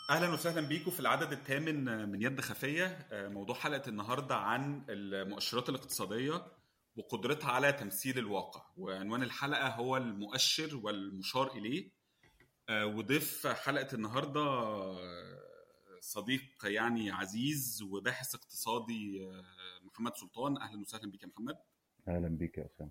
اهلا وسهلا بيكم في العدد الثامن من يد خفيه. موضوع حلقه النهارده عن المؤشرات الاقتصاديه وقدرتها على تمثيل الواقع، وعنوان الحلقه هو المؤشر والمشار اليه. وضيف حلقه النهارده صديق يعني عزيز وباحث اقتصادي، محمد سلطان. اهلا وسهلا بيك يا محمد. اهلا بيك يا اسامه.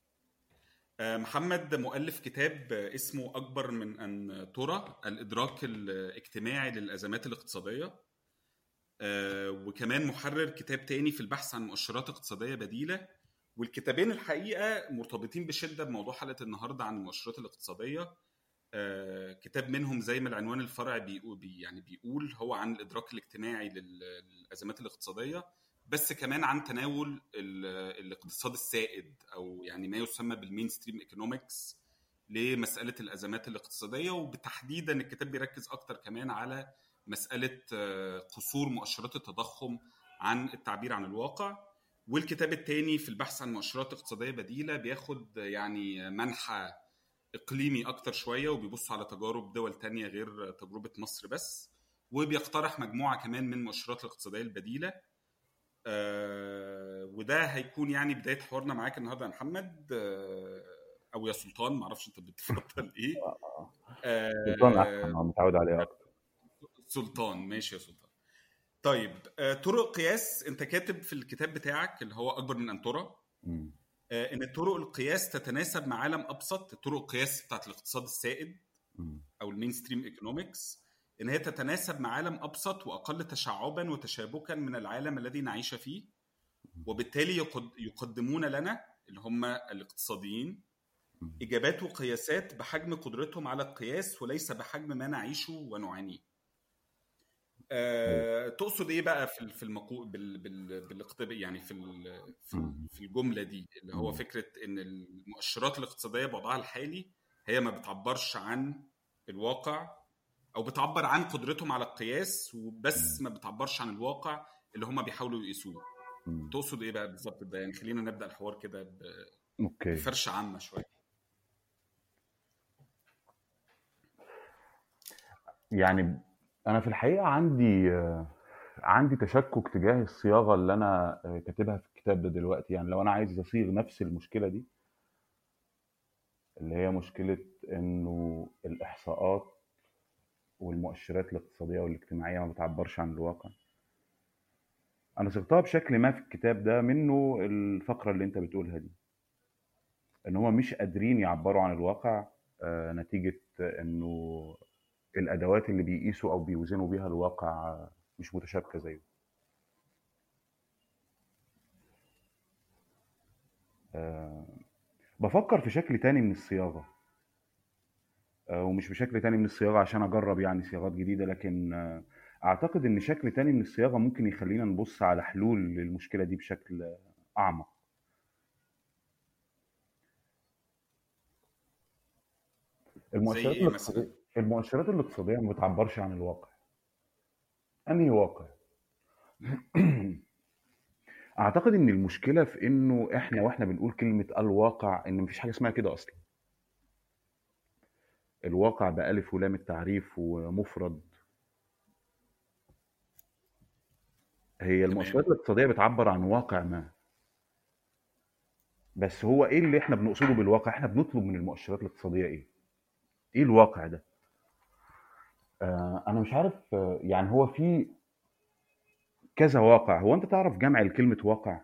محمد مؤلف كتاب اسمه أكبر من أن ترى: الإدراك الاجتماعي للأزمات الاقتصادية، وكمان محرر كتاب تاني في البحث عن مؤشرات اقتصادية بديلة. والكتابين الحقيقة مرتبطين بشدة بموضوع حلقة النهاردة عن المؤشرات الاقتصادية. كتاب منهم زي ما العنوان الفرعي بيقول هو عن الإدراك الاجتماعي للأزمات الاقتصادية، بس كمان عن تناول الاقتصاد السائد، او يعني ما يسمى بالمين ستريم ايكونومكس، لمسألة الأزمات الاقتصادية. وبتحديدا الكتاب بيركز أكتر كمان على مسألة قصور مؤشرات التضخم عن التعبير عن الواقع. والكتاب الثاني في البحث عن مؤشرات اقتصادية بديلة بياخد يعني منحى إقليمي أكتر شوية، وبيبص على تجارب دول تانية غير تجربة مصر بس، وبيقترح مجموعة كمان من المؤشرات الاقتصادية البديلة. وده هيكون يعني بداية حوارنا معاك النهاردة يا محمد، أو يا سلطان، معرفش أنت بتفضل إيه. سلطان احسن، انا متعود عليه اكتر. سلطان، ماشي يا سلطان. طيب، طرق قياس. أنت كاتب في الكتاب بتاعك اللي هو أكبر من أن ترى إن طرق القياس تتناسب مع عالم أبسط. طرق القياس بتاعت الاقتصاد السائد أو المين ستريم ايكونومكس، إن هي تتناسب مع عالم أبسط وأقل تشعبا وتشابكا من العالم الذي نعيش فيه، وبالتالي يقدمون لنا اللي هم الاقتصاديين إجابات وقياسات بحجم قدرتهم على القياس وليس بحجم ما نعيشه ونعانيه. تقصد ايه بقى في المقول بالاقتباس، يعني في الجملة دي، اللي هو فكرة ان المؤشرات الاقتصادية بوضعها الحالي هي ما بتعبرش عن الواقع، او بتعبر عن قدرتهم على القياس وبس، ما بتعبرش عن الواقع اللي هم بيحاولوا يقيسوه. تقصد ايه بقى بالظبط ده؟ يعني خلينا نبدأ الحوار كده بفرشة عامة شوية. يعني انا في الحقيقه عندي تشكك تجاه الصياغه اللي انا كاتبها في الكتاب ده دلوقتي. يعني لو انا عايز اصيغ نفس المشكله دي، اللي هي مشكله انه الاحصاءات والمؤشرات الاقتصاديه والاجتماعيه ما بتعبرش عن الواقع، انا صيغتها بشكل ما في الكتاب ده، منه الفقره اللي انت بتقولها دي، ان هم مش قادرين يعبروا عن الواقع نتيجه انه الادوات اللي بيقيسوا او بيوزنوا بيها الواقع مش متشابكه زيه. بفكر في شكل تاني من الصياغه، ومش بشكل تاني من الصياغه عشان اجرب يعني صياغات جديده، لكن اعتقد ان شكل تاني من الصياغه ممكن يخلينا نبص على حلول للمشكله دي بشكل اعمق. زي ايه مثلا؟ المؤشرات الاقتصاديه ما بتعبرش عن الواقع. انهي واقع؟ اعتقد ان المشكله في انه واحنا بنقول كلمه الواقع، ان مفيش حاجه اسمها كده اصلا. الواقع بألف ولام التعريف ومفرد. هي المؤشرات الاقتصاديه بتعبر عن واقع ما، بس هو ايه اللي احنا بنقصده بالواقع؟ احنا بنطلب من المؤشرات الاقتصاديه ايه الواقع ده؟ انا مش عارف. يعني هو في كذا واقع. هو انت تعرف جمع الكلمه واقع؟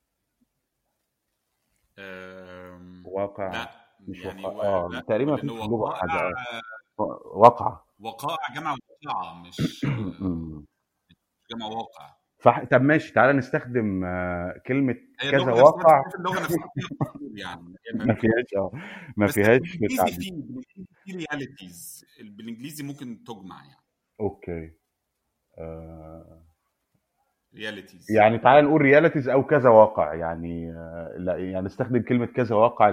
واقع لا مش يعني واقع. لا، تقريبا ما لأن فيش في اللغه وقائع حاجه واقعه. جمع وقائع، مش جمع واقع. طب ماشي، تعالى نستخدم كلمه هي كذا اللغة نفسها، واقع. اللغة نفسها فيها قصور، يعني ما فيهاش ما بس فيهاش بالانجليزي تعديل. في رياليتيز، بالانجليزي ممكن تجمع يعني. اوكي. رياليتيز. يعني تعالى نقول رياليتيز او كذا واقع. يعني لا، يعني نستخدم كلمه كذا واقع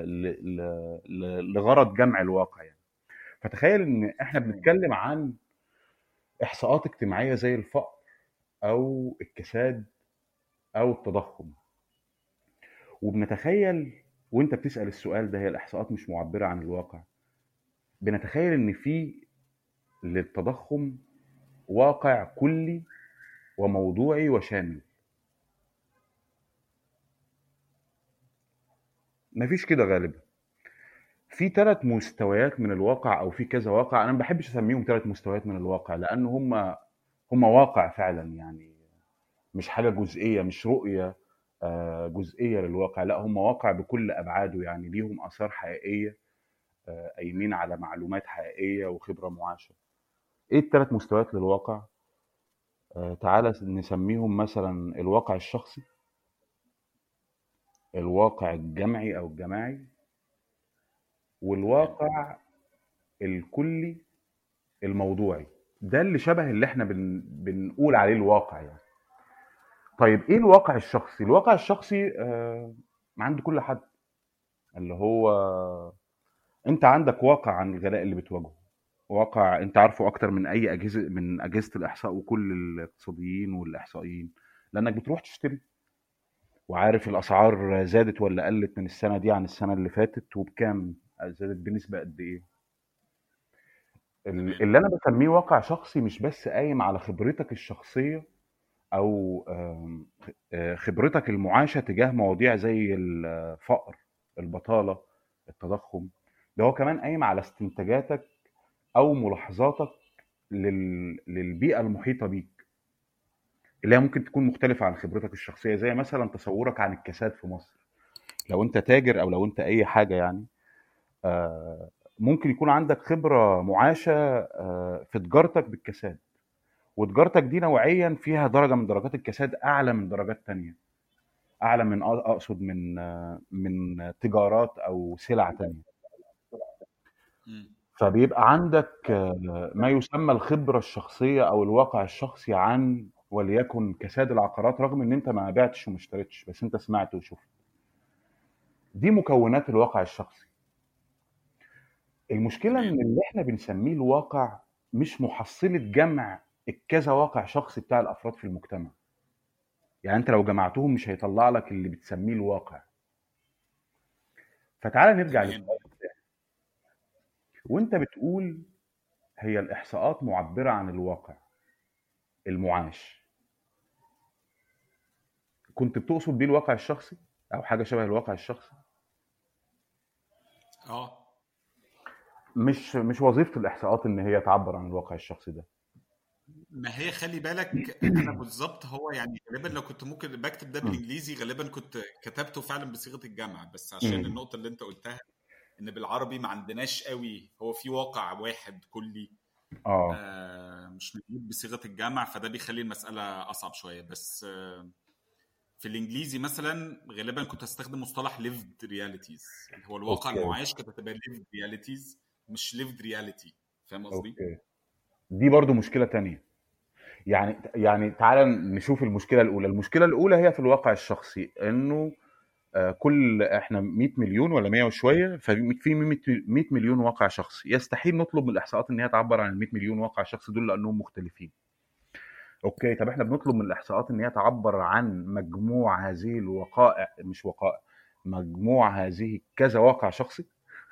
لغرض جمع الواقع. يعني فتخيل ان احنا بنتكلم عن احصاءات اجتماعيه زي الفقر او الكساد او التضخم، وبنتخيل وانت بتسال السؤال ده هي الاحصاءات مش معبره عن الواقع، بنتخيل ان في للتضخم واقع كلي وموضوعي وشامل. مفيش كده غالبا. في 3 مستويات من الواقع أو في كذا واقع، أنا ما باحبش أسميهم 3 مستويات من الواقع، لأن هم واقع فعلًا يعني، مش حاجة جزئية، مش رؤية جزئية للواقع، لأ هم واقع بكل أبعاده، يعني ليهم آثار حقيقية، قايمين على معلومات حقيقية وخبرة معاشة. إيه ال3 مستويات للواقع؟ تعالَ نسميهم مثلًا الواقع الشخصي، الواقع الجمعي أو الجماعي، تمام. والواقع الكلي الموضوعي. ده اللي شبه اللي إحنا بنقول عليه الواقع يعني. طيب إيه الواقع الشخصي؟ الواقع الشخصي عند كل حد، اللي هو أنت عندك واقع عن الغلاء اللي بتواجهه، واقع أنت عارفه أكتر من أي أجهزة الإحصاء وكل الاقتصاديين والإحصائيين، لأنك بتروح تشتري وعارف الأسعار زادت والّا قلّت من السنة دي عن السنة اللي فاتت وبكام، زادت بنسبة قد إيه. تمام. اللي أنا باسميه واقع شخصي مش بس قايم على خبرتك الشخصية أو خبرتك المعاشة تجاه مواضيع زي الفقر، البطالة، التضخم، ده هو كمان قايم على استنتاجاتك أو ملاحظاتك للبيئة المحيطة بيك، اللي هي ممكن تكون مختلفة عن خبرتك الشخصية، زي مثلًا تصورك عن الكساد في مصر. لو أنت تاجر أو لو أنت أي حاجة يعني، آآ ممكن يكون عندك خبرة معاشة في تجارتك بالكساد، وتجارتك دي نوعيًا فيها درجة من درجات الكساد أعلى من درجات تانية. أعلى من أقصد من تجارات أو سلع تانية. مم. فبيبقى عندك ما يسمى الخبرة الشخصية أو الواقع الشخصي عن وليكن كساد العقارات، رغم إن أنت ما بِعتش وما اشتريتش، بس أنت سمعت وشُفت. دي مكونات الواقع الشخصي. المشكلة تمام. إن اللي إحنا بنسميه الواقع مش محصلة جمع الكذا واقع شخصي بتاع الأفراد في المجتمع. يعني أنت لو جمعتهم مش هيطلّع لك اللي بتسميه الواقع. فتعالَ نرجع تمام. للسؤال بتاعي، وأنت بتقول هي الإحصاءات مُعبّرة عن الواقع المُعاش، كنت بتقصد بيه الواقع الشخصي أو حاجة شبه الواقع الشخصي؟ اه، مش وظيفة الإحصاءات إن هي تعبّر عن الواقع الشخصي ده. ما هي خلي بالك انا بالظبط، هو يعني غالبا لو كنت ممكن بكتب ده إمم، بالانجليزي غالبا كنت كتبته فعلا بصيغه الجمع، بس عشان إمم، النقطه اللي انت قلتها ان بالعربي ما عندناش قوي، هو في واقع واحد كلي آه، مش موجود بصيغه الجمع، فده بيخلي المساله اصعب شويه. بس في الانجليزي مثلا غالبا كنت استخدم مصطلح lived realities، اللي هو الواقع أوكي، المعاش، كانت هتبقى lived realities مش lived reality. فاهم قصدي؟ أوكي. دي برضه مشكلة تانية. يعني تعالَ نشوف المشكلة الأولى. المشكلة الأولى هي في الواقع الشخصي، إنه كل إحنا 100 مليون والّا 100 وشوية، في 100 مليون واقع شخصي. يستحيل نطلب من الإحصاءات إن هي تعبّر عن ال100 مليون واقع شخصي دول لأنهم مختلفين. أوكي، طب إحنا بنطلب من الإحصاءات إن هي تعبّر عن مجموع هذه الوقائع، مش وقائع، مجموع هذه كذا واقع شخصي؟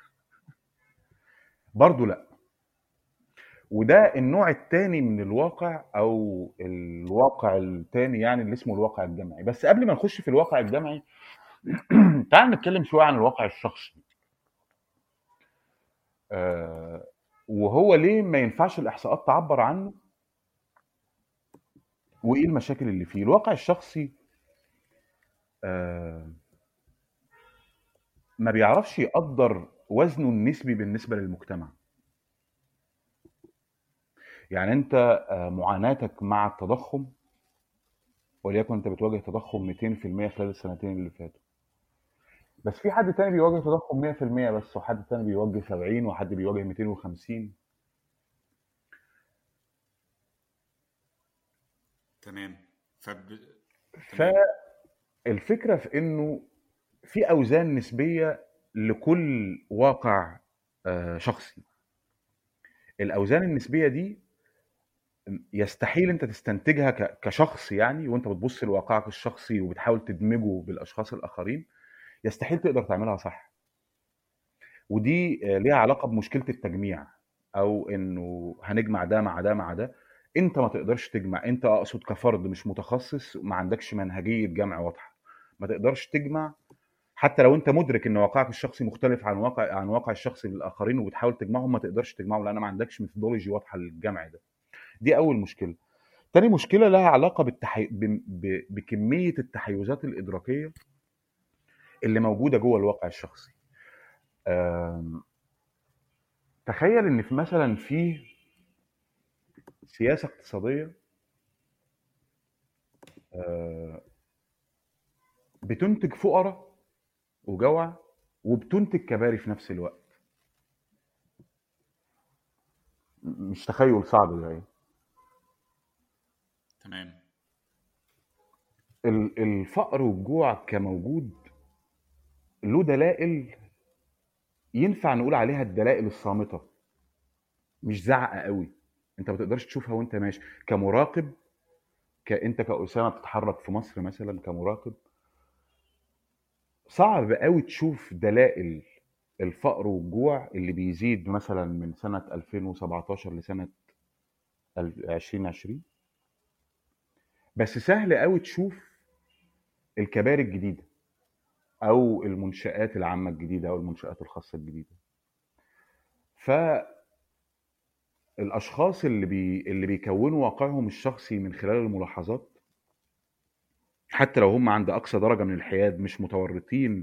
برضه لأ. وده النوع التاني من الواقع أو الواقع التاني يعني اللي اسمه الواقع الجمعي. بس قبل ما نخش في الواقع الجمعي، تعالَ نتكلم شوية عن الواقع الشخصي. آآ وهو ليه ما ينفعش الإحصاءات تعبّر عنه، وإيه المشاكل اللي فيه. الواقع الشخصي آآ ما بيعرفش يقدّر وزنه النسبي بالنسبة للمجتمع. يعني أنت معاناتك مع التضخُّم، وليكن أنت بتواجه تضخُّم 200% خلال السنتين اللي فاتوا، بس في حد تاني بيواجه تضخُّم 100% بس، وحد تاني بيواجه 70 وحد بيواجه 250. تمام. تمام. فالفكرة في إنه في أوزان نسبية لكل واقع شخصي. الأوزان النسبية دي يستحيل أنت تستنتجها كشخص يعني، وأنت بتبُص لواقعك الشخصي وبتحاول تدمجه بالأشخاص الآخرين، يستحيل تقدر تعملها صح. ودي ليها علاقة بمشكلة التجميع، أو إنه هنجمع ده مع ده مع ده. انت ما تقدرش تجمع، انت اقصد كفرد مش متخصص ما عندكش منهجيه جمع واضحه، ما تقدرش تجمع. حتى لو انت مدرك ان واقعك الشخصي مختلف عن واقع الشخصي للاخرين وبتحاول تجمعهم، ما تقدرش تجمعهم لان ما عندكش ميثودولوجي واضحه للجمع ده. دي اول مشكله. تاني مشكله لها علاقه بكميه التحيزات الادراكيه اللي موجوده جوه الواقع الشخصي. آم، تخيل ان في مثلا في سياسه اقتصاديه آه، بتنتج فقراء وجوع وبتنتج كباري في نفس الوقت. مش تخيل صعب ده؟ تمام. الفقر والجوع كموجود له دلائل ينفع نقول عليها الدلائل الصامتة، مش زعقة قوي، انت ما تقدرش تشوفها وانت ماشي كمراقب. انت كأسامة بتتحرك في مصر مثلا كمراقب، صعب قوي تشوف دلائل الفقر والجوع اللي بيزيد مثلا من سنة 2017 لسنة 2020. بس سهل قوي تشوف الكباري الجديدة او المنشآت العامة الجديدة او المنشآت الخاصة الجديدة. فالاشخاص اللي بيكونوا واقعهم الشخصي من خلال الملاحظات، حتى لو هم عند اقصى درجة من الحياد، مش متورطين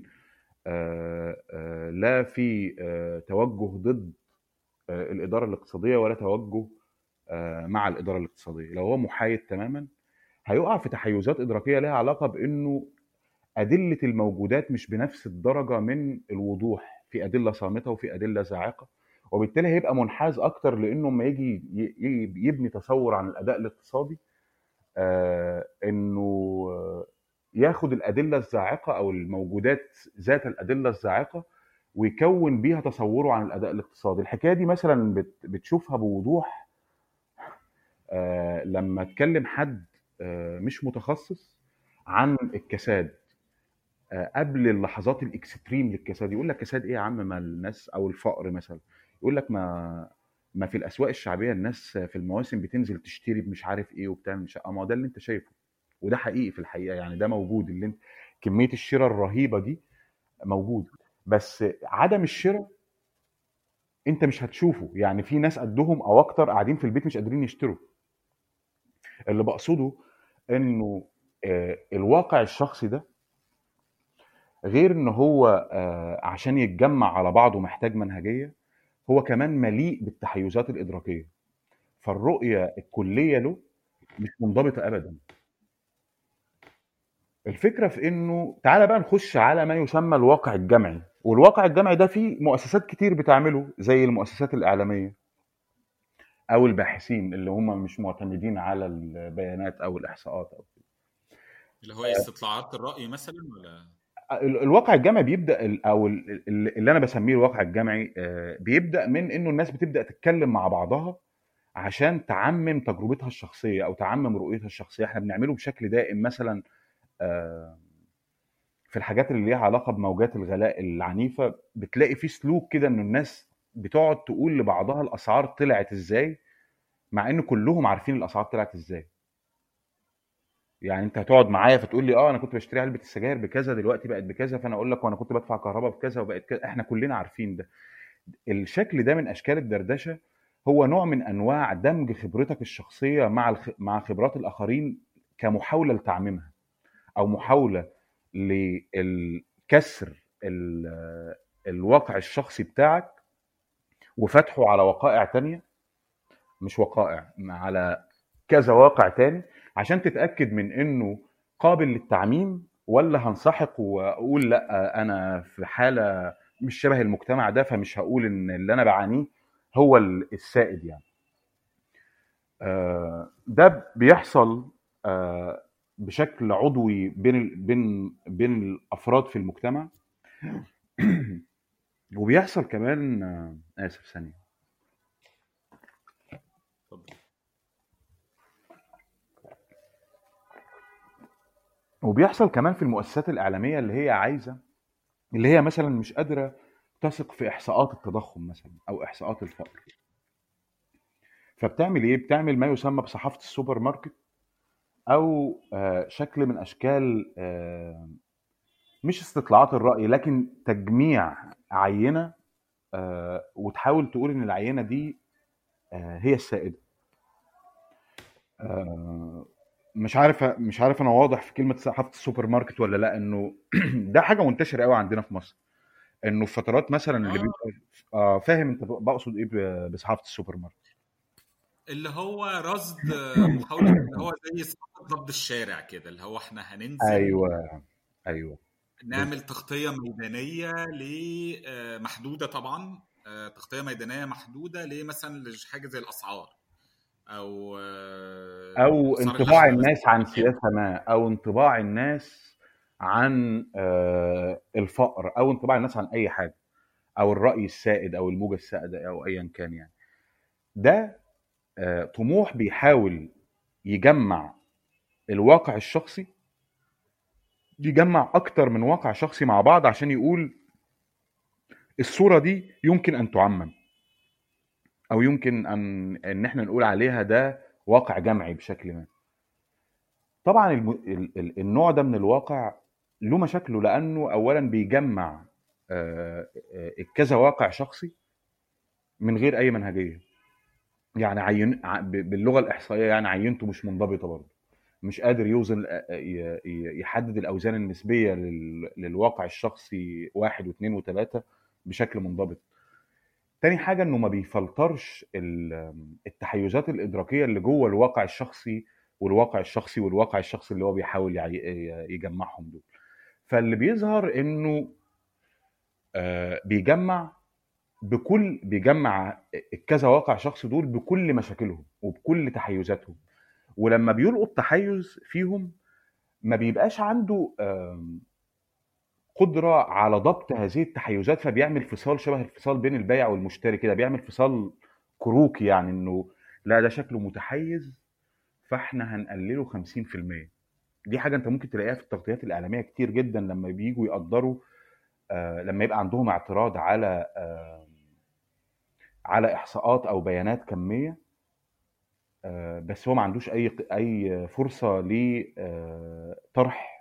لا في توجه ضد الإدارة الاقتصادية ولا توجه مع الإدارة الاقتصادية، لو هو محايد تماما هيقع في تحيزات إدراكية لها علاقة بأنه أدلة الموجودات مش بنفس الدرجة من الوضوح، في أدلة صامتة وفي أدلة زاعقة، وبالتالي هيبقى منحاز أكتر لأنه ما يجي يبني تصور عن الأداء الاقتصادي إنه ياخد الأدلة الزاعقة أو الموجودات ذات الأدلة الزاعقة ويكون بيها تصوره عن الأداء الاقتصادي. الحكاية دي مثلا بتشوفها بوضوح لما تكلم حد مش متخصص عن الكساد قبل اللحظات الاكستريم للكساد. يقول لك كساد ايه يا عم؟ ما الناس، او الفقر مثلا، يقول لك ما في الاسواق الشعبيه الناس في المواسم بتنزل تشتري مش عارف ايه وبتعمل مش، ما هو ده اللي انت شايفه وده حقيقي في الحقيقه، يعني ده موجود، اللي انت كميه الشراء الرهيبه دي موجود، بس عدم الشراء انت مش هتشوفه. يعني في ناس قدهم او اكتر قاعدين في البيت مش قادرين يشتروا. اللي بقصده انه الواقع الشخصي ده غير ان هو عشان يتجمع على بعضه محتاج منهجيه، هو كمان مليء بالتحيزات الادراكيه، فالرؤيه الكليه له مش منضبطه ابدا. الفكره في انه تعالى بقى نخش على ما يسمى الواقع الجمعي، والواقع الجمعي ده فيه مؤسسات كتير بتعمله زي المؤسسات الاعلاميه او الباحثين اللي هم مش معتمدين على البيانات او الاحصاءات او اللي هو استطلاعات الرأي مثلا ولا؟ الواقع الجمعي بيبدا اللي انا بسميه الواقع الجمعي بيبدا من انه الناس بتبدا تتكلم مع بعضها عشان تعمم تجربتها الشخصيه او تعمم رؤيتها الشخصيه. احنا بنعمله بشكل دائم مثلا آه، في الحاجات اللي ليها علاقه بموجات الغلاء العنيفه، بتلاقي في سلوك كده ان الناس بتقعد تقول لبعضها الاسعار طلعت ازاي، مع ان كلهم عارفين الاسعار طلعت ازاي. يعني انت هتقعد معايا فتقول لي انا كنت بشتري علبه السجاير بكذا دلوقتي بقت بكذا، فانا اقول لك وانا كنت بدفع كهرباء بكذا وبقت كذا. احنا كلنا عارفين ده. الشكل ده من اشكال الدردشه هو نوع من انواع دمج خبرتك الشخصيه مع خبرات الاخرين كمحاوله لتعميمها، او محاوله لكسر الواقع الشخصي بتاعك وفتحه على وقائع تانية، مش وقائع، على كذا واقع تاني، عشان تتأكد من انه قابل للتعميم، ولا هنسحق واقول لا انا في حالة مش شبه المجتمع ده فمش هقول ان اللي انا بعانيه هو السائد يعني. ده بيحصل بشكل عضوي بين الافراد في المجتمع وبيحصل كمان اسف ثانيه. اتفضل. وبيحصل كمان في المؤسسات الاعلاميه اللي هي مثلا مش قادره تثق في احصاءات التضخم مثلا او احصاءات الفقر، فبتعمل ايه؟ بتعمل ما يسمى بصحافه السوبر ماركت، او شكل من اشكال مش استطلاعات الراي، لكن تجميع عينه وتحاول تقول ان العينه دي هي السائده. آه، مش عارف انا واضح في كلمه صحافه السوبر ماركت ولا لا، انه ده حاجه منتشره قوي عندنا في مصر، انه في فترات مثلا اللي اه، بيبقى فاهم انت بقصد ايه بصحافه السوبر ماركت. اللي هو رصد، محاولة اللي هو زي صفحة ضبط الشارع كده، اللي هو احنا هننزل ايوه، ايوه، نعمل تغطية ميدانية محدودة طبعا، تغطية ميدانية محدودة مثلا لحاجة زي الأسعار، أو او أسعار انطباع اللحمة مثلا. الناس عن سياسه ما، او انطباع الناس عن الفقر، او انطباع الناس عن اي حاجه، او الراي السائد او الموجه السائده او ايا كان يعني. ده طموح بيحاول يجمع الواقع الشخصي، يجمع اكتر من واقع شخصي مع بعض عشان يقول الصوره دي يمكن ان تعمم، او يمكن ان احنا نقول عليها ده واقع جمعي بشكل ما. طبعا النوع ده من الواقع له مشاكله، لانه اولا بيجمع كذا واقع شخصي من غير اي منهجيه. يعني باللغه الاحصائيه يعني عينته مش منضبطه برضه، مش قادر يوزن يحدد الاوزان النسبيه للواقع الشخصي واحد واثنين وثلاثه بشكل منضبط. تاني حاجه انه ما بيفلترش التحيزات الادراكيه اللي جوه الواقع الشخصي والواقع الشخصي والواقع الشخصي اللي هو بيحاول يجمعهم دول. فاللي بيظهر انه بيجمع كذا واقع شخصي دول بكل مشاكلهم وبكل تحيزاتهم. ولما بيلقط تحيز فيهم ما بيبقاش عنده قدرة على ضبط هذه التحيزات، فبيعمل فصال شبه الفصال بين البائع والمشتري كده، بيعمل فصال كروكي، يعني انه لا ده شكله متحيز فاحنا هنقلله 50%. دي حاجة انت ممكن تلاقيها في التغطيات الإعلامية كتير جدا لما بييجوا يقدروا لما يبقى عندهم اعتراض على إحصاءات أو بيانات كمية، بس هو ما عندوش أي فرصة لطرح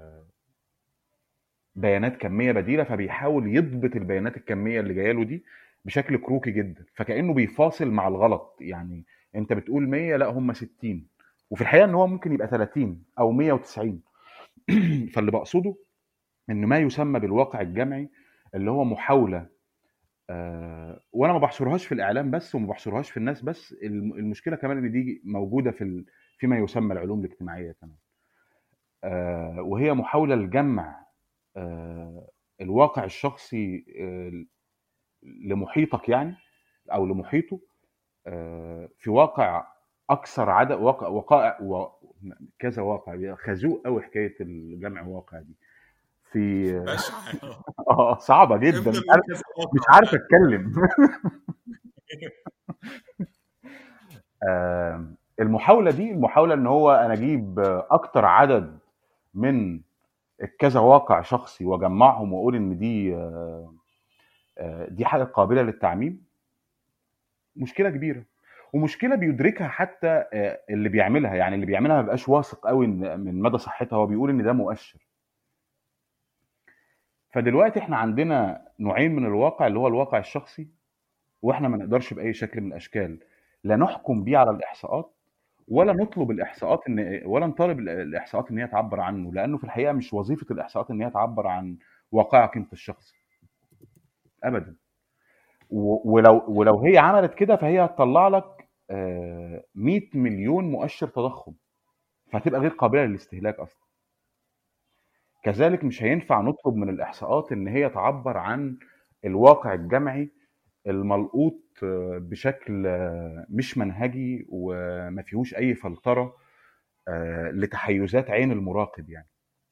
بيانات كميه بديله، فبيحاول يضبط البيانات الكميه اللي جايه له دي بشكل كروكي جدا، فكانه بيفاصل مع الغلط. يعني انت بتقول 100 لا هم 60، وفي الحقيقه ان هو ممكن يبقى 30 او 190. فاللي بقصده ان ما يسمى بالواقع الجمعي اللي هو محاوله وانا ما بحصرهاش في الاعلام بس وما بحصرهاش في الناس بس، المشكله كمان ان دي موجوده فيما يسمى العلوم الاجتماعيه كمان، وهي محاوله لجمع الواقع الشخصي لمحيطك يعني، او لمحيطه في واقع اكثر عدد وقائع كذا واقع. خازوق قوي حكايه الجمع واقع دي في بشعة. صعبه جدا، افضل مش قول عارف كذا مش واقع عارف فعلا. اتكلم. المحاوله ان هو انا اجيب اكتر عدد من كذا واقع شخصي واجمعهم واقول ان دي حاجه قابله للتعميم. مشكله كبيره، ومشكله بيدركها حتى اللي بيعملها، يعني اللي بيعملها ما بيبقاش واثق قوي من مدى صحتها، هو بيقول ان ده مؤشر. فدلوقتي احنا عندنا نوعين من الواقع، اللي هو الواقع الشخصي، واحنا ما نقدرش باي شكل من الاشكال لا نحكم بيه على الاحصاءات ولا نطلب الاحصاءات ولا نطالب الاحصاءات ان هي تعبر عنه، لانه في الحقيقه مش وظيفه الاحصاءات ان هي تعبر عن واقعك انت الشخصي ابدا. ولو هي عملت كده فهي هتطلع لك 100 مليون مؤشر تضخم، فهتبقى غير قابله للاستهلاك اصلا. كذلك مش هينفع نطلب من الاحصاءات ان هي تعبر عن الواقع الجمعي الملقوط بشكل مش منهجي وما فيهوش اي فلتره لتحيزات عين المراقب يعني.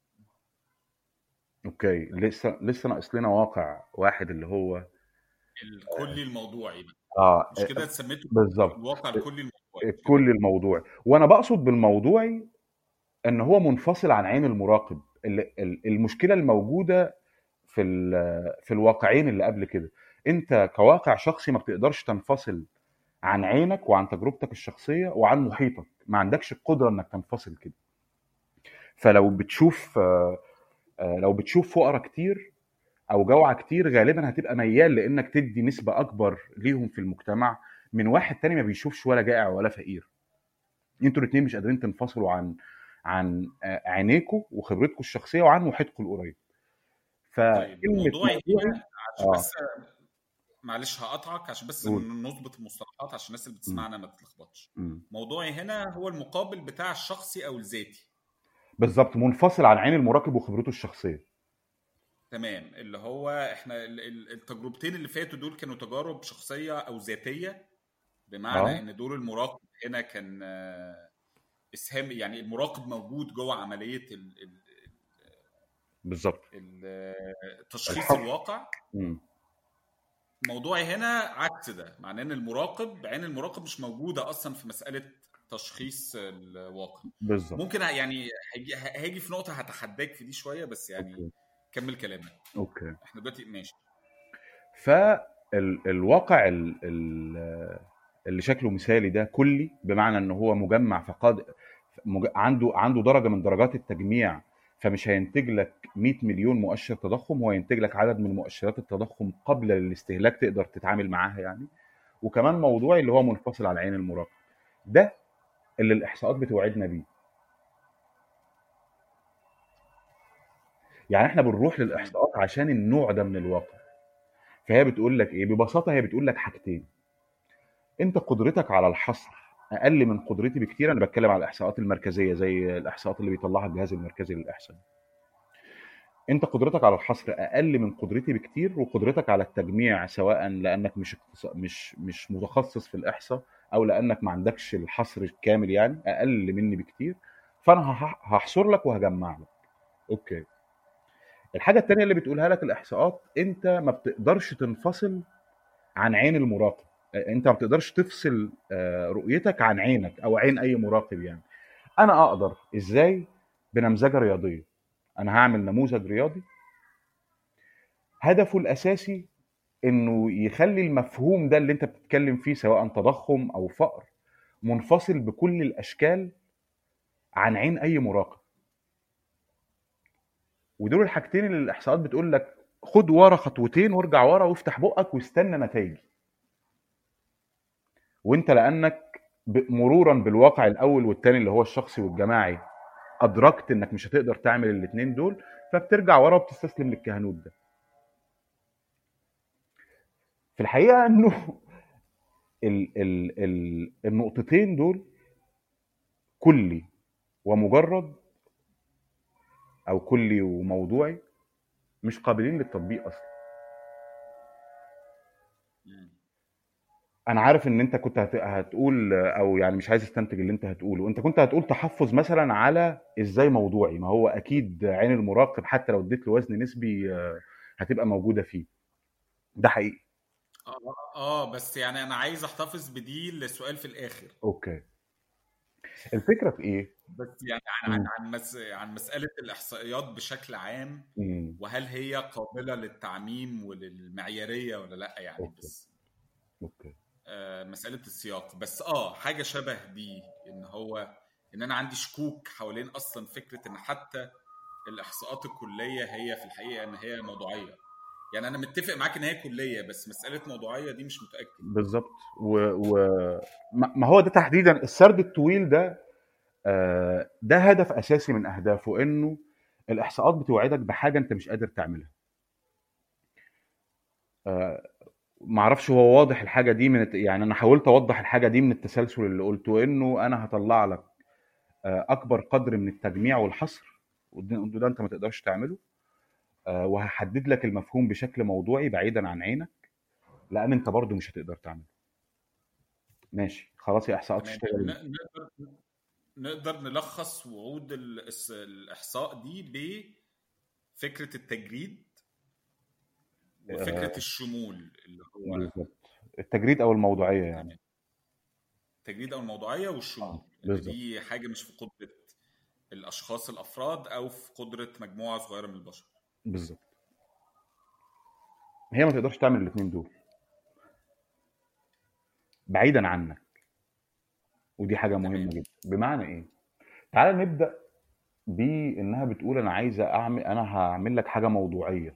اوكي، لسه ناقص لنا واقع واحد اللي هو الكلي الموضوعي بقى. اه مش كده سميته؟ بالظبط الواقع الكلي الموضوعي مش كده؟ كل الموضوع. وانا بقصد بالموضوعي ان هو منفصل عن عين المراقب. المشكله الموجوده في الواقعين اللي قبل كده، انت كواقع شخصي ما بتقدرش تنفصل عن عينك وعن تجربتك الشخصيه وعن محيطك، ما عندكش القدره انك تنفصل كده. فلو بتشوف لو بتشوف فقراء كتير او جوعى كتير، غالبا هتبقى ميال لانك تدي نسبه اكبر ليهم في المجتمع من واحد تاني ما بيشوفش ولا جائع ولا فقير. انتوا الاثنين مش قادرين تنفصلوا عن عينيكوا وخبرتكوا الشخصيه وعن محيطكوا القريب. طيب فكلمه موضوعي موضوعي. هنا عشان اه. بس، معلش هقطعك عشان بس قول. نظبط المصطلحات عشان الناس اللي مم. بتسمعنا ما تتلخبطش. مم. موضوعي هنا هو المقابل بتاع الشخصي او الذاتي. بالظبط، منفصل عن عين المراقب وخبرته الشخصيه. تمام، اللي هو احنا التجربتين اللي فاتوا دول كانوا تجارب شخصية او ذاتية، بمعنى اه، ان دور المراقب هنا كان اسهام، يعني المراقب موجود جوه عملية بالظبط. تشخيص الحق. الواقع. مم. موضوعي هنا عكس ده، معناه ان المراقب، عين المراقب مش موجودة اصلا في مسألة تشخيص الواقع. بالظبط. ممكن يعني هاجي في نقطة هتحداك في دي شوية، بس يعني اوكي. كمل كلامك. اوكي. احنا دلوقتي ماشي. فالواقع اللي شكله مثالي ده كلي، بمعنى ان هو مجمع فقاد، عنده درجه من درجات التجميع. فمش هينتج لك 100 مليون مؤشر تضخم، هو ينتج لك عدد من مؤشرات التضخم قبل الاستهلاك تقدر تتعامل معاها يعني. وكمان موضوعي اللي هو منفصل عن عين المراقب، ده اللي الاحصاءات بتوعدنا بيه. يعني احنا بنروح تمام. للاحصاءات عشان النوع ده من الواقع. فهي بتقول لك ايه ببساطه؟ هي بتقول لك حاجتين: انت قدرتك على الحصر اقل من قدرتي بكتير. انا بتكلم على الاحصاءات المركزيه زي الاحصاءات اللي بيطلعها الجهاز المركزي للاحصاء. انت قدرتك على الحصر اقل من قدرتي بكتير، وقدرتك على التجميع سواء لانك مش متخصص في الاحصاء او لانك ما عندكش الحصر الكامل يعني اقل مني بكتير. فانا هحصر لك وهجمع لك. اوكي. الحاجه التانيه اللي بتقولها لك الاحصاءات: انت ما بتقدرش تنفصل عن عين المراقب. انت ما بتقدرش تفصل رؤيتك عن عينك او عين اي مراقب يعني. انا اقدر ازاي؟ بنمذجه رياضيه. انا هعمل نموذج رياضي هدفه الاساسي انه يخلي المفهوم ده اللي انت بتتكلم فيه سواء تضخم او فقر منفصل بكل الاشكال عن عين اي مراقب. ودول الحاجتين اللي الاحصاءات بتقول لك: خد ورا خطوتين وارجع ورا وافتح بقك واستنى نتائجي. وانت لانك مرورا بالواقع الاول والثاني اللي هو الشخصي والجماعي ادركت انك مش هتقدر تعمل الاثنين دول، فبترجع ورا وبتستسلم للكهنوت ده. في الحقيقه انه النقطتين دول كلي ومجرد، او كلي وموضوعي، مش قابلين للتطبيق اصلا. مم. انا عارف ان انت كنت هتقول، او يعني مش عايز استنتج اللي انت هتقوله. انت كنت هتقول تحفظ مثلا على ازاي موضوعي. ما هو اكيد عين المراقب حتى لو اديت له وزن نسبي هتبقى موجوده فيه. ده حقيقي. بس يعني انا عايز احتفظ بدي للسؤال في الاخر. اوكي. الفكره في ايه؟ بس يعني مم. عن مسألة الإحصائيات بشكل عام، مم. وهل هي قابلة للتعميم وللمعيارية ولا لا يعني. اوكي. بس اوكي. مسألة السياق بس، حاجة شبه دي، ان هو ان انا عندي شكوك حوالين اصلا فكرة ان حتى الإحصاءات الكلية هي في الحقيقة ان هي موضوعية. يعني انا متفق معاك ان هي كلية، بس مسألة موضوعية دي مش متأكد. بالظبط. ما هو ده تحديدا السرد الطويل ده. ده هدف اساسي من اهدافه، انه الاحصاءات بتوعدك بحاجه انت مش قادر تعملها. آه، معرفش هو واضح الحاجه دي يعني انا حاولت اوضح الحاجه دي من التسلسل اللي قلته، انه انا هطلع لك اكبر قدر من التجميع والحصر، وده انت ما تقدرش تعمله. وهحدد لك المفهوم بشكل موضوعي بعيدا عن عينك، لان انت برضو مش هتقدر تعمله. ماشي خلاص يا احصاءات تمام، يعني اشتغلي. نقدر نلخص وعود الإحصاء دي بفكرة التجريد آه، وفكرة الشمول اللي هو. بالظبط. التجريد او الموضوعيه يعني. تمام، التجريد أو الموضوعية والشمول، إن بالظبط. دي حاجة مش في قدرة الأشخاص الأفراد أو في قدرة مجموعة صغيرة من البشر. بالظبط. هي ما تقدرش تعمل الاثنين دول. بعيدا عنك. ودي حاجه مهمه جدا. بمعنى ايه؟ تعال نبدا بانها بتقول انا هعمل لك حاجه موضوعيه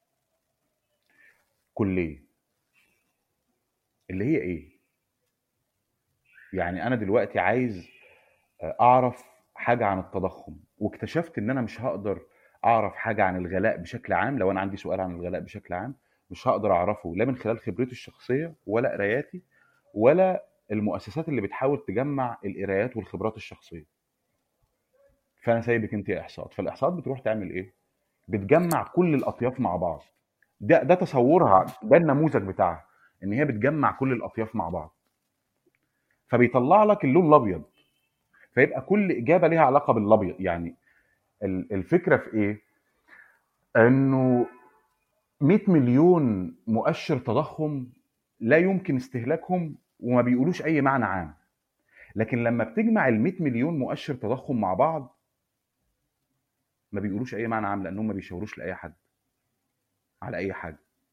كليه. اللي هي ايه؟ يعني انا دلوقتي عايز اعرف حاجه عن التضخم، واكتشفت ان انا مش هقدر اعرف حاجه عن الغلاء بشكل عام. لو انا عندي سؤال عن الغلاء بشكل عام مش هقدر اعرفه لا من خلال خبرتي الشخصيه ولا قراياتي ولا المؤسسات اللي بتحاول تجمع القرايات والخبرات الشخصيه. فانا سايبك انت يا احصاءات. فالاحصاءات بتروح تعمل ايه؟ بتجمع كل الاطياف مع بعض. ده تصورها، ده النموذج بتاعها، ان هي بتجمع كل الاطياف مع بعض فبيطلع لك اللون الابيض. فيبقى كل اجابه ليها علاقه بالابيض. يعني الفكره في ايه؟ انه 100 مليون مؤشر تضخم لا يمكن استهلاكهم وما بيقولوش اي معنى عام. لكن لما بتجمع ال 100 مليون مؤشر تضخم مع بعض ما بيقولوش اي معنى عام، لانهم ما بيشاوروش لاي حد على اي حاجه.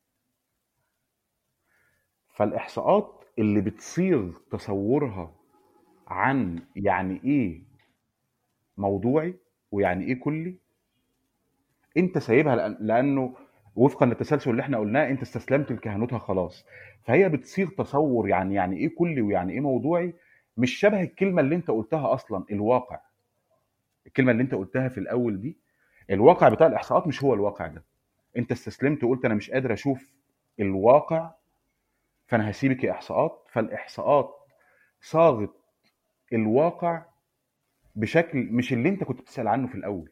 فالاحصاءات اللي بتصيغ تصورها عن يعني ايه موضوعي ويعني ايه كلي، انت سايبها لانه وفقا للتسلسل اللي احنا قلناه انت استسلمت لكهنوتها خلاص. فهي بتصيغ تصور يعني ايه كلي ويعني ايه موضوعي، مش شبه الكلمه اللي انت قلتها اصلا الواقع. الكلمه اللي انت قلتها في الاول دي، الواقع بتاع الاحصاءات مش هو الواقع ده. انت استسلمت وقلت انا مش قادر اشوف الواقع فانا هسيبك يا احصاءات. فالاحصاءات صاغت الواقع بشكل مش اللي انت كنت بتسال عنه في الاول.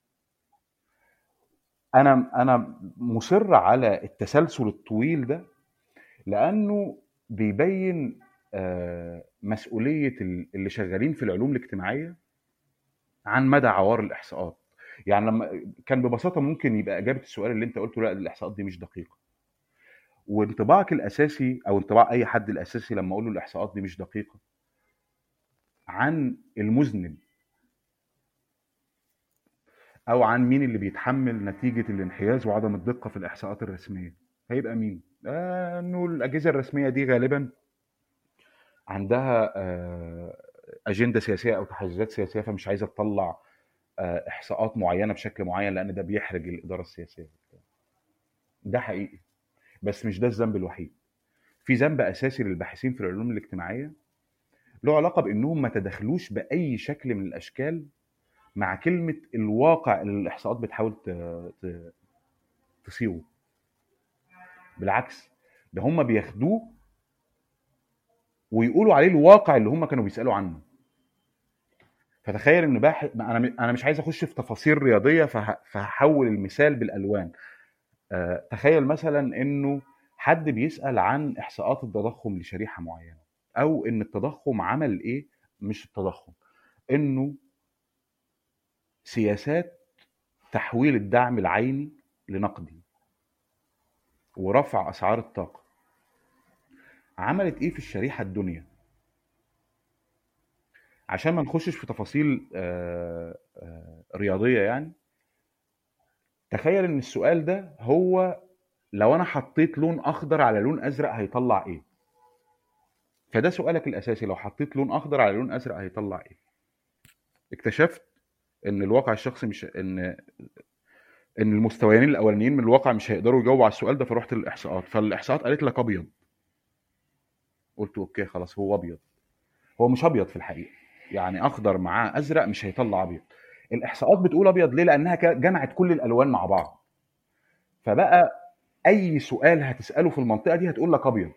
انا مصر على التسلسل الطويل ده لانه بيبين مسؤوليه اللي شغالين في العلوم الاجتماعيه عن مدى عوار الاحصاءات. يعني لما كان ببساطه ممكن يبقى اجابه السؤال اللي انت قلته لا الاحصاءات دي مش دقيقه، وانطباعك الاساسي او انطباع اي حد الاساسي لما اقول له الاحصاءات دي مش دقيقه عن المذنب او عن مين اللي بيتحمل نتيجه الانحياز وعدم الدقه في الاحصاءات الرسميه، هيبقى مين؟ انه الاجهزه الرسميه دي غالبا عندها اجنده سياسيه او تحيزات سياسيه فمش عايزه تطلع احصاءات معينه بشكل معين لان ده بيحرج الاداره السياسيه. ده حقيقي، بس مش ده الذنب الوحيد. في ذنب اساسي للباحثين في العلوم الاجتماعيه له علاقه بانهم ما تدخلوش باي شكل من الاشكال مع كلمه الواقع اللي الاحصاءات بتحاول تصيغه. بالعكس، ده هم بياخدوه ويقولوا عليه الواقع اللي هم كانوا بيسالوا عنه. فتخيل ان باحث، انا مش عايز اخش في تفاصيل رياضيه فهحول المثال بالالوان. تخيل مثلا انه حد بيسال عن احصاءات التضخم لشريحه معينه، او ان التضخم عمل ايه. مش التضخم، انه سياسات تحويل الدعم العيني لنقدي ورفع اسعار الطاقه عملت ايه في الشريحه الدنيا. عشان ما نخشش في تفاصيل رياضيه يعني، تخيل ان السؤال ده هو لو انا حطيت لون اخضر على لون ازرق هيطلع ايه. فده سؤالك الاساسي، لو حطيت لون اخضر على لون ازرق هيطلع ايه. اكتشفت ان الواقع الشخصي مش ان المستويين الاولانيين من الواقع مش هيقدروا يجاوبوا على السؤال ده، فرحت للاحصاءات. فالاحصاءات قالت لك ابيض. قلت اوكي خلاص هو ابيض. هو مش ابيض في الحقيقه، يعني اخضر معاه ازرق مش هيطلع ابيض. الاحصاءات بتقول ابيض ليه؟ لانها جمعت كل الالوان مع بعض. فبقى اي سؤال هتساله في المنطقه دي هتقول لك ابيض.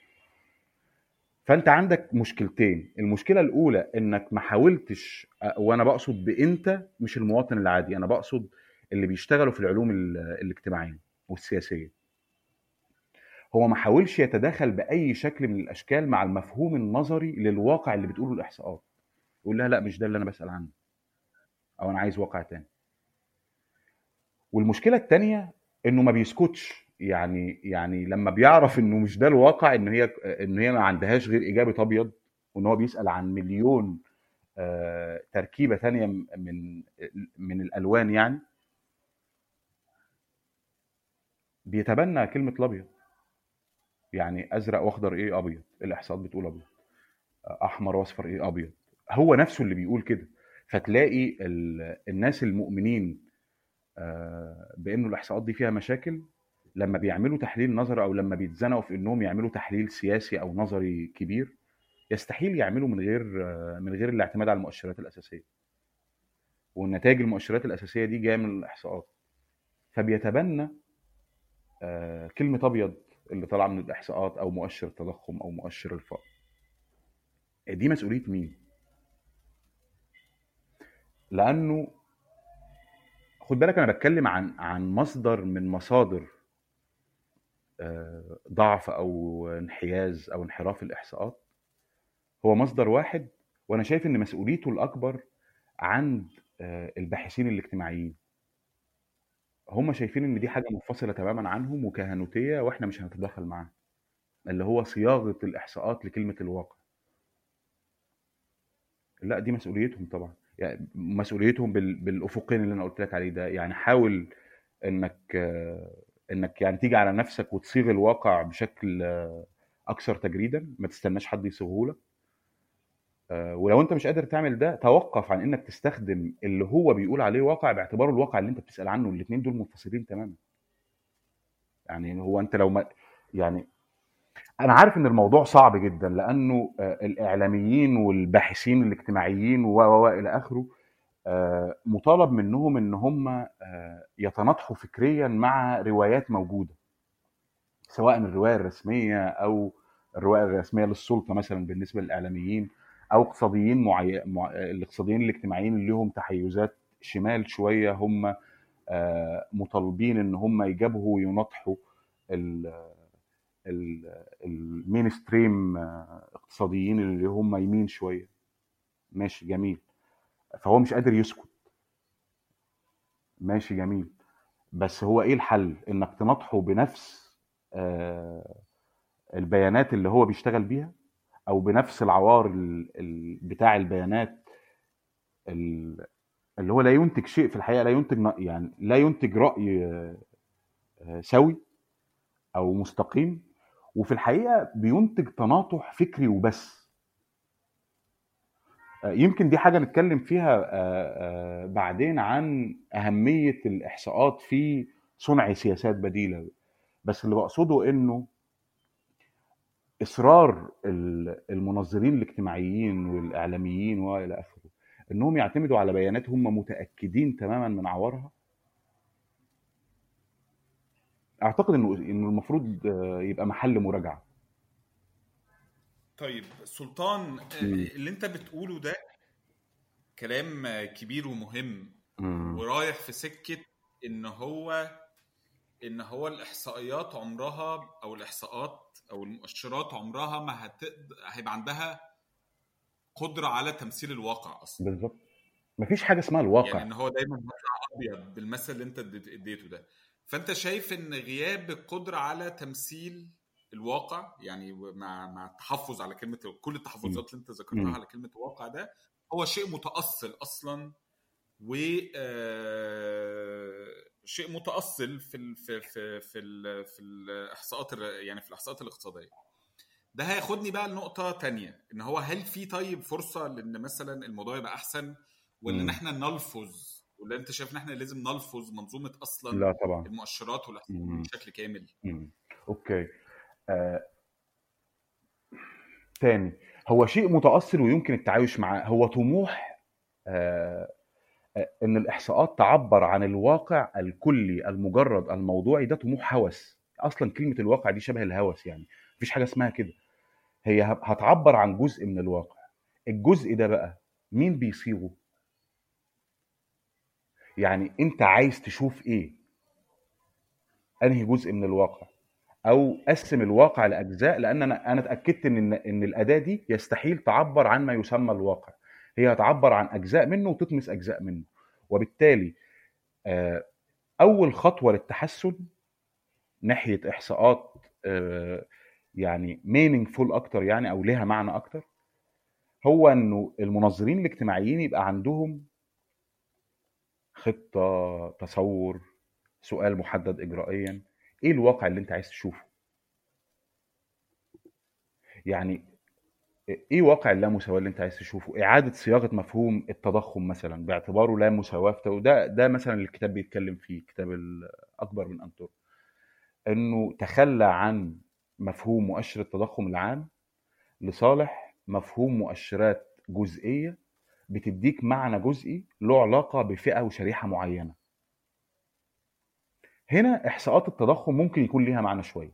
فانت عندك مشكلتين. المشكله الاولى انك ما حاولتش، وانا بقصد بانت مش المواطن العادي، انا بقصد اللي بيشتغلوا في العلوم الاجتماعيه والسياسيه. هو ما حاولش يتداخل باي شكل من الاشكال مع المفهوم النظري للواقع اللي بتقوله الاحصاءات. يقول لها لا مش ده اللي انا بسال عنه، او انا عايز واقع تاني. والمشكله الثانيه انه ما بيسكتش. يعني لما بيعرف انه مش ده الواقع، ان هي ما عندهاش غير اجابه ابيض، وان هو بيسال عن مليون تركيبه ثانيه من الالوان، يعني بيتبنى كلمه الابيض. يعني ازرق واخضر ايه؟ ابيض. الاحصاءات بتقول ابيض. احمر واصفر ايه؟ ابيض. هو نفسه اللي بيقول كده. فتلاقي الناس المؤمنين بانه الاحصاءات دي فيها مشاكل، لما بيعملوا تحليل نظري او لما بيتزنقوا في انهم يعملوا تحليل سياسي او نظري كبير، يستحيل يعملوا من غير الاعتماد على المؤشرات الاساسيه. والنتائج المؤشرات الاساسيه دي جايه من الاحصاءات. فبيتبنى كلمه ابيض اللي طالعه من الاحصاءات، او مؤشر التضخم او مؤشر الفقر. دي مسؤوليه مين؟ لانه خد بالك انا بتكلم عن مصدر من مصادر ضعف او انحياز او انحراف الاحصاءات. هو مصدر واحد، وانا شايف ان مسؤوليته الاكبر عند الباحثين الاجتماعيين. هم شايفين ان دي حاجه منفصله تماما عنهم وكهنوتيه، واحنا مش هنتدخل معاها. اللي هو صياغه الاحصاءات لكلمه الواقع. لا، دي مسؤوليتهم طبعا. يعني مسؤوليتهم بالافقين اللي انا قلت لك عليه ده. يعني حاول انك يعني تيجي على نفسك وتصيغ الواقع بشكل اكثر تجريدا، ما تستناش حد يصيغه لك. ولو انت مش قادر تعمل ده، توقف عن انك تستخدم اللي هو بيقول عليه واقع باعتباره الواقع اللي انت بتسأل عنه. الاثنين دول منفصلين تماما. يعني هو انت لو ما يعني انا عارف ان الموضوع صعب جدا، لانه الاعلاميين والباحثين الاجتماعيين الى اخره مطالب منهم ان هم يتناطحوا فكريا مع روايات موجوده، سواء الروايه الرسميه او الروايه الرسميه للسلطه مثلا بالنسبه للاعلاميين، او اقتصاديين الاقتصاديين الاجتماعيين اللي لهم تحيزات شمال شويه، هم مطالبين ان هم يجابهوا ويناطحوا المين ستريم اقتصاديين اللي هم يمين شويه. ماشي جميل. فهو مش قادر يسكت. ماشي جميل. بس هو ايه الحل؟ انك تناطحه بنفس البيانات اللي هو بيشتغل بيها، او بنفس العوار بتاع البيانات اللي هو لا ينتج شيء في الحقيقه، لا ينتج يعني لا ينتج راي سوي او مستقيم، وفي الحقيقه بينتج تناطح فكري وبس. يمكن دي حاجه نتكلم فيها بعدين عن اهميه الاحصاءات في صنع سياسات بديله. بس اللي بقصده انه اصرار المنظرين الاجتماعيين والاعلاميين والى اخره انهم يعتمدوا على بيانات هم متاكدين تماما من عوارها، اعتقد انه المفروض يبقى محل مراجعه. طيب سلطان، مم. اللي انت بتقوله ده كلام كبير ومهم، مم. ورايح في سكة ان هو الاحصائيات عمرها، او الاحصاءات او المؤشرات عمرها ما هيبقى عندها قدرة على تمثيل الواقع اصلا. بالظبط. مفيش حاجه اسمها يعني الواقع. ان هو دايما بيطلع ابيض بالمثل اللي انت اديته ده. فانت شايف ان غياب القدرة على تمثيل الواقع، يعني مع التحفظ على كلمة، كل مم. التحفظات اللي انت ذكرتها مم. على كلمة واقع ده، هو شيء متأصل اصلا، و شيء متأصل في الاحصاءات يعني في الاحصاءات الاقتصادية. ده هياخدني بقى لنقطة تانية، ان هو هل في طيب فرصة لان مثلا الموضوع يبقى احسن، ولا ان مم. احنا نلفظ، ولا انت شايف ان احنا لازم نلفظ منظومة اصلا لا طبعا. المؤشرات والاحصاءات دي مم. بشكل كامل؟ مم. اوكي. آه، تاني، هو شيء متأصل ويمكن التعايش معاه. هو طموح آه، ان الاحصاءات تعبر عن الواقع الكلي المجرد الموضوعي. ده طموح هوس. اصلا كلمة الواقع دي شبه الهوس، يعني مفيش حاجة اسمها كده. هي هتعبر عن جزء من الواقع. الجزء ده بقى مين بيصيغه؟ يعني انت عايز تشوف ايه؟ انهي جزء من الواقع؟ او قسم الواقع لاجزاء، لان انا اتاكدت ان الاداه دي يستحيل تعبر عن ما يسمى الواقع. هي هتعبر عن اجزاء منه وتطمس اجزاء منه. وبالتالي آه، اول خطوه للتحسن ناحيه احصاءات يعني meaningful اكتر، يعني او لها معنى اكتر، هو انه المنظرين الاجتماعيين يبقى عندهم خطه، تصور، سؤال محدد اجرائيا: ايه الواقع اللي انت عايز تشوفه؟ يعني ايه واقع اللامساواة اللي انت عايز تشوفه؟ اعادة صياغة مفهوم التضخم مثلا باعتباره لا مساواة ده مثلا اللي الكتاب بيتكلم فيه، كتاب اكبر من انطور، انه تخلى عن مفهوم مؤشر التضخم العام لصالح مفهوم مؤشرات جزئية بتديك معنى جزئي له علاقة بفئة وشريحة معينة. هنا إحصاءات التضخم ممكن يكون ليها معنى شوية.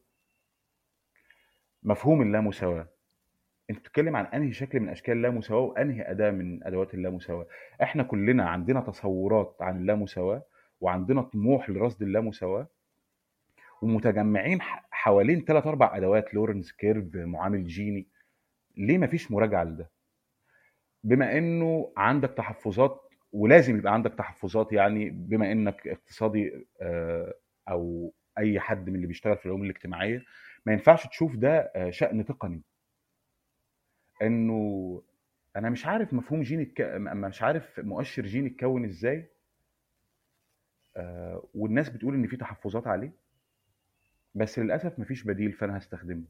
مفهوم اللامساواة، أنت بتتكلم عن أنهي شكل من أشكال اللامساواة وأنهي أداة من أدوات اللامساواة. إحنا كلنا عندنا تصورات عن اللامساواة وعندنا طموح لرصد اللامساواة، ومتجمعين حوالين 3-4 أدوات: لورنز كيرف، معامل جيني. ليه مفيش مراجعة لده؟ بما انه عندك تحفظات، ولازم يبقى عندك تحفظات، يعني بما انك اقتصادي او اي حد من اللي بيشتغل في العلوم الاجتماعيه، ما ينفعش تشوف ده شأن تقني. انه انا مش عارف مفهوم جيني مش عارف مؤشر جيني اتكون ازاي، والناس بتقول ان في تحفظات عليه، بس للاسف مفيش بديل فانا هستخدمه.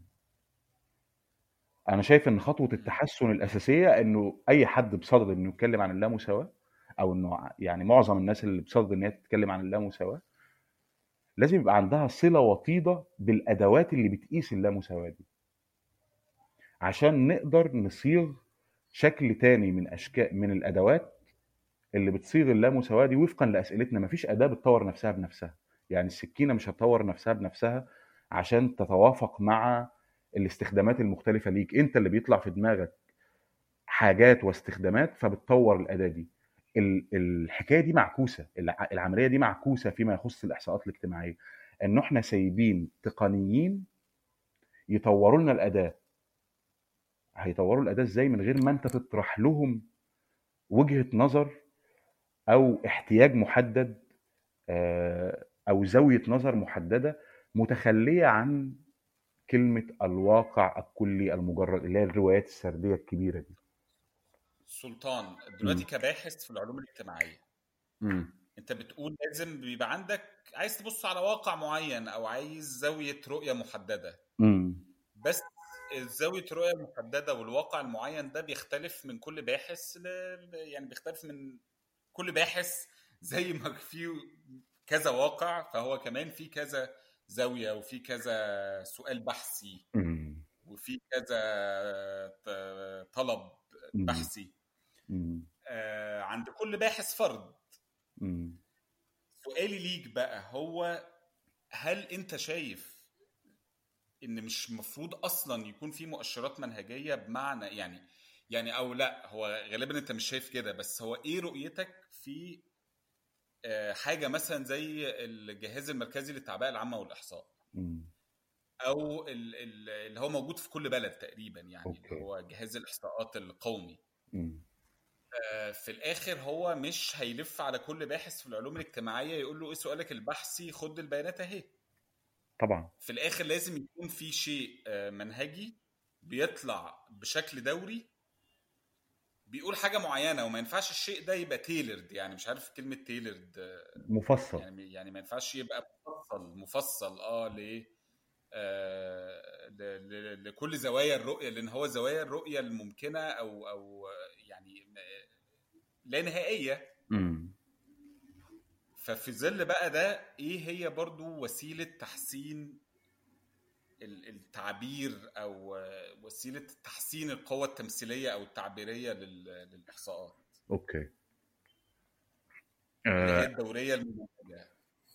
انا شايف ان خطوه التحسن الاساسيه انه اي حد بصدد انه يتكلم عن اللامساواه، او انه يعني معظم الناس اللي بصدد ان هي تتكلم عن اللامساواه لازم يبقى عندها صله وطيده بالادوات اللي بتقيس اللامساواه دي، عشان نقدر نصيغ شكل تاني من اشكال من الادوات اللي بتصيغ اللامساواه دي وفقا لاسئلتنا. مفيش اداه بتطور نفسها بنفسها، يعني السكينه مش هتطور نفسها بنفسها عشان تتوافق مع الاستخدامات المختلفه ليك. انت اللي بيطلع في دماغك حاجات واستخدامات فبتطور الاداه دي. الحكايه دي معكوسه، العمليه دي معكوسه فيما يخص الاحصاءات الاجتماعيه، انه احنا سايبين تقنيين يطوروا لنا الاداه. هيطوروا الاداه ازاي من غير ما انت تطرح لهم وجهه نظر او احتياج محدد، او زاويه نظر محدده متخليه عن كلمه الواقع الكلي المجرد اللي هي الروايات السرديه الكبيره دي. سلطان، امم دلوقتي كباحث في العلوم الاجتماعية، امم انت بتقول لازم بيبقى عندك عايز تبص على واقع معين او عايز زاوية رؤية محددة، امم بس زاوية الرؤية المحددة والواقع المعين ده بيختلف من كل باحث يعني بيختلف من كل باحث. زي ما في كذا واقع فهو كمان في كذا زاوية وفي كذا سؤال بحثي امم وفي كذا طلب امم بحثي امم عند كل باحث فرد. امم سؤالي ليك بقى هو، هل انت شايف ان مش مفروض اصلا يكون في مؤشرات منهجية بمعنى يعني او لا، هو غالبا انت مش شايف كده، بس هو ايه رؤيتك في حاجة مثلا زي الجهاز المركزي للتعبئة العامة والإحصاء، امم او اللي هو موجود في كل بلد تقريبا، يعني اللي اوكي. هو جهاز الإحصاءات القومي. امم في الاخر هو مش هيلف على كل باحث في العلوم الاجتماعية يقول له ايه سؤالك البحثي، خد البيانات اهي. طبعا. في الاخر لازم يكون في شيء منهجي بيطلع بشكل دوري بيقول حاجة معينة، وما ينفعش الشيء ده يبقى تيلرد، يعني مش عارف كلمة تيلرد، مفصل. يعني ما ينفعش يبقى مفصل ليه لكل زوايا الرؤية، لان هو زوايا الرؤية الممكنة او يعني لا نهائية. امم ففي ظل بقى ده ايه هي برضو وسيلة تحسين التعبير او وسيله تحسين القوه التمثيليه او التعبيريه للاحصاءات اوكي. اللي هي آه، الدوريه الممنهجه.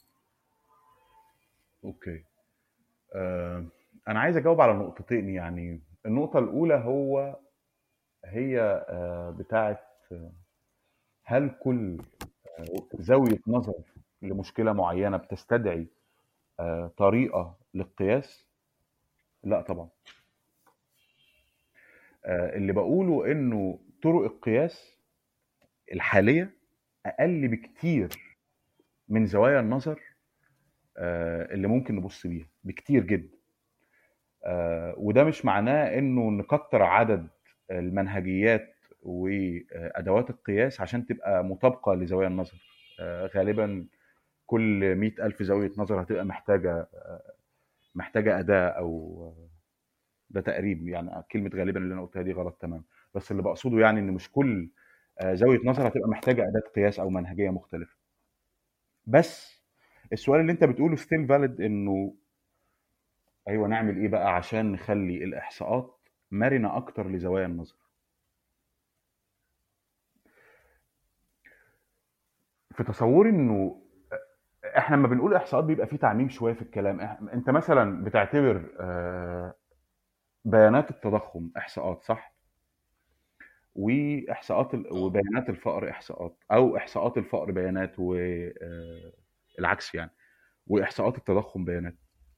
اوكي. انا عايز اجاوب على نقطتين. يعني النقطه الاولى هي بتاعه هل كل زاويه نظر لمشكله معينه بتستدعي طريقه للقياس؟ لا طبعا. اللي بقوله انه طرق القياس الحاليه اقل بكتير من زوايا النظر اللي ممكن نبص بيها بكتير جدا. وده مش معناه انه نكتر عدد المنهجيات وادوات القياس عشان تبقى مطابقه لزوايا النظر. غالبا كل 100,000 زاويه نظر هتبقى محتاجه اداه ده تقريب يعني، كلمه غالبا اللي انا قلتها دي غلط تمام، بس اللي بقصده يعني ان مش كل زاويه نظر هتبقى محتاجه اداه قياس او منهجيه مختلفه. بس السؤال اللي انت بتقوله ستيل فاليد، انه ايوه نعمل ايه بقى عشان نخلي الاحصاءات مرنه اكتر لزوايا النظر. في تصوري انه احنا لما بنقول احصاءات بيبقى فيه تعميم شويه في الكلام. انت مثلا بتعتبر بيانات التضخم احصاءات، صح؟ واحصاءات اه. وبيانات الفقر احصاءات، او احصاءات الفقر بيانات والعكس يعني، واحصاءات التضخم بيانات.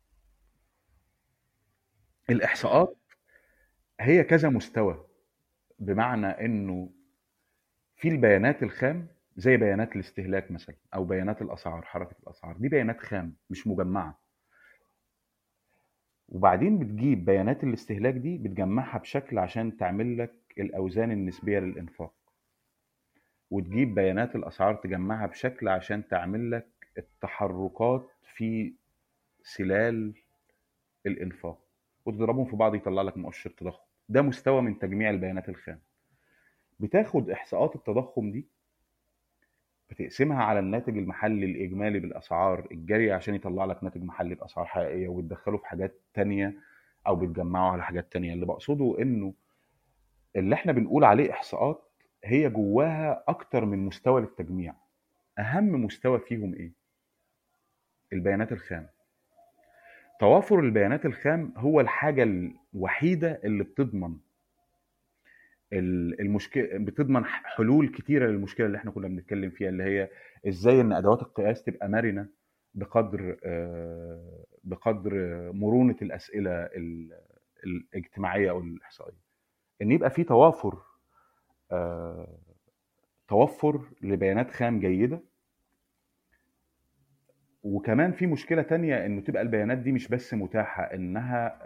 الاحصاءات تمام. هي كذا مستوى، بمعنى انه في البيانات الخام زي بيانات الاستهلاك مثلا، او بيانات الاسعار، حركه الاسعار، دي بيانات خام مش مجمعه. وبعدين بتجيب بيانات الاستهلاك دي بتجمعها بشكل عشان تعمل لك الاوزان النسبيه للانفاق، وتجيب بيانات الاسعار تجمعها بشكل عشان تعمل لك التحركات في سلال الانفاق، وتضربهم في بعض يطلع لك مؤشر تضخم. ده مستوى من تجميع البيانات الخام. بتاخد احصاءات التضخم دي بتقسمها على الناتج المحلي الإجمالي بالأسعار الجارية عشان يطلع لك ناتج محلي بأسعار حقيقية، وبتدخله في حاجات تانية أو بتجمعه على حاجات تانية. اللي بقصده إنه اللي إحنا بنقول عليه إحصاءات هي جواها أكتر من مستوى للتجميع. أهم مستوى فيهم إيه؟ البيانات الخام. توافر البيانات الخام هو الحاجة الوحيدة اللي بتضمن المشكله، بتضمن حلول كتيره للمشكله اللي احنا كنا بنتكلم فيها، اللي هي ازاي ان ادوات القياس تبقى مرنه بقدر مرونه الاسئله الاجتماعيه او الاحصائيه. ان يبقى في آه، توفر لبيانات خام جيده. وكمان في مشكله تانية، انه تبقى البيانات دي مش بس متاحه، انها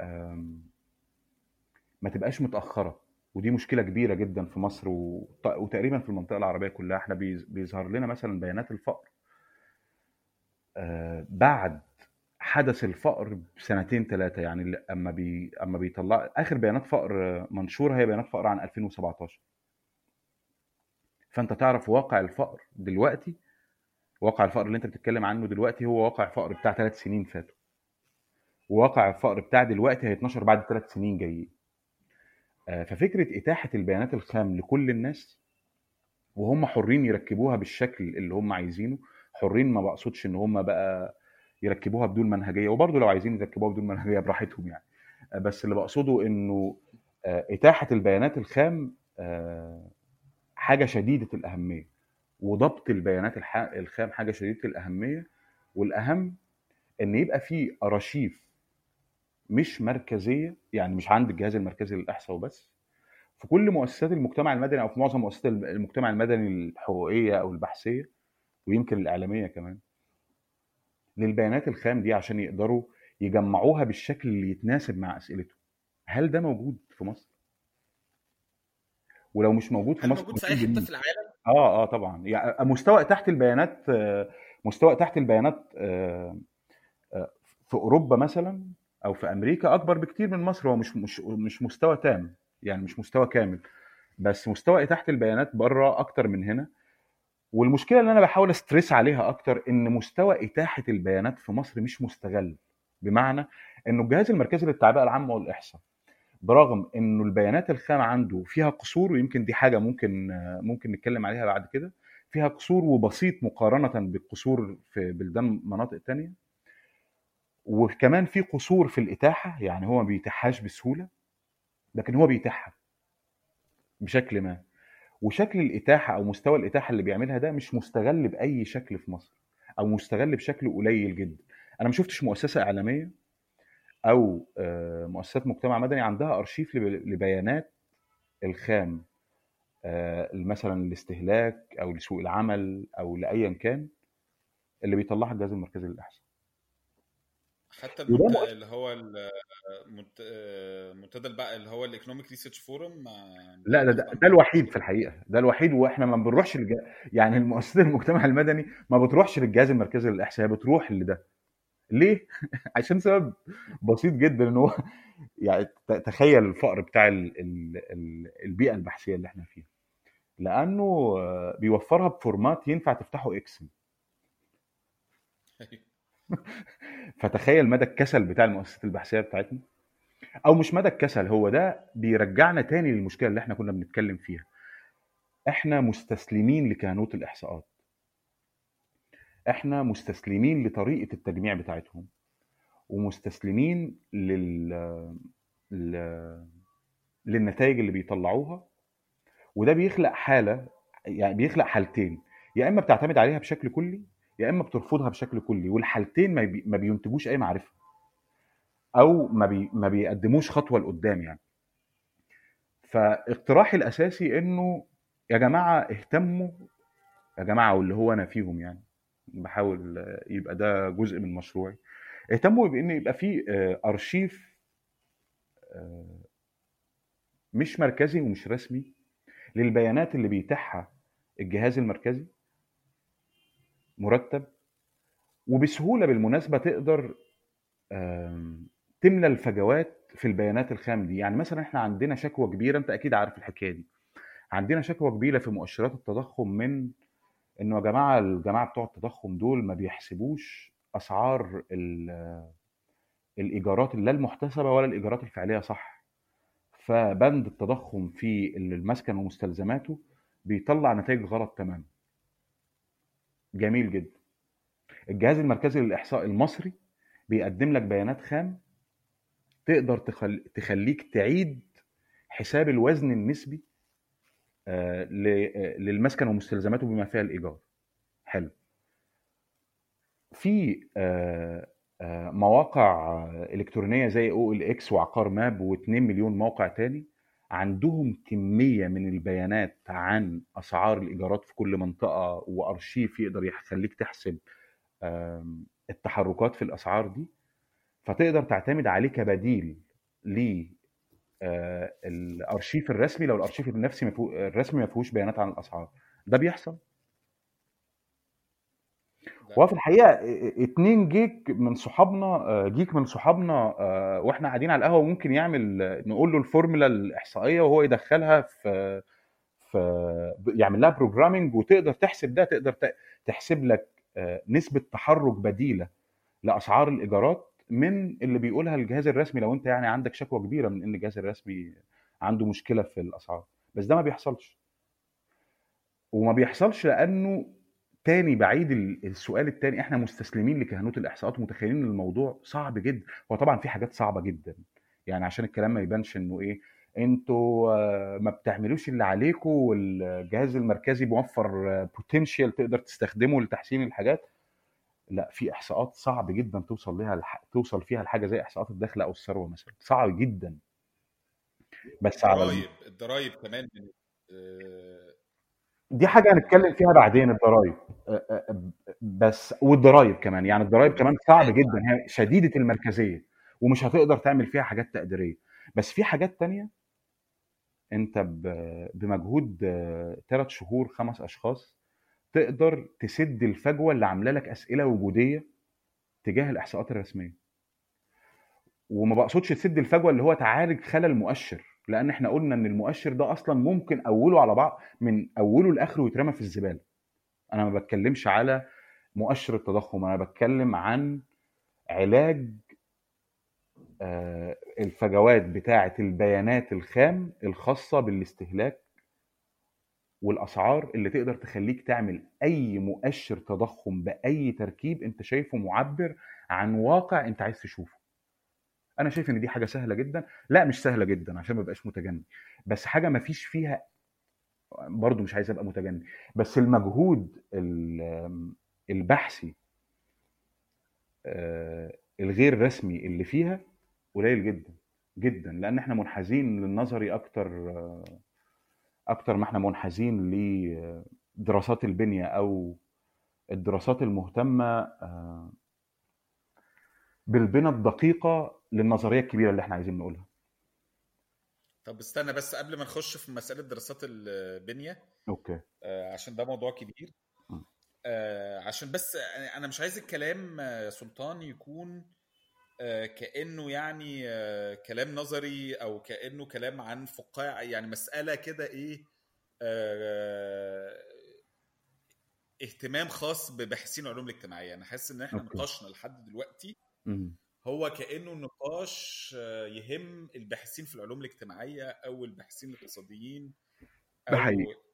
ما تبقاش متأخرة. ودي مشكلة كبيرة جدا في مصر وتقريبا في المنطقة العربية كلها. احنا بيظهر لنا مثلا بيانات الفقر بعد حدث الفقر بسنتين ثلاثة. يعني اما بيطلع اخر بيانات فقر منشورة هي بيانات فقر عن 2017. فانت تعرف واقع الفقر دلوقتي، واقع الفقر اللي انت بتتكلم عنه دلوقتي هو واقع فقر بتاع 3 سنين فاتوا، وواقع الفقر بتاع دلوقتي هيتنشر بعد 3 سنين جايين. ففكرة إتاحة البيانات الخام لكل الناس وهم حرين يركبوها بالشكل اللي هم عايزينه. حرين ما بقصدش ان هم بقى يركبوها بدون منهجيه، وبرضه لو عايزين يركبوها بدون منهجيه براحتهم يعني. بس اللي بقصده انه اتاحه البيانات الخام حاجه شديده الاهميه، وضبط البيانات الخام حاجه شديده الاهميه. والاهم ان يبقى في ارشيف مش مركزيه، يعني مش عند الجهاز المركزي للاحصاء وبس، في كل مؤسسات المجتمع المدني او في معظم مؤسسات المجتمع المدني الحقوقيه او البحثيه، ويمكن الإعلامية كمان، للبيانات الخام دي عشان يقدروا يجمعوها بالشكل اللي يتناسب مع أسئلته. هل ده موجود في مصر؟ ولو مش موجود في هل مصر موجود في اي موجود حته منين؟ في العالم؟ طبعا. يعني مستوى تحت البيانات مستوى تحت البيانات في أوروبا مثلا أو في أمريكا أكبر بكتير من مصر. هو مش مستوى تام، يعني مش مستوى كامل، بس مستوى تحت البيانات بره أكتر من هنا. والمشكله اللي انا بحاول استريس عليها اكتر ان مستوى اتاحه البيانات في مصر مش مستغل. بمعنى انه الجهاز المركزي للتعبئه العامه والاحصاء، برغم انه البيانات الخام عنده فيها قصور، ويمكن دي حاجه ممكن نتكلم عليها بعد كده، فيها قصور وبسيط مقارنه بالقصور في بلدان مناطق تانية. وكمان في قصور في الاتاحه، يعني هو ما بيتاحهاش بسهوله، لكن هو بيتاحها بشكل ما. وشكل الاتاحه او مستوى الاتاحه اللي بيعملها ده مش مستغل باي شكل في مصر، او مستغل بشكل قليل جدا. انا ما شفتش مؤسسه اعلاميه او مؤسسات مجتمع مدني عندها ارشيف لبيانات الخام، مثلا الاستهلاك او لسوق العمل او لايا كان اللي بيطلعها الجهاز المركزي للاحصاء. حتى وده مؤشر. اللي هو المنتدى بقى اللي هو الايكونوميك ريسيرش فورم لا، بياخد ده عندهم الوحيد في ارشيف. الحقيقه، ده الوحيد. واحنا ما بنروحش يعني المؤسسات المجتمع المدني ما بتروحش للجهاز المركزي للاحصاء، هي بتروح لده. ليه؟ عشان سبب بسيط جدا، ان هو يعني تخيل الفقر بتاع البيئه البحثيه اللي احنا فيها، لانه بيوفرها بفورمات ينفع تفتحه اكسل. فتخيل مدى الكسل بتاع المؤسسات البحثيه بتاعتنا، او مش مدى الكسل، هو ده بيرجعنا تاني للمشكله اللي احنا كنا بنتكلم فيها. احنا مستسلمين لكهنوت الاحصاءات، احنا مستسلمين لطريقه التجميع بتاعتهم، ومستسلمين ل... للنتائج اللي بيطلعوها. وده بيخلق حاله، يعني بيخلق حالتين: يا اما بتعتمد عليها بشكل كلي، يا اما بترفضها بشكل كلي، والحالتين ما بينتجوش اي معرفه، او ما بيقدموش خطوه لقدام يعني. فاقتراحي الاساسي انه يا جماعه اهتموا، يا جماعه واللي هو انا فيهم يعني، بحاول يبقى ده جزء من مشروعي، اهتموا بان يبقى في ارشيف مش مركزي ومش رسمي للبيانات اللي بيتاحها الجهاز المركزي، مرتب وبسهوله. بالمناسبه تقدر تملى الفجوات في البيانات الخام دي. يعني مثلا احنا عندنا شكوى كبيره، انت اكيد عارف الحكايه دي، عندنا شكوى كبيره في مؤشرات التضخم من انه يا جماعه الجماعه بتوع التضخم دول ما بيحسبوش اسعار الايجارات، لا المحتسبه ولا الايجارات الفعليه، صح؟ فبند التضخم في المسكن ومستلزماته بيطلع نتائج غلط تماما. جميل جدا. الجهاز المركزي للاحصاء المصري بيقدم لك بيانات خام تقدر تخليك تعيد حساب الوزن النسبي للمسكن ومستلزماته بما فيها الايجار. حلو. في مواقع الكترونيه زي OLX وعقار ماب و2 مليون موقع تاني عندهم كميه من البيانات عن اسعار الايجارات في كل منطقه، وارشيف يقدر يخليك تحسب التحركات في الاسعار دي، فتقدر تعتمد عليه كبديل الارشيف الرسمي لو الارشيف الرسمي ما فيهوش بيانات عن الاسعار. ده بيحصل. ده وهو في الحقيقه 2 جيك من صحابنا واحنا قاعدين على القهوه ممكن يعمل، نقول له الفورمولا الاحصائيه وهو يدخلها يعمل لها بروجرامنج، وتقدر تحسب ده، تقدر تحسب لك نسبه تحرك بديله لاسعار الايجارات من اللي بيقولها الجهاز الرسمي، لو انت يعني عندك شكوى كبيره من ان الجهاز الرسمي عنده مشكله في الاسعار. بس ده ما بيحصلش، وما بيحصلش لانه تاني بعيد السؤال التاني، احنا مستسلمين لكهنوت الاحصاءات ومتخيلين ان الموضوع صعب جدا. هو طبعا في حاجات صعبه جدا، يعني عشان الكلام ما يبانش انه ايه، انتوا ما بتعملوش اللي عليكم، والجهاز المركزي موفر بوتنشال تقدر تستخدمه لتحسين الحاجات. لا، في احصاءات صعب جدا توصل فيها لحاجه زي احصاءات الدخل او الثروه مثلا، صعب جدا. بس على الضرايب كمان من دي حاجه هنتكلم فيها بعدين، الضرايب. بس والضرايب كمان، يعني الضرايب كمان صعب جدا، هي شديده المركزيه ومش هتقدر تعمل فيها حاجات تقديريه. بس في حاجات تانية انت بمجهود 3 شهور 5 اشخاص تقدر تسد الفجوه اللي عامله لك اسئله وجوديه تجاه الاحصاءات الرسميه. وما بقصدش تسد الفجوه اللي هو تعالج خلل مؤشر، لان احنا قلنا ان المؤشر ده اصلا ممكن اوله على بعض من اوله لاخره يترمى في الزباله. انا ما بتكلمش على مؤشر التضخم، انا بتكلم عن علاج الفجوات بتاعه البيانات الخام الخاصه بالاستهلاك والاسعار، اللي تقدر تخليك تعمل اي مؤشر تضخم باي تركيب انت شايفه معبر عن واقع انت عايز تشوفه. انا شايف ان دي حاجه سهله جدا، لا مش سهله جدا عشان ما ابقاش متجنن، بس حاجه ما فيش فيها، برضو مش عايز ابقى متجنن، بس المجهود البحثي الغير رسمي اللي فيها قليل جدا جدا، لان احنا منحازين للنظري اكتر ما احنا منحازين لدراسات البنيه او الدراسات المهتمه بالبنى الدقيقه للنظريه الكبيره اللي احنا عايزين نقولها. طب استنى بس قبل ما نخش في مسألة دراسات البنية، اوكي. عشان ده موضوع كبير. عشان بس انا مش عايز الكلام يا سلطان يكون كأنه يعني كلام نظري او كأنه كلام عن فقاعة، يعني مسألة كده ايه، آه، اهتمام خاص بباحثين العلوم الاجتماعية. انا حاسس ان احنا اوكي. نقاشنا لحد دلوقتي امم. هو كأنه نقاش يهم الباحثين في العلوم الاجتماعية او الباحثين الاقتصاديين ده حقيقي. او.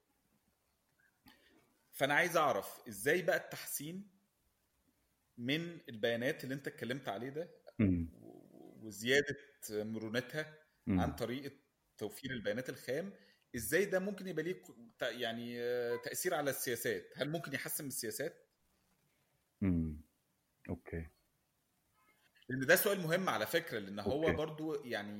فانا عايز اعرف ازاي بقى التحسين من البيانات اللي انت اتكلمت عليه ده امم. وزيادة مرونتها عن امم. طريقة توفير البيانات الخام، ازاي ده ممكن يبقى ليه يعني تأثير على السياسات؟ هل ممكن يحسن من السياسات؟ امم. اوكي. لان ده سؤال مهم على فكرة، لان هو اوكي. برضو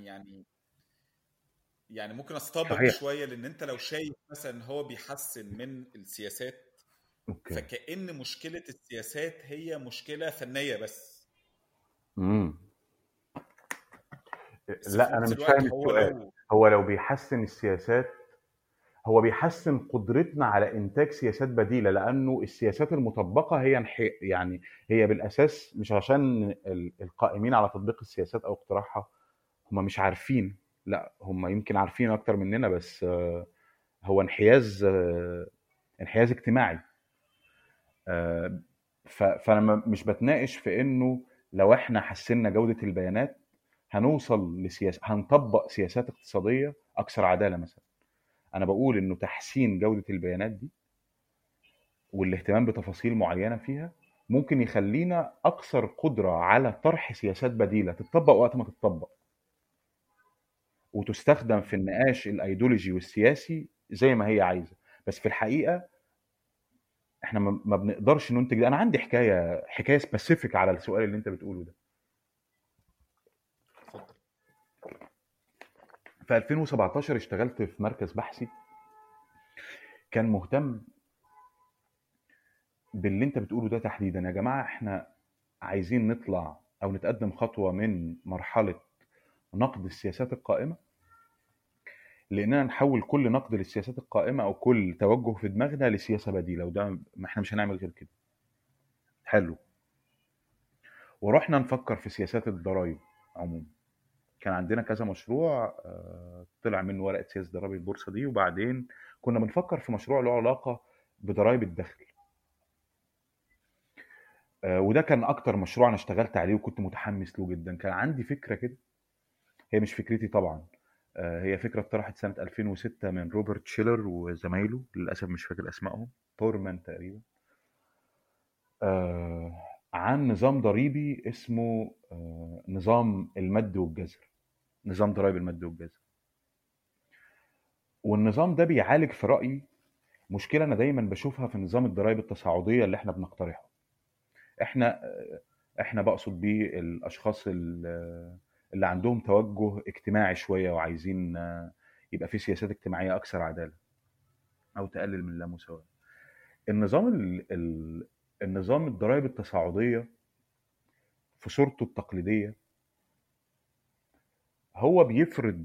يعني ممكن استبق صحيح. شوية، لان انت لو شايف مثلا ان هو بيحسن من السياسات، اوكي. فكأن مشكلة السياسات هي مشكلة فنية بس. امم. بس في لا، انا نفس مش فاهم الوقت هو السؤال. لو هو لو بيحسن السياسات، هو بيحسن قدرتنا على انتاج سياسات بديله، لانه السياسات المطبقه يعني هي بالاساس مش عشان القائمين على تطبيق السياسات او اقتراحها هم مش عارفين. لا، هم يمكن عارفين اكتر مننا، بس هو انحياز اجتماعي. فانا مش بتناقش في انه لو احنا حسنا جوده البيانات هنوصل هنطبق سياسات اقتصاديه اكثر عداله مثلا. انا بقول انه تحسين جوده البيانات دي والاهتمام بتفاصيل معينه فيها ممكن يخلينا اكثر قدره على طرح سياسات بديله تتطبق وقت ما تتطبق، وتستخدم في النقاش الايديولوجي والسياسي زي ما هي عايزه. بس في الحقيقه احنا ما بنقدرش ننتج ده. انا عندي حكايه سبيسيفيك على السؤال اللي انت بتقوله ده. اتفضل. في 2017 اشتغلت في مركز بحثي كان مهتم باللي انت بتقوله ده تحديدا. يا جماعه، احنا عايزين نطلع او نتقدم خطوه من مرحله نقد السياسات القائمه، لاننا نحول كل نقد للسياسات القائمه او كل توجه في دماغنا لسياسه بديله، وده ما احنا مش هنعمل غير كده. حلو. ورحنا نفكر في سياسات الضرائب عموما. كان عندنا كذا مشروع طلع منه ورقه سياسه ضرائب البورصه دي، وبعدين كنا بنفكر في مشروع له علاقه بضرائب الدخل. وده كان اكتر مشروع انا اشتغلت عليه وكنت متحمس له جدا. كان عندي فكره كده، هي مش فكرتي طبعا، هي فكره اتطرحت سنه 2006 من روبرت شيلر وزمايله، للاسف مش فاكر اسمائهم، تورمان تقريبا، عن نظام ضريبي اسمه نظام المد والجزر، نظام ضرائب المد والجزر. والنظام ده بيعالج في رأيي مشكلة أنا دايما بشوفها في نظام الضرائب التصاعدية اللي احنا بنقترحه. احنا احنا بقصد بيه الأشخاص اللي عندهم توجه اجتماعي شوية وعايزين يبقى في سياسات اجتماعية أكثر عدالة أو تقلل من اللامساواة. النظام النظام الضرائب التصاعدية في صورته التقليدية هو بيفرض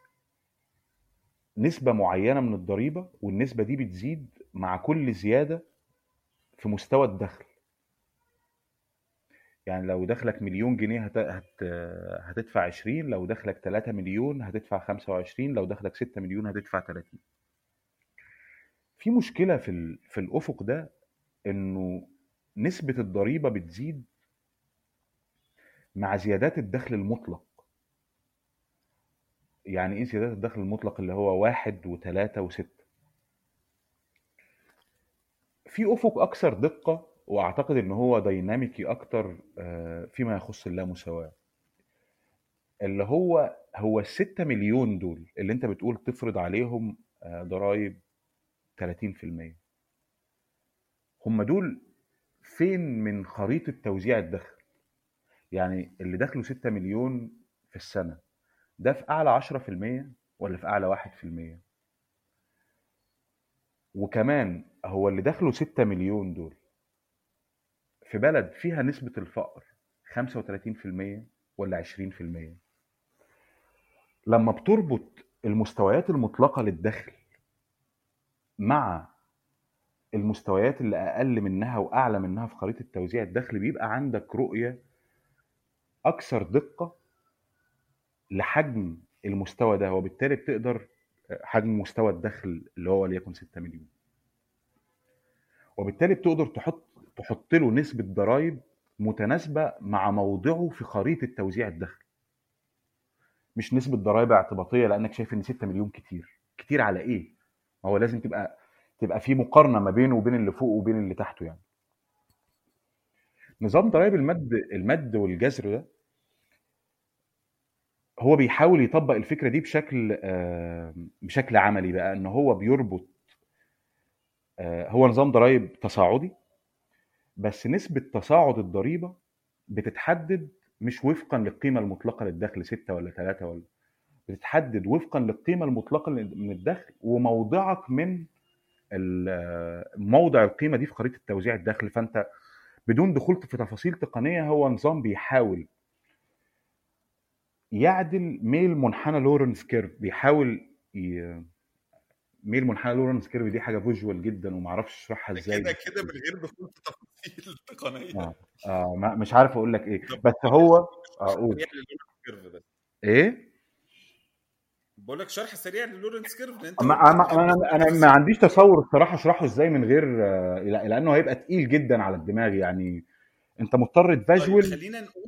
نسبة معينة من الضريبة، والنسبة دي بتزيد مع كل زيادة في مستوى الدخل. يعني لو دخلك مليون جنيه هتدفع 20، لو دخلك 3 مليون هتدفع 25، لو دخلك 6 مليون هتدفع 30. في مشكلة في الأفق ده، إنه نسبة الضريبة بتزيد مع زيادات الدخل المطلق. يعني إيه زيادات الدخل المطلق؟ اللي هو 1 و3 و6. في أفق أكثر دقة، وأعتقد إن هو ديناميكي أكتر فيما يخص اللامساواة، اللي هو ال6 مليون دول اللي أنت بتقول تفرض عليهم ضرائب 30%. هم دول فين من خريطة توزيع الدخل؟ يعني اللي دخله 6 مليون في السنة ده في أعلى 10% ولا في أعلى 1%؟ وكمان هو اللي دخله 6 مليون دول في بلد فيها نسبة الفقر 35% ولا 20%؟ لما بتربط المستويات المطلقة للدخل مع المستويات اللي اقل منها واعلى منها في خريطه توزيع الدخل بيبقى عندك رؤيه اكثر دقه لحجم المستوى ده، وبالتالي بتقدر حجم مستوى الدخل اللي هو وليكن 6 مليون، وبالتالي بتقدر تحط له نسبه ضرائب متناسبه مع موضعه في خريطه توزيع الدخل، مش نسبه ضرائب اعتباطيه لانك شايف ان 6 مليون كتير على ايه؟ ما هو لازم تبقى في مقارنه ما بينه وبين اللي فوقه وبين اللي تحته. يعني نظام ضرائب المد والجزر ده هو بيحاول يطبق الفكره دي بشكل عملي بقى، ان هو بيربط هو نظام ضرائب تصاعدي، بس نسبه تصاعد الضريبه بتتحدد مش وفقا للقيمه المطلقه للدخل 6 ولا 3 ولا، بتتحدد وفقا للقيمه المطلقه من الدخل وموضعك من موضع القيمه دي في خريطه توزيع الدخل. فانت بدون دخول في تفاصيل تقنيه، هو نظام بيحاول يعدل ميل منحنى لورنس كيرف، ميل منحنى لورنس كيرف دي حاجه فيجوال جدا ومعرفش اشرحها ازاي كده من غير دخول في تفاصيل تقنيه. مش عارف اقول لك ايه، بس هو اقول ايه، بقول لك شرح سريع للورنس كيرف. انا ما عنديش تصور الصراحه اشرحه ازاي من غير لانه هيبقى تقيل جدا على الدماغ، يعني انت مضطر تفيجوال. خلينا نقول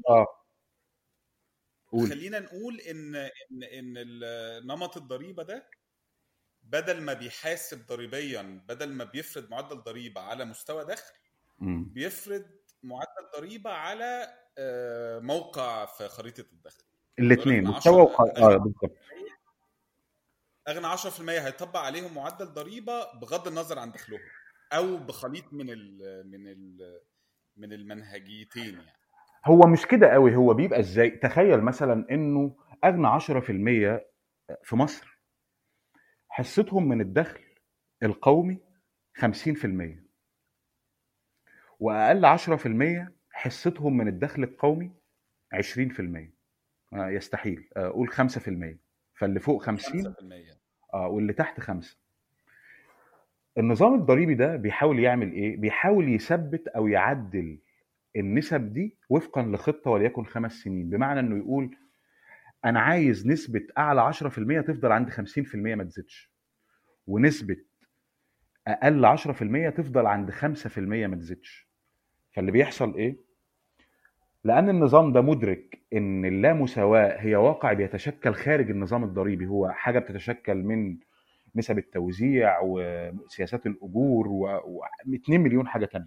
خلينا نقول ان نمط الضريبه ده بدل ما بيحاسب ضريبيا، بدل ما بيفرض معدل ضريبه على مستوى دخل، بيفرض معدل ضريبه على موقع في خريطه الدخل. الاثنين مستوى بالظبط. اغنى 10% هيطبق عليهم معدل ضريبه بغض النظر عن دخلهم، او بخليط من المنهجيتين. يعني هو مش كده قوي، هو بيبقى ازاي؟ تخيل مثلا انه اغنى 10% في مصر حصتهم من الدخل القومي 50%، واقل 10% حصتهم من الدخل القومي 20%. يستحيل اقول 5%، فاللي فوق 50 واللي تحت 5. النظام الضريبي ده بيحاول يعمل ايه؟ بيحاول يثبت او يعدل النسب دي وفقا لخطه وليكن 5 سنين، بمعنى انه يقول انا عايز نسبه اعلى 10% تفضل عند 50% ما تزيدش، ونسبه اقل 10% تفضل عند 5% ما تزيدش. فاللي بيحصل ايه؟ لان النظام ده مدرك ان اللامساواه هي واقع بيتشكل خارج النظام الضريبي، هو حاجه بتتشكل من نسب التوزيع وسياسات الاجور و2 مليون حاجه تانية.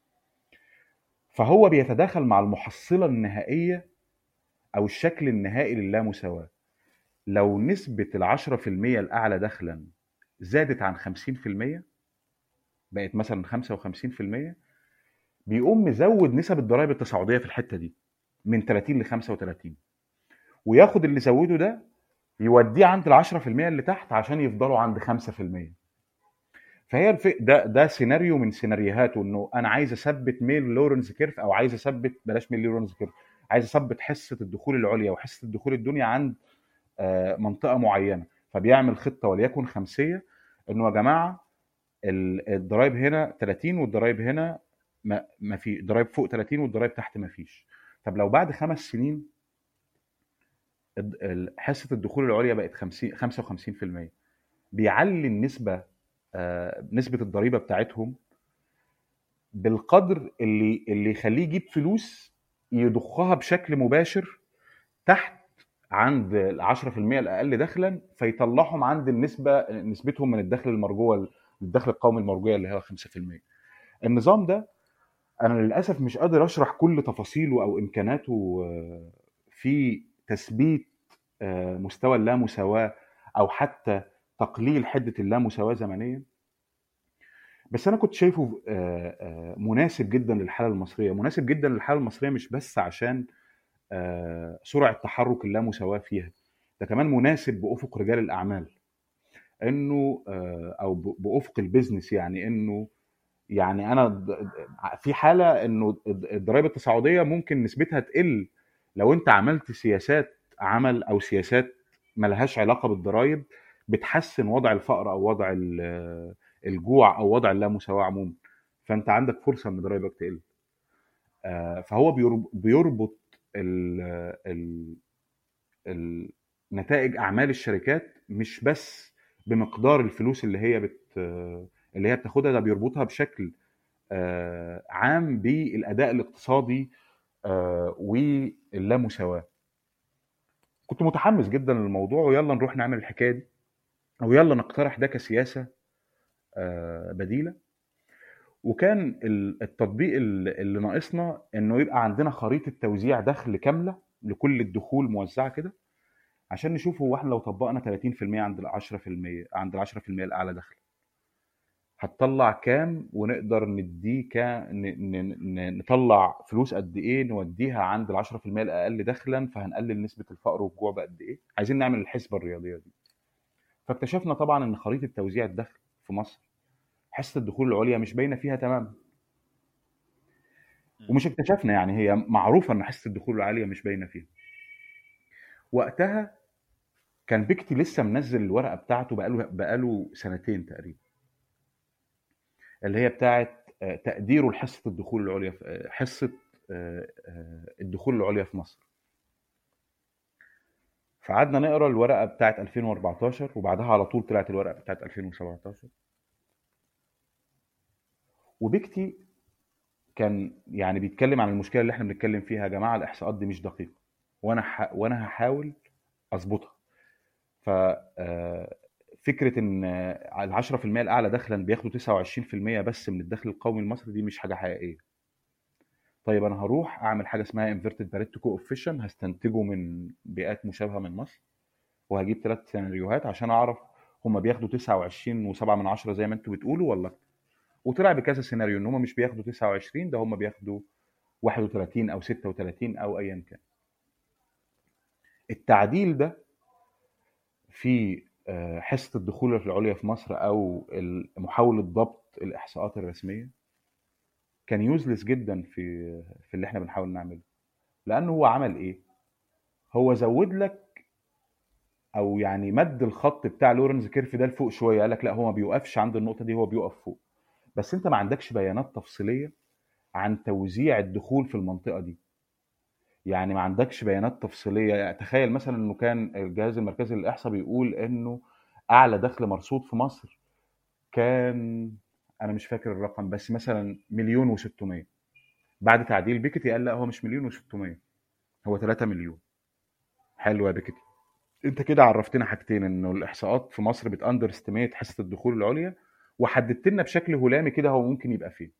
فهو بيتداخل مع المحصله النهائيه او الشكل النهائي للامساواه. لو نسبه ال10% الاعلى دخلا زادت عن 50%، بقت مثلا 55%، بيقوم مزود نسب الضرائب التصاعديه في الحته دي من 30 ل 35، وياخد اللي زوده ده يوديه عند ال10% اللي تحت عشان يفضلوا عند 5%. فهي ده سيناريو من سيناريوهاته، انه انا عايز اثبت ميل لورنس كيرف، او عايز اثبت بلاش ميل لورنس كيرف، عايز اثبت حصه الدخول العليا وحصه الدخول الدنيا عند منطقه معينه. فبيعمل خطه وليكن خمسيه، انه يا جماعه الضرايب هنا 30 والضرايب هنا ما في ضرايب فوق 30 والضرايب تحت ما فيش. طب لو بعد 5 سنين حصه الدخول العليا بقت 55%، بيعلي النسبه نسبه الضريبه بتاعتهم بالقدر اللي يخليه يجيب فلوس يضخها بشكل مباشر تحت عند ال 10% الاقل دخلا، فيطلعهم عند نسبتهم من الدخل المرجوه، الدخل القومي المرجوه اللي هو 5%. النظام ده انا للاسف مش قادر اشرح كل تفاصيله او امكاناته في تثبيت مستوى اللامساواه او حتى تقليل حده اللامساواه زمنيا، بس انا كنت شايفه مناسب جدا للحاله المصريه. مناسب جدا للحاله المصريه مش بس عشان سرعه تحرك اللامساواه فيها، ده كمان مناسب بافق رجال الاعمال، انه او بافق البيزنس. يعني انه يعني انا في حاله انه الضرائب التصاعديه ممكن نسبتها تقل لو انت عملت سياسات عمل او سياسات ملهاش علاقه بالضرائب بتحسن وضع الفقر او وضع الجوع او وضع اللامساواه عموما، فانت عندك فرصه ان ضرايبك تقل. فهو بيربط ال ال ال نتائج اعمال الشركات مش بس بمقدار الفلوس اللي هي بتاخدها، ده بيربطها بشكل عام بالاداء الاقتصادي واللامساواه. كنت متحمس جدا للموضوع، ويلا نروح نعمل الحكايه دي، او يلا نقترح ده كسياسه بديله. وكان التطبيق اللي ناقصنا انه يبقى عندنا خريطه توزيع دخل كامله لكل الدخول موزعه كده، عشان نشوف هو احنا لو طبقنا 30% عند ال 10%، عند ال 10% الاعلى دخل هتطلع كام، ونقدر نديه نطلع فلوس قد ايه نوديها عند ال 10% الاقل دخلا، فهنقلل نسبه الفقر والجوع بقد ايه. عايزين نعمل الحسبه الرياضيه دي. فاكتشفنا طبعا ان خريطه توزيع الدخل في مصر حصه الدخول العليا مش باينه فيها تماما. ومش اكتشفنا، يعني هي معروفه ان حصه الدخول العاليه مش باينه فيها. وقتها كان بيكتي لسه منزل الورقه بتاعته بقاله سنتين تقريبا، اللي هي بتاعه تقديره لحصه الدخول العليا حصه الدخول العليا في مصر. فقعدنا نقرا الورقه بتاعه 2014، وبعدها على طول طلعت الورقه بتاعه 2017. وبيكتي كان يعني بيتكلم عن المشكله اللي احنا بنتكلم فيها. يا جماعه الاحصاءات دي مش دقيقه، وانا هحاول اظبطها. ف فكره ان ال 10% الاعلى دخلا بياخدوا 29% بس من الدخل القومي المصري، دي مش حاجه حقيقيه. طيب انا هروح اعمل حاجه اسمها انفيرتد باريتو كوفيشن، هستنتجه من بيئات مشابهه من مصر، وهجيب 3 سيناريوهات عشان اعرف هم بياخدوا 29.7 زي ما انتوا بتقولوا ولا. وطلع بكذا سيناريو ان هم مش بياخدوا 29، ده هم بياخدوا 31 او 36 او ايا كان. التعديل ده في حصة الدخول العليا في مصر او محاولة ضبط الاحصاءات الرسمية كان يوزلس جدا في اللي احنا بنحاول نعمله. لانه هو عمل ايه؟ هو زود لك، او يعني مد الخط بتاع لورنز كيرف ده لفوق شويه، قال لك لا هو ما بيوقفش عند النقطه دي، هو بيوقف فوق. بس انت ما عندكش بيانات تفصيليه عن توزيع الدخول في المنطقه دي. يعني ما عندكش بيانات تفصيليه. يعني تخيل مثلا انه كان الجهاز المركزي للاحصاء بيقول انه اعلى دخل مرصود في مصر كان، انا مش فاكر الرقم، بس مثلا 1,600,000. بعد تعديل بيكتي قال لا هو مش 1,600,000، هو 3 مليون. حلو يا بيكتي، انت كده عرفتنا حاجتين: انه الاحصاءات في مصر بتاندر استيميت حصه الدخول العليا، وحددت لنا بشكل هلامي كده هو ممكن يبقى فين.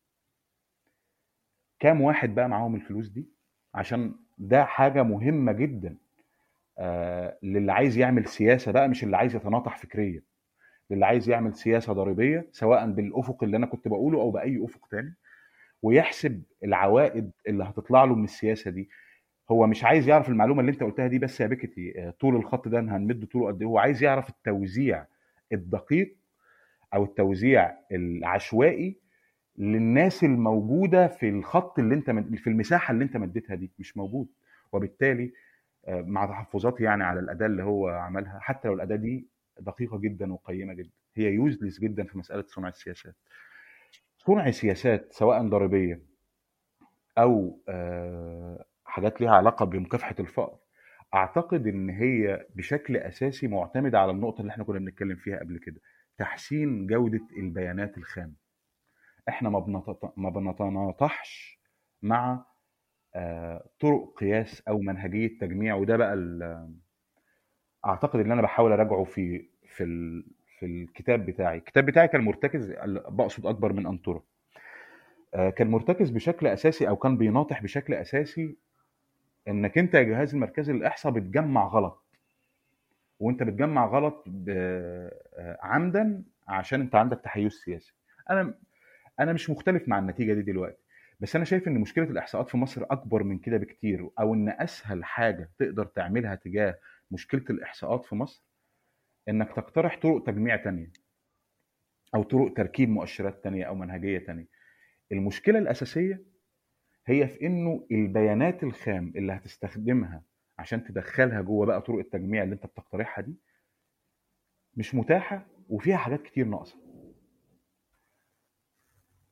كام واحد بقى معاهم الفلوس دي؟ عشان ده حاجه مهمه جدا للي عايز يعمل سياسه بقى، مش اللي عايز يتناطح فكريا، للي عايز يعمل سياسه ضريبيه سواء بالافق اللي انا كنت بقوله او باي افق تاني، ويحسب العوائد اللي هتطلع له من السياسه دي. هو مش عايز يعرف المعلومه اللي انت قلتها دي بس يا بيكتي، طول الخط ده هنمد طوله قد ايه. هو عايز يعرف التوزيع الدقيق او التوزيع العشوائي للناس الموجوده في الخط اللي انت في المساحه اللي انت مديتها دي مش موجود. وبالتالي مع تحفظاتي يعني على الاداه اللي هو عملها، حتى لو الاداه دي دقيقه جدا وقيمه جدا، هي يوزلس جدا في مساله صنع السياسات. صنع سياسات سواء ضريبيه او حاجات ليها علاقه بمكافحه الفقر، اعتقد ان هي بشكل اساسي معتمده على النقطه اللي احنا كنا بنتكلم فيها قبل كده: تحسين جوده البيانات الخام. احنا ما بنتناطحش مع طرق قياس او منهجيه تجميع. وده بقى اعتقد ان انا بحاول اراجعه في الكتاب بتاعي. الكتاب بتاعي كان مرتكز، بقصد اكبر من انطره، كان مرتكز بشكل اساسي او كان بيناطح بشكل اساسي انك انت يا جهاز المركزي للاحصاء بتجمع غلط. وانت بتجمع غلط عمدا عشان انت عندك تحيز سياسي. انا انا مش مختلف مع النتيجه دي دلوقتي، بس انا شايف ان مشكله الاحصاءات في مصر اكبر من كده بكتير، او ان اسهل حاجه تقدر تعملها تجاه مشكله الاحصاءات في مصر انك تقترح طرق تجميع تانية او طرق تركيب مؤشرات تانية او منهجيه تانية. المشكله الاساسيه هي في انه البيانات الخام اللي هتستخدمها عشان تدخلها جوه بقى طرق التجميع اللي انت بتقترحها دي مش متاحه، وفيها حاجات كتير ناقصه.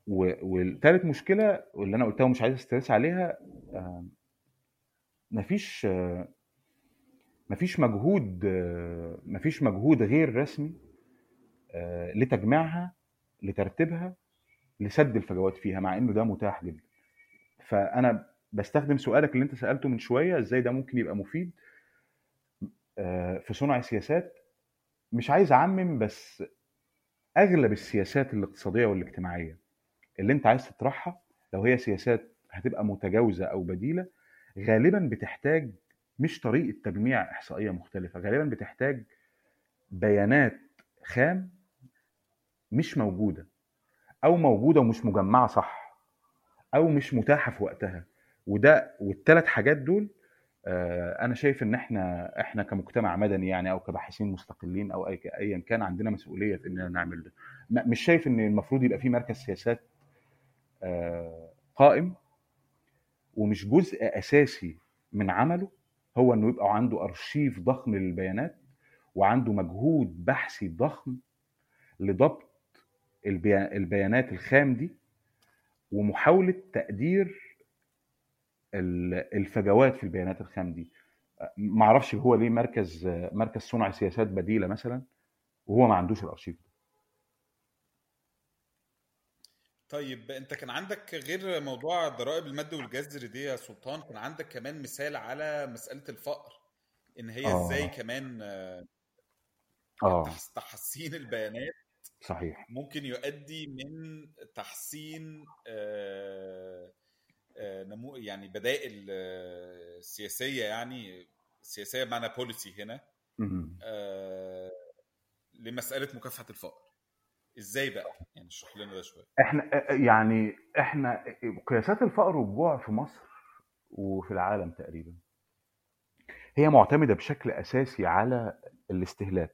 والثالث مشكله واللي انا قلتها ومش عايز استرس عليها، آه، مفيش مفيش مجهود غير رسمي لتجميعها، لترتيبها، لسد الفجوات فيها، مع انه ده متاح جدا. فانا بستخدم سؤالك اللي انت سالته من شويه، ازاي ده ممكن يبقى مفيد في صنع سياسات. مش عايز اعمم، بس اغلب السياسات الاقتصاديه والاجتماعيه اللي انت عايز تطرحها، لو هي سياسات هتبقى متجاوزه او بديله، غالبا بتحتاج مش طريقه تجميع احصائيه مختلفه، غالبا بتحتاج بيانات خام مش موجوده، او موجوده ومش مجمعه صح، او مش متاحه في وقتها. والثلاث حاجات دول انا شايف ان احنا كمجتمع مدني يعني، او كباحثين مستقلين، او ايا كان، عندنا مسؤوليه في اننا نعمل ده. مش شايف ان المفروض يبقى في مركز سياسات قائم، ومش جزء اساسي من عمله هو انه يبقى عنده ارشيف ضخم للبيانات، وعنده مجهود بحثي ضخم لضبط البيانات الخام دي، ومحاوله تقدير الفجوات في البيانات الخام دي. ما اعرفش هو ليه مركز صنع سياسات بديله مثلا وهو ما عندوش الارشيف ده. طيب انت كان عندك غير موضوع ضرائب المد والجزر دي يا سلطان، كان عندك كمان مثال على مسألة الفقر، ان هي ازاي اه كمان اه تحسين البيانات صحيح. ممكن يؤدي من تحسين نمو يعني بدائل سياسية، يعني سياسية بمعنى بوليسي هنا مم. آه، لمسألة مكافحة الفقر. ازاي بقى يعني؟ اشرح لنا ده شوية. احنا قياسات الفقر والجوع في مصر وفي العالم تقريبا هي معتمده بشكل اساسي على الاستهلاك،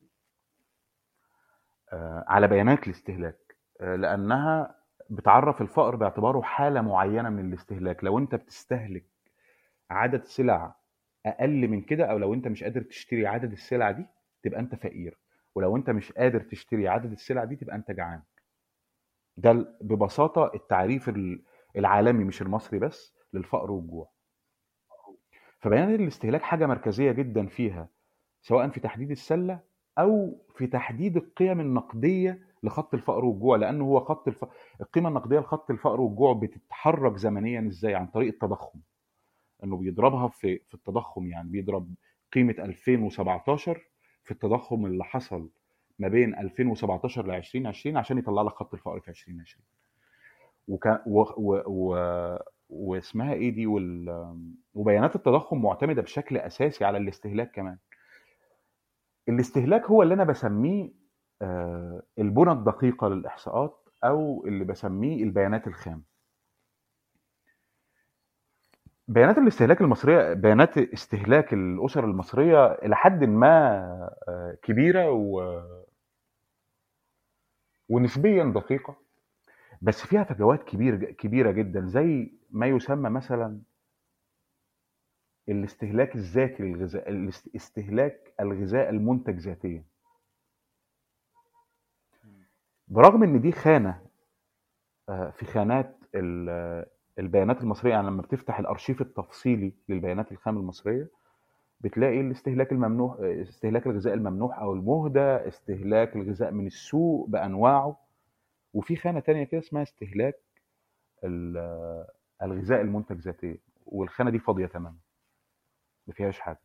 على بيانات الاستهلاك، لانها بتعرف الفقر باعتباره حاله معينه من الاستهلاك. لو انت بتستهلك عدد سلع اقل من كده، او لو انت مش قادر تشتري عدد السلع دي، تبقى انت فقير. ولو انت مش قادر تشتري عدد السلع دي، تبقى انت جعان. ده ببساطه التعريف العالمي مش المصري بس للفقر والجوع. فبيان الاستهلاك حاجه مركزيه جدا فيها، سواء في تحديد السله او في تحديد القيم النقديه لخط الفقر والجوع، لانه هو القيمه النقديه لخط الفقر والجوع بتتحرك زمنيا ازاي؟ عن طريق التضخم. انه بيضربها في التضخم، يعني بيضرب قيمه 2017 في التضخم اللي حصل ما بين 2017 ل 2020 عشان يطلع لك خط الفقر في 2020. وكان واسمها ايه دي وبيانات التضخم معتمده بشكل اساسي على الاستهلاك كمان. الاستهلاك هو اللي انا بسميه البنى الدقيقه للاحصاءات، او اللي بسميه البيانات الخام. بيانات الاستهلاك المصريه، بيانات استهلاك الاسر المصريه الى حد ما كبيره ونسبيا دقيقه، بس فيها فجوات كبيره جدا، زي ما يسمى مثلا الاستهلاك الذاتي للغذاء، استهلاك الغذاء المنتج ذاتيا. برغم ان دي خانه في خانات البيانات المصريه، يعني لما بتفتح الارشيف التفصيلي للبيانات الخام المصريه، بتلاقي الاستهلاك الممنوح، استهلاك الغذاء الممنوح او المهدى، استهلاك الغذاء من السوق بانواعه، وفي خانه تانية كده اسمها استهلاك الغذاء المنتج ذاتيا، والخانه دي فاضيه تماما ما فيهاش حاجه.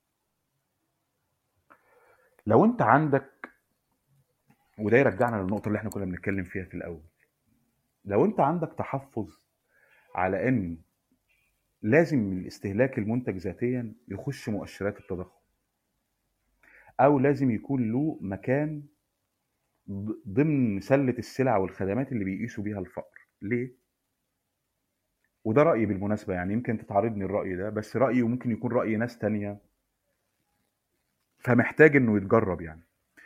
لو انت عندك، وده يرجعنا للنقطه اللي احنا كنا بنتكلم فيها في الاول، لو انت عندك تحفظ على ان لازم الاستهلاك المنتج ذاتيا يخش مؤشرات التضخم، او لازم يكون له مكان ضمن سله السلع والخدمات اللي بيقيسوا بيها الفقر. ليه؟ وده رايي بالمناسبه، يعني يمكن تتعارضني الراي ده، بس رايي وممكن يكون راي ناس تانية، فمحتاج انه يتجرب يعني.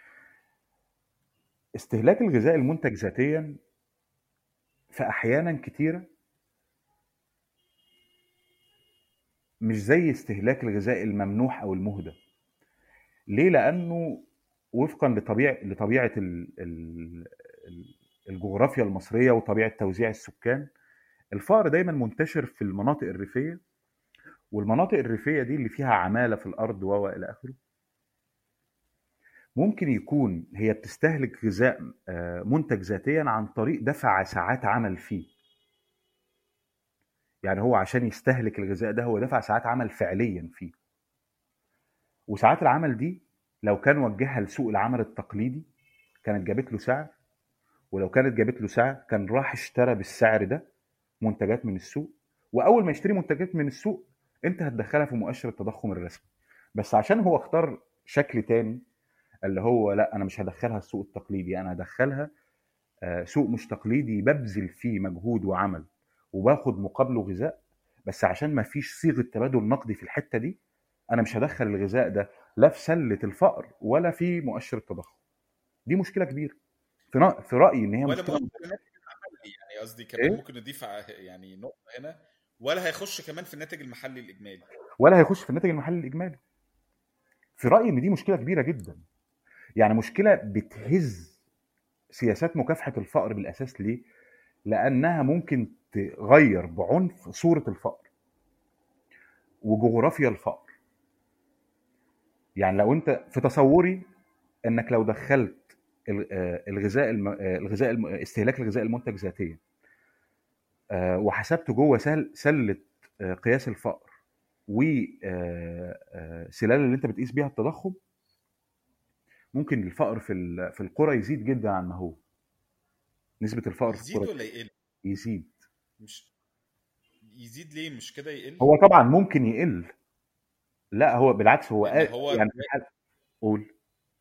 استهلاك الغذاء المنتج ذاتيا في احيانا كتيره مش زي استهلاك الغذاء الممنوح او المهدى. ليه؟ لانه وفقا لطبيعه الجغرافيا المصريه وطبيعه توزيع السكان، الفقر دايما منتشر في المناطق الريفيه، والمناطق الريفيه دي اللي فيها عماله في الارض الى اخره. ممكن يكون هي بتستهلك غذاء منتج ذاتيا عن طريق دفع ساعات عمل فيه. يعني هو عشان يستهلك الغذاء ده هو دفع ساعات عمل فعليا فيه، وساعات العمل دي لو كان وجهها لسوق العمل التقليدي كانت جابت له سعر، ولو كانت جابت له سعر كان راح اشترى بالسعر ده منتجات من السوق، واول ما يشتري منتجات من السوق انت هتدخلها في مؤشر التضخم الرسمي. بس عشان هو اختار شكل تاني، اللي هو لا انا مش هدخلها السوق التقليدي، انا هدخلها سوق مش تقليدي ببذل فيه مجهود وعمل وباخد مقابله غذاء، بس عشان ما فيش صيغه تبادل نقدي في الحته دي انا مش هدخل الغذاء ده لا في سله الفقر ولا في مؤشر التضخم. دي مشكله كبيره في رايي ان هي ولا مشكله. مؤثر الناتج المحلي، يعني قصدي كمان ايه؟ ممكن نضيف يعني نقطة هنا، ولا هيخش كمان في الناتج المحلي الإجمالي. ولا هيخش في الناتج المحلي الاجمالي. في رايي ان دي مشكله كبيره جدا، يعني مشكله بتهز سياسات مكافحه الفقر بالاساس. ليه؟ لانها ممكن تغير بعنف صوره الفقر وجغرافيا الفقر. يعني لو انت في تصوري انك لو دخلت استهلاك الغذاء المنتج ذاتيا وحسبته جوه سله قياس الفقر وسلال اللي انت بتقيس بيها التضخم، ممكن الفقر في القرى يزيد جدا عن ما هو. نسبه الفقر في القرى يزيد ولا يقل؟ يزيد. مش يزيد ليه؟ مش كده يقل؟ هو طبعا ممكن يقل، لا هو بالعكس هو لأن هو يعني في الحال. قول.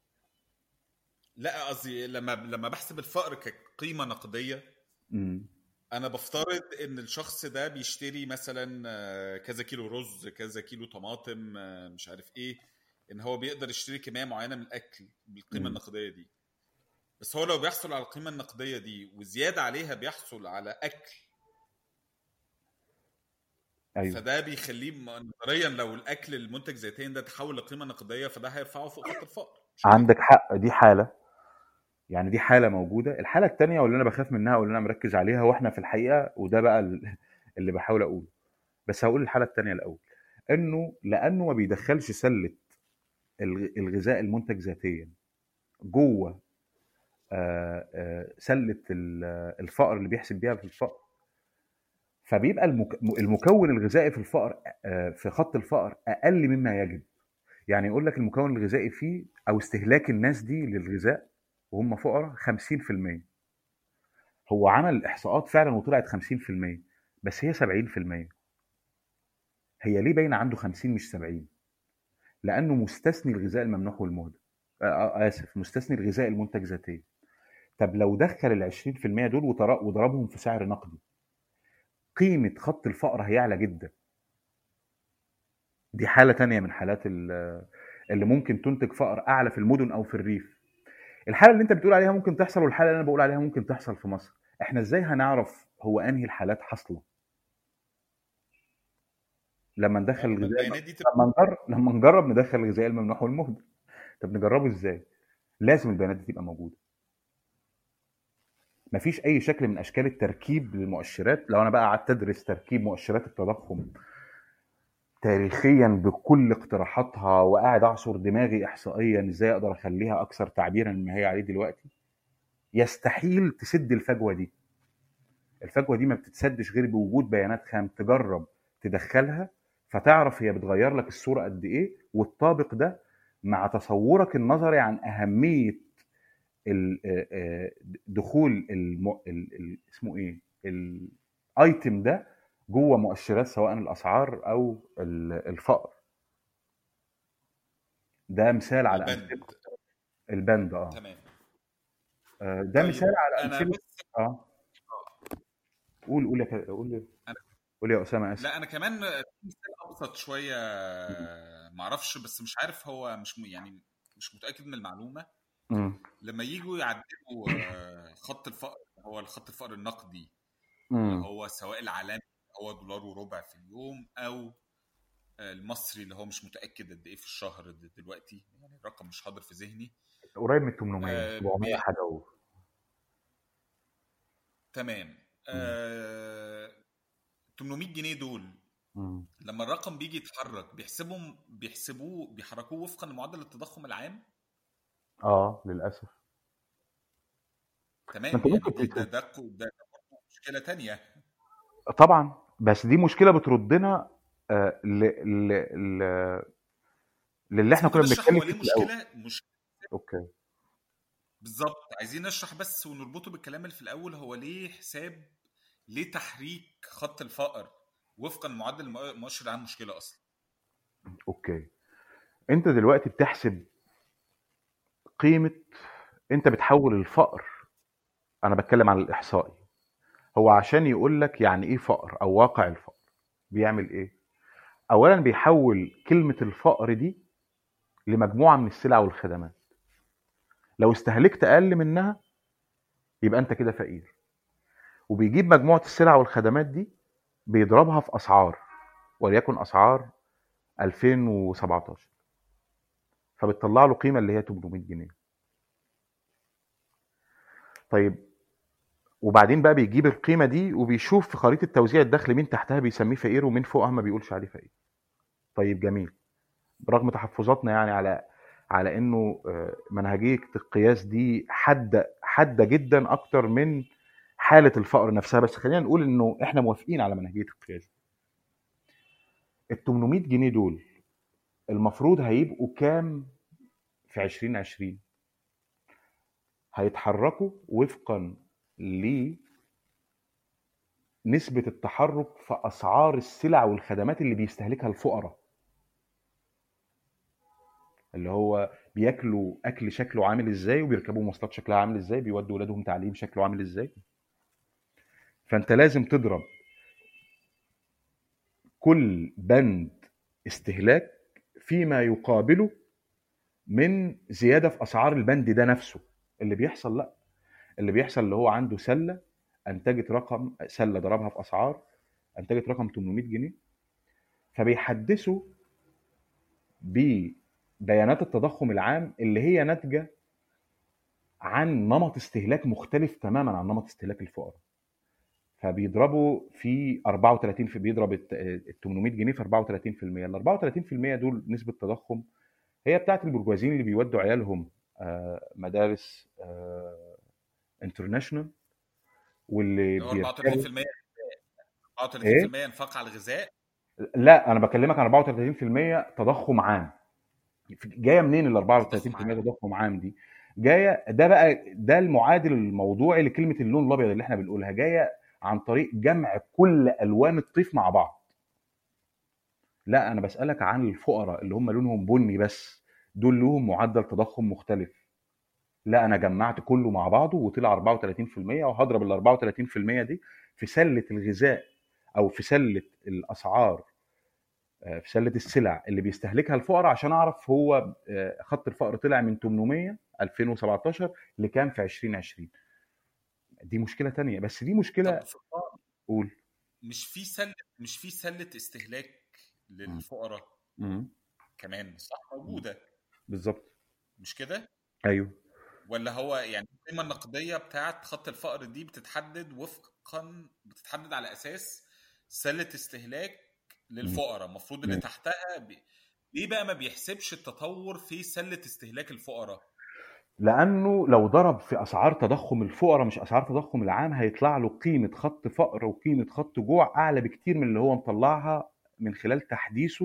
لا، قصدي لما بحسب الفقر كقيمة نقدية، امم. أنا بفترض إن الشخص ده بيشتري مثلا كذا كيلو رز، كذا كيلو طماطم، مش عارف إيه، إن هو بيقدر يشتري كمية معينة من الأكل بالقيمة امم. النقدية دي. بس هو لو بيحصل على القيمة النقدية دي وزيادة عليها بيحصل على أكل، ايوه. فده بيخليه نظريا لو الأكل المنتج ذاتيا ده تحول لقيمة نقدية، فده هيرفعه فوق خط الفقر، مش كده؟ عندك حق، دي حاله، يعني دي حاله موجوده. الحاله الثانيه واللي انا بخاف منها واللي انا مركز عليها واحنا في الحقيقه، وده بقى اللي بحاول اقوله، بس هقول الحاله الثانيه الاول. لانه ما بيدخلش سله الغذاء المنتج ذاتيا جوه سله الفقر اللي بيحسب بيها في الفقر، فبيبقى المكون الغذائي في الفقر في خط الفقر اقل مما يجب. يعني يقول لك المكون الغذائي فيه او استهلاك الناس دي للغذاء وهم فقراء 50%. هو عمل احصاءات فعلا وطلعت 50%، بس هي 70%. هي ليه باينه عنده 50 مش 70؟ لانه مستثني الغذاء الممنوح والمهدر. اسف، مستثني الغذاء المنتج ذاتيا. طب لو دخل ال 20% دول وضربهم في سعر نقدي، قيمه خط الفقر هيعلى جدا. دي حاله تانية من حالات اللي ممكن تنتج فقر اعلى في المدن او في الريف. الحاله اللي انت بتقول عليها ممكن تحصل، والحاله اللي انا بقول عليها ممكن تحصل في مصر. احنا ازاي هنعرف هو انهي الحالات حاصله؟ لما ندخل لما الغذاء البيانات دي تبقى لما نجرب ندخل الغذاء الممنوح والمهدر. طب نجربه ازاي؟ لازم البيانات دي تبقى موجوده. مفيش اي شكل من اشكال التركيب للمؤشرات. لو انا بقى قعدت ادرس تركيب مؤشرات التضخم تاريخيا بكل اقتراحاتها وقاعد اعصر دماغي احصائيا ازاي اقدر اخليها اكثر تعبيرا مما هي عليه دلوقتي، يستحيل تسد الفجوه دي. الفجوه دي ما بتتسدش غير بوجود بيانات خام تجرب تدخلها، فتعرف هي بتغير لك الصوره قد ايه، والطابق ده مع تصورك النظري عن اهميه دخول اسمه ايه الايتم ده جوه مؤشرات سواء الاسعار او الفقر. ده مثال على امثله البند. البند. تمام. ده مثال طيب على انا امثله. بس اه. أنا قول يا اسامه، اسف. لا، انا كمان في مثال ابسط شويه، معرفش، بس مش عارف، هو يعني مش متاكد من المعلومه. امم. لما يجوا يعدلوا خط الفقر، هو الخط الفقر النقدي، اللي امم. هو سواء العالمي هو دولار وربع في اليوم، او المصري اللي هو مش متاكد قد ايه في الشهر دلوقتي، يعني الرقم مش حاضر في ذهني. قريب من 800 آه، 700 بي- حاجه تمام. مم. 800 جنيه دول مم. لما الرقم بيجي يتحرك بيحركوه وفقا لمعدل التضخم العام. للاسف. ما تمام، انت يعني ممكن ده برضه مشكلة تانية. طبعا، بس دي مشكله بتردنا آه، ل... ل... ل... للي بس احنا ممكن كنا نشرح بنتكلم هو فيه ليه في الاول. مشكلة. اوكي. بالظبط، عايزين نشرح بس ونربطه بالكلام اللي في الأول. هو ليه تحريك خط الفقر وفقا لمعدل المؤشر العام مشكلة أصلا؟ اوكي، انت دلوقتي بتحسب قيمه، انت بتحول الفقر. انا بتكلم عن الاحصائي. هو عشان يقول لك يعني ايه فقر او واقع الفقر بيعمل ايه؟ اولا بيحول كلمه الفقر دي لمجموعه من السلع والخدمات. لو استهلكت اقل منها يبقى انت كده فقير. وبيجيب مجموعه السلع والخدمات دي بيضربها في اسعار، وليكن اسعار 2017، فبتطلع له قيمه اللي هي 800 جنيه. طيب، وبعدين بقى بيجيب القيمه دي وبيشوف في خريطه توزيع الدخل مين تحتها بيسميه فقير ومين فوقها ما بيقولش عليه فقير. طيب جميل. برغم تحفظاتنا يعني على انه منهجيه القياس دي حاده جدا اكتر من حاله الفقر نفسها، بس خلينا نقول انه احنا موافقين على منهجيه القياس. ال 800 جنيه دول المفروض هيبقوا كام في 2020؟ هيتحركوا وفقا لنسبه التحرك في اسعار السلع والخدمات اللي بيستهلكها الفقراء، اللي هو بياكلوا اكل شكله عامل ازاي، وبيركبوا مواصلات شكلها عامل ازاي، بيودوا ولادهم تعليم شكله عامل ازاي. فانت لازم تضرب كل بند استهلاك فيما يقابله من زياده في اسعار البند ده نفسه. اللي بيحصل لا، اللي بيحصل اللي هو عنده سله انتجت رقم، سله ضربها في اسعار انتجت رقم 800 جنيه، فبيحدثوا ببيانات التضخم العام اللي هي ناتجه عن نمط استهلاك مختلف تماما عن نمط استهلاك الفقراء. فبيضربوا في 34، بيضرب ال 800 جنيه في 34%. ال 34% دول نسبه تضخم هي بتاعت البرجوازيين اللي بيودوا عيالهم مدارس انترناشونال، واللي اللي هو بيركبوا 34%. ايه. 34% انفاق على الغذاء. لا، انا بكلمك عن 34% تضخم عام. جايه منين ال تضخم 34% عام. تضخم عام دي؟ جايه، ده بقى ده المعادل الموضوعي لكلمه اللون الابيض اللي احنا بنقولها، جايه عن طريق جمع كل الوان الطيف مع بعض. لا، انا بسالك عن الفقراء اللي هم لونهم بني بس، دول لهم معدل تضخم مختلف. لا، انا جمعت كله مع بعضه وطلع 34%، وهضرب ال 34% دي في سله الغذاء او في سله الاسعار، في سله السلع اللي بيستهلكها الفقراء، عشان اعرف هو خط الفقر طلع من 800 2017 لكام في 2020. دي مشكله تانية، بس دي مشكله. طب فرضاً قول. مش في سلة استهلاك مم. للفقراء مم. كمان، صح؟ مم. موجودة. بالظبط. مش كده؟ ايوه. ولا هو يعني القيمة النقدية بتاعت خط الفقر دي بتتحدد على أساس سلة استهلاك مم. للفقراء، المفروض اللي مم. تحتها ليه بقى ما بيحسبش التطور في سلة استهلاك الفقراء؟ لانه لو ضرب في اسعار تضخم الفقراء مش اسعار تضخم العام، هيطلع له قيمه خط فقر وقيمه خط جوع اعلى بكتير من اللي هو مطلعها من خلال تحديثه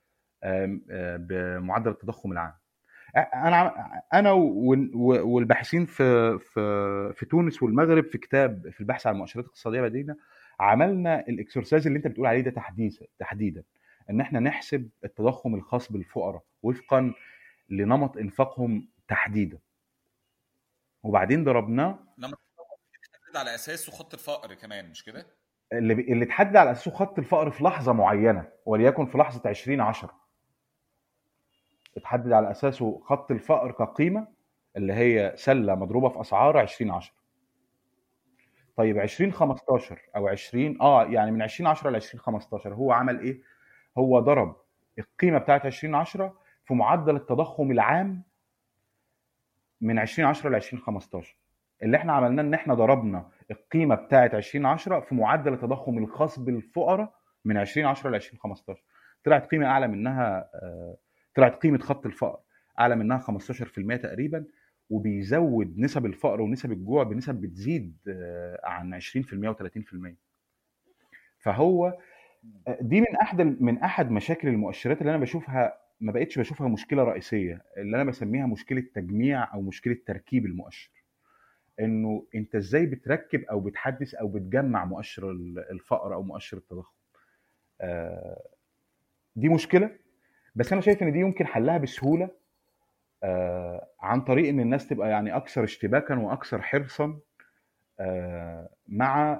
بمعدل التضخم العام. انا والباحثين في تونس والمغرب في كتاب في البحث عن مؤشرات اقتصاديه بديله عملنا الاكسرسايز اللي انت بتقول عليه ده تحديدا، ان احنا نحسب التضخم الخاص بالفقراء وفقا لنمط انفاقهم تحديدا، وبعدين ضربناه. انما بتتحدد على اساسه خط الفقر كمان، مش كده؟ اللي اتحدد على اساسه خط الفقر في لحظه معينه، وليكن في لحظه 2010 اتحدد على اساسه خط الفقر كقيمه اللي هي سله مضروبه في اسعار 2010. طيب 2015 او 20 يعني من 2010 ل 2015 هو عمل ايه؟ هو ضرب القيمه بتاعت 2010 في معدل التضخم العام من 2010 ل 2015. اللي احنا عملناه ان احنا ضربنا القيمه بتاعه 2010 في معدل التضخم الخاص بالفقراء من 2010 ل 2015. طلعت قيمه اعلى منها، طلعت قيمه خط الفقر اعلى منها 15% تقريبا، وبيزود نسب الفقر ونسب الجوع بنسب بتزيد عن 20% و30%. فهو دي من احد مشاكل المؤشرات اللي انا بشوفها، ما بقتش بشوفها مشكله رئيسيه، اللي انا بسميها مشكله تجميع او مشكله تركيب المؤشر. انه انت ازاي بتركب او بتحدث او بتجمع مؤشر الفقر او مؤشر التضخم. دي مشكله، بس انا شايف ان دي يمكن حلها بسهوله عن طريق ان الناس تبقى يعني اكثر اشتباكا واكثر حرصا مع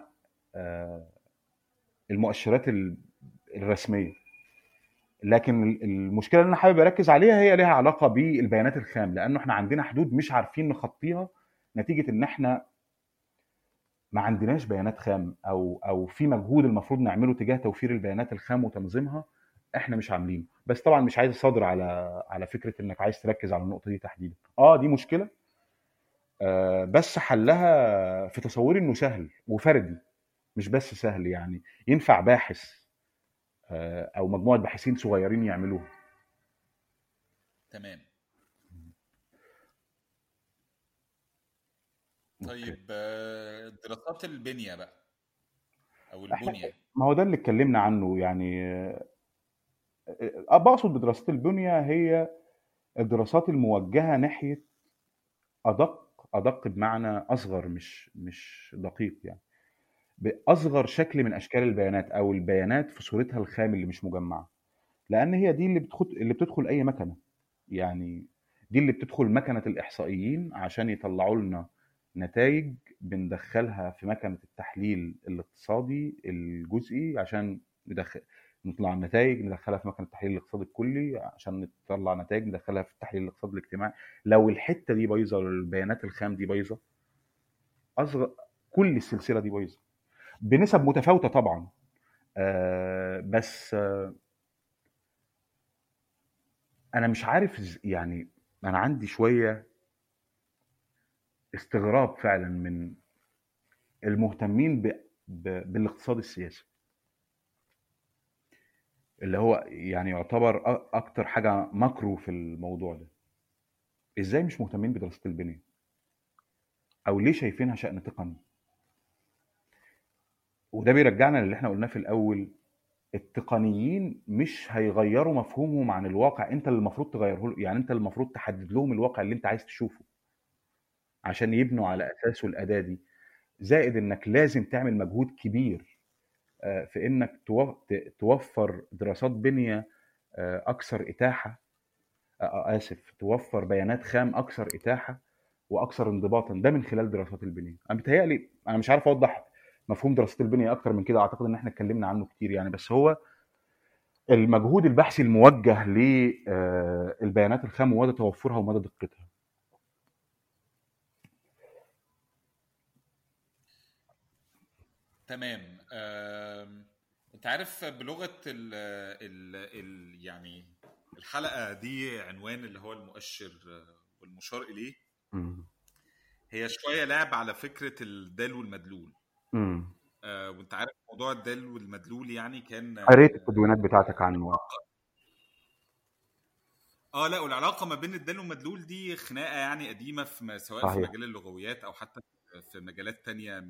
المؤشرات الرسميه. لكن المشكله اللي انا حابب اركز عليها هي ليها علاقه بالبيانات الخام، لانه احنا عندنا حدود مش عارفين نخطيها نتيجه ان احنا ما عندناش بيانات خام، او في مجهود المفروض نعمله تجاه توفير البيانات الخام وتنظيمها احنا مش عاملينه. بس طبعا مش عايز اصادر على فكره انك عايز تركز على النقطه دي تحديدا. دي مشكله، بس حلها في تصوري انه سهل وفردي، مش بس سهل، يعني ينفع باحث او مجموعه باحثين صغيرين يعملوها. تمام. اوكي. طيب دراسات البنية بقى او احنا البنية. ما هو ده اللي اتكلمنا عنه يعني. بقصد بدراسات البنية هي الدراسات الموجهة ناحية أدق بمعنى أصغر، مش دقيق يعني، بأصغر شكل من أشكال البيانات أو البيانات في صورتها الخام اللي مش مجمعة. لأن هي دي اللي بتدخل أي مكنة، يعني دي اللي بتدخل مكنة الإحصائيين عشان يطلعوا لنا نتائج بندخلها في مكنة التحليل الاقتصادي الجزئي عشان نطلع النتائج ندخلها في مكنة التحليل الاقتصادي الكلي عشان نطلع نتائج ندخلها في التحليل الاقتصادي الاجتماعي. لو الحتة دي بايظة والبيانات الخام دي بايظة، أصغر كل السلسلة دي بايظة بنسب متفاوتة طبعا. بس أنا مش عارف يعني أنا عندي شوية استغراب فعلا من المهتمين بالاقتصاد السياسي، اللي هو يعني يعتبر اكتر حاجه ماكرو في الموضوع ده. ازاي مش مهتمين بدراسه البنيه؟ او ليه شايفينها شأن تقني؟ وده بيرجعنا للي احنا قلناه في الاول، التقنيين مش هيغيروا مفهومهم عن الواقع، انت اللي المفروض تغيره يعني انت اللي المفروض تحدد لهم الواقع اللي انت عايز تشوفه عشان يبنوا على اساسه الاداه دي. زائد انك لازم تعمل مجهود كبير في انك توفر دراسات بنيه اكثر اتاحه، اسف، توفر بيانات خام اكثر اتاحه واكثر انضباطا، ده من خلال دراسات البنيه. انا بتهيألي انا مش عارف اوضح مفهوم دراسات البنيه اكتر من كده، اعتقد ان احنا اتكلمنا عنه كتير يعني. بس هو المجهود البحثي الموجه للبيانات الخام ومدى توفرها ومدى دقتها. تمام. انت عارف بلغة يعني الحلقة دي عنوان اللي هو المؤشر والمشار إليه، امم هي شوية لعب على فكرة الدال والمدلول. امم وانت عارف موضوع الدال والمدلول يعني كان قريت التدوينات بتاعتك عنه. لا، والعلاقة ما بين الدال والمدلول دي خناقة يعني قديمة سواء في صحيح. مجال اللغويات او حتى في مجالات تانية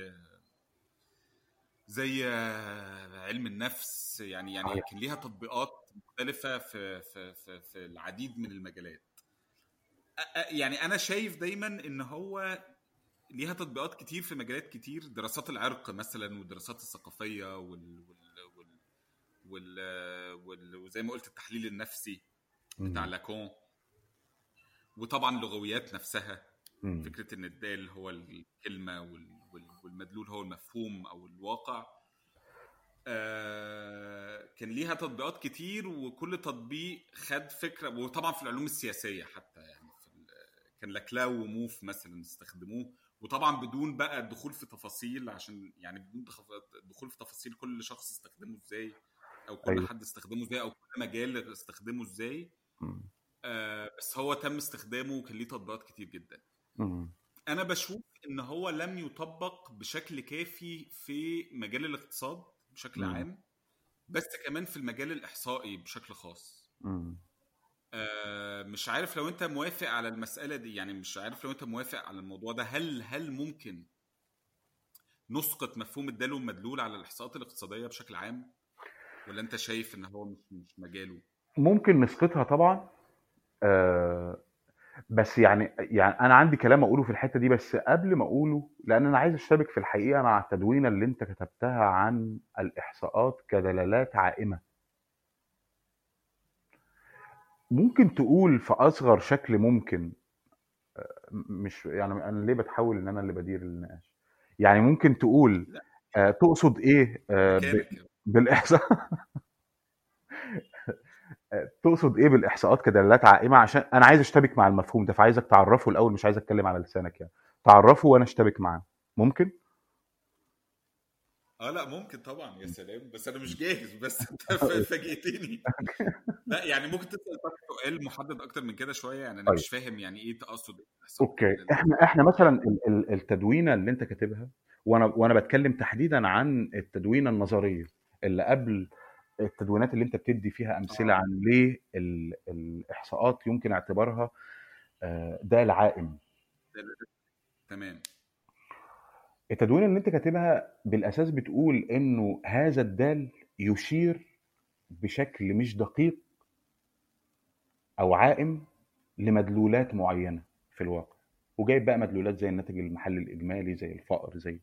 زي علم النفس، يعني صحيح. كان ليها تطبيقات مختلفة في العديد من المجالات. يعني أنا شايف دايما إن هو ليها تطبيقات كتير في مجالات كتير، دراسات العرق مثلا والدراسات الثقافية وزي ما قلت التحليل النفسي بتاع امم لاكون، وطبعا اللغويات نفسها، امم فكرة إن الدال هو الكلمة والمدلول هو المفهوم أو الواقع. كان ليها تطبيقات كتير وكل تطبيق خد فكرة. وطبعا في العلوم السياسية حتى يعني كان لاكلاو وموف مثلا استخدموه، وطبعا بدون بقى الدخول في تفاصيل، عشان يعني بدون دخول في تفاصيل كل شخص استخدمه ازاي او كل ايوه. حد استخدمه ازاي او كل مجال استخدمه ازاي. امم بس هو تم استخدامه وكان ليه تطبيقات كتير جدا. امم انا بشوف ان هو لم يطبق بشكل كافي في مجال الاقتصاد بشكل مم. عام، بس كمان في المجال الاحصائي بشكل خاص. مم. مش عارف لو انت موافق على المسألة دي، يعني مش عارف لو انت موافق على الموضوع ده. هل ممكن نسقط مفهوم الدال والمدلول على الاحصاءات الاقتصادية بشكل عام، ولا انت شايف ان هو مش مجاله؟ ممكن نسقطها طبعا. آه، بس يعني انا عندي كلام اقوله في الحته دي، بس قبل ما اقوله، لان انا عايز اشتبك في الحقيقه مع التدوينه اللي انت كتبتها عن الاحصاءات كدلالات عائمه. ممكن تقول في اصغر شكل ممكن، مش يعني انا ليه بتحاول ان انا اللي بدير النقاش؟ يعني ممكن تقول لا، تقصد ايه مكانك يعني. بالاحصاء؟ تقصد ايه بالاحصاءات كدلالات عائمه؟ عشان انا عايز اشتبك مع المفهوم ده، فعايزك تعرفه الاول، مش عايز اتكلم على لسانك يعني. تعرفه وانا اشتبك معاه. ممكن. اه لا ممكن طبعا، يا سلام، بس انا مش جاهز، بس انت فاجئتني. لا يعني ممكن تسأل طب سؤال محدد اكتر من كده شوية، يعني انا طيب، مش فاهم يعني ايه تقصد احصاءات اوكي. كدلالات احنا مثلا عائمة. التدوينه اللي انت كاتبها، وانا بتكلم تحديدا عن التدوينه النظريه اللي قبل التدوينات اللي انت بتدي فيها امثله اه عن ليه الاحصاءات يمكن اعتبارها ده العائم. دلالات. تمام. التدوينه اللي انت كاتبها بالاساس بتقول انه هذا الدال يشير بشكل مش دقيق او عائم لمدلولات معينه في الواقع، وجايب بقى مدلولات زي الناتج المحلي الاجمالي، زي الفقر، زي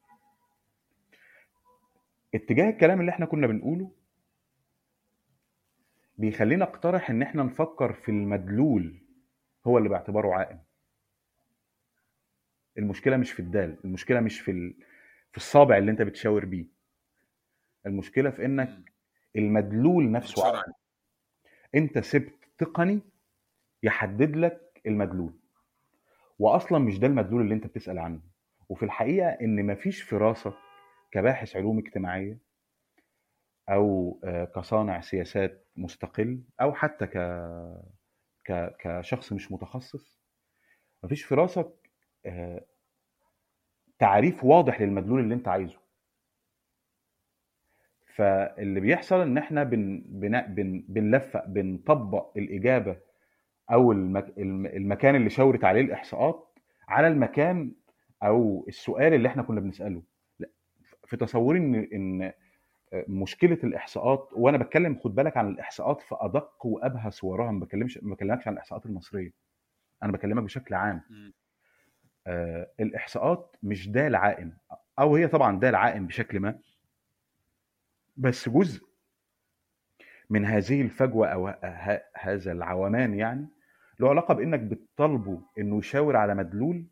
اتجاه الكلام اللي احنا كنا بنقوله بيخلينا اقترح ان احنا نفكر في المدلول هو اللي باعتباره عائم. المشكله مش في الدال، المشكله مش في الصابع اللي انت بتشاور بيه، المشكله في انك امم المدلول اللي نفسه بتشاور عائم. عليه. انت سبت تقني يحدد لك المدلول، واصلا مش ده المدلول اللي انت بتسال عنه. وفي الحقيقه ان مفيش فراسه كباحث علوم اجتماعيه، او كصانع سياسات مستقل، او حتى كشخص مش متخصص، مفيش فراسه آه، تعريف واضح للمدلول اللي انت عايزه. فاللي بيحصل ان احنا بنلفق، بنطبق الاجابه او المكان اللي شاورت عليه الاحصاءات على المكان او السؤال اللي احنا كنا بنساله. لا، في تصوري ان مشكله الاحصاءات، وانا بتكلم خد بالك عن الاحصاءات في ادق وابهى صورها، ما بكلمكش عن الاحصاءات المصريه، انا بكلمك بشكل عام. امم الاحصاءات مش دال عائم، او هي طبعا دال عائم بشكل ما، بس جزء من هذه الفجوه او هذا العومان يعني له علاقه بانك بتطالبه انه يشاور على مدلول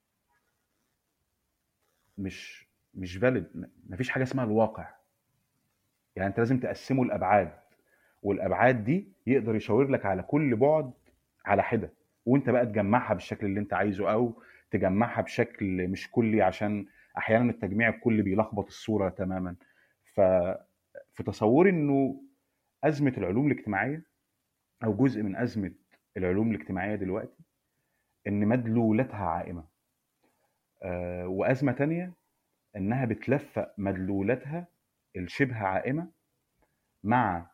مش فاليد. مفيش حاجه اسمها الواقع. يعني انت لازم تقسمه لابعاد، والابعاد دي يقدر يشاور لك على كل بعد على حده، وانت بقى تجمعها بالشكل اللي انت عايزه، او تجمعها بشكل مش كلي، عشان احيانا التجميع الكلي بيلخبط الصوره تماما. ف في تصوري انه ازمه العلوم الاجتماعيه، او جزء من ازمه العلوم الاجتماعيه دلوقتي، ان مدلولاتها عائمه. وازمه تانية انها بتلفق مدلولاتها الشبه عائمه مع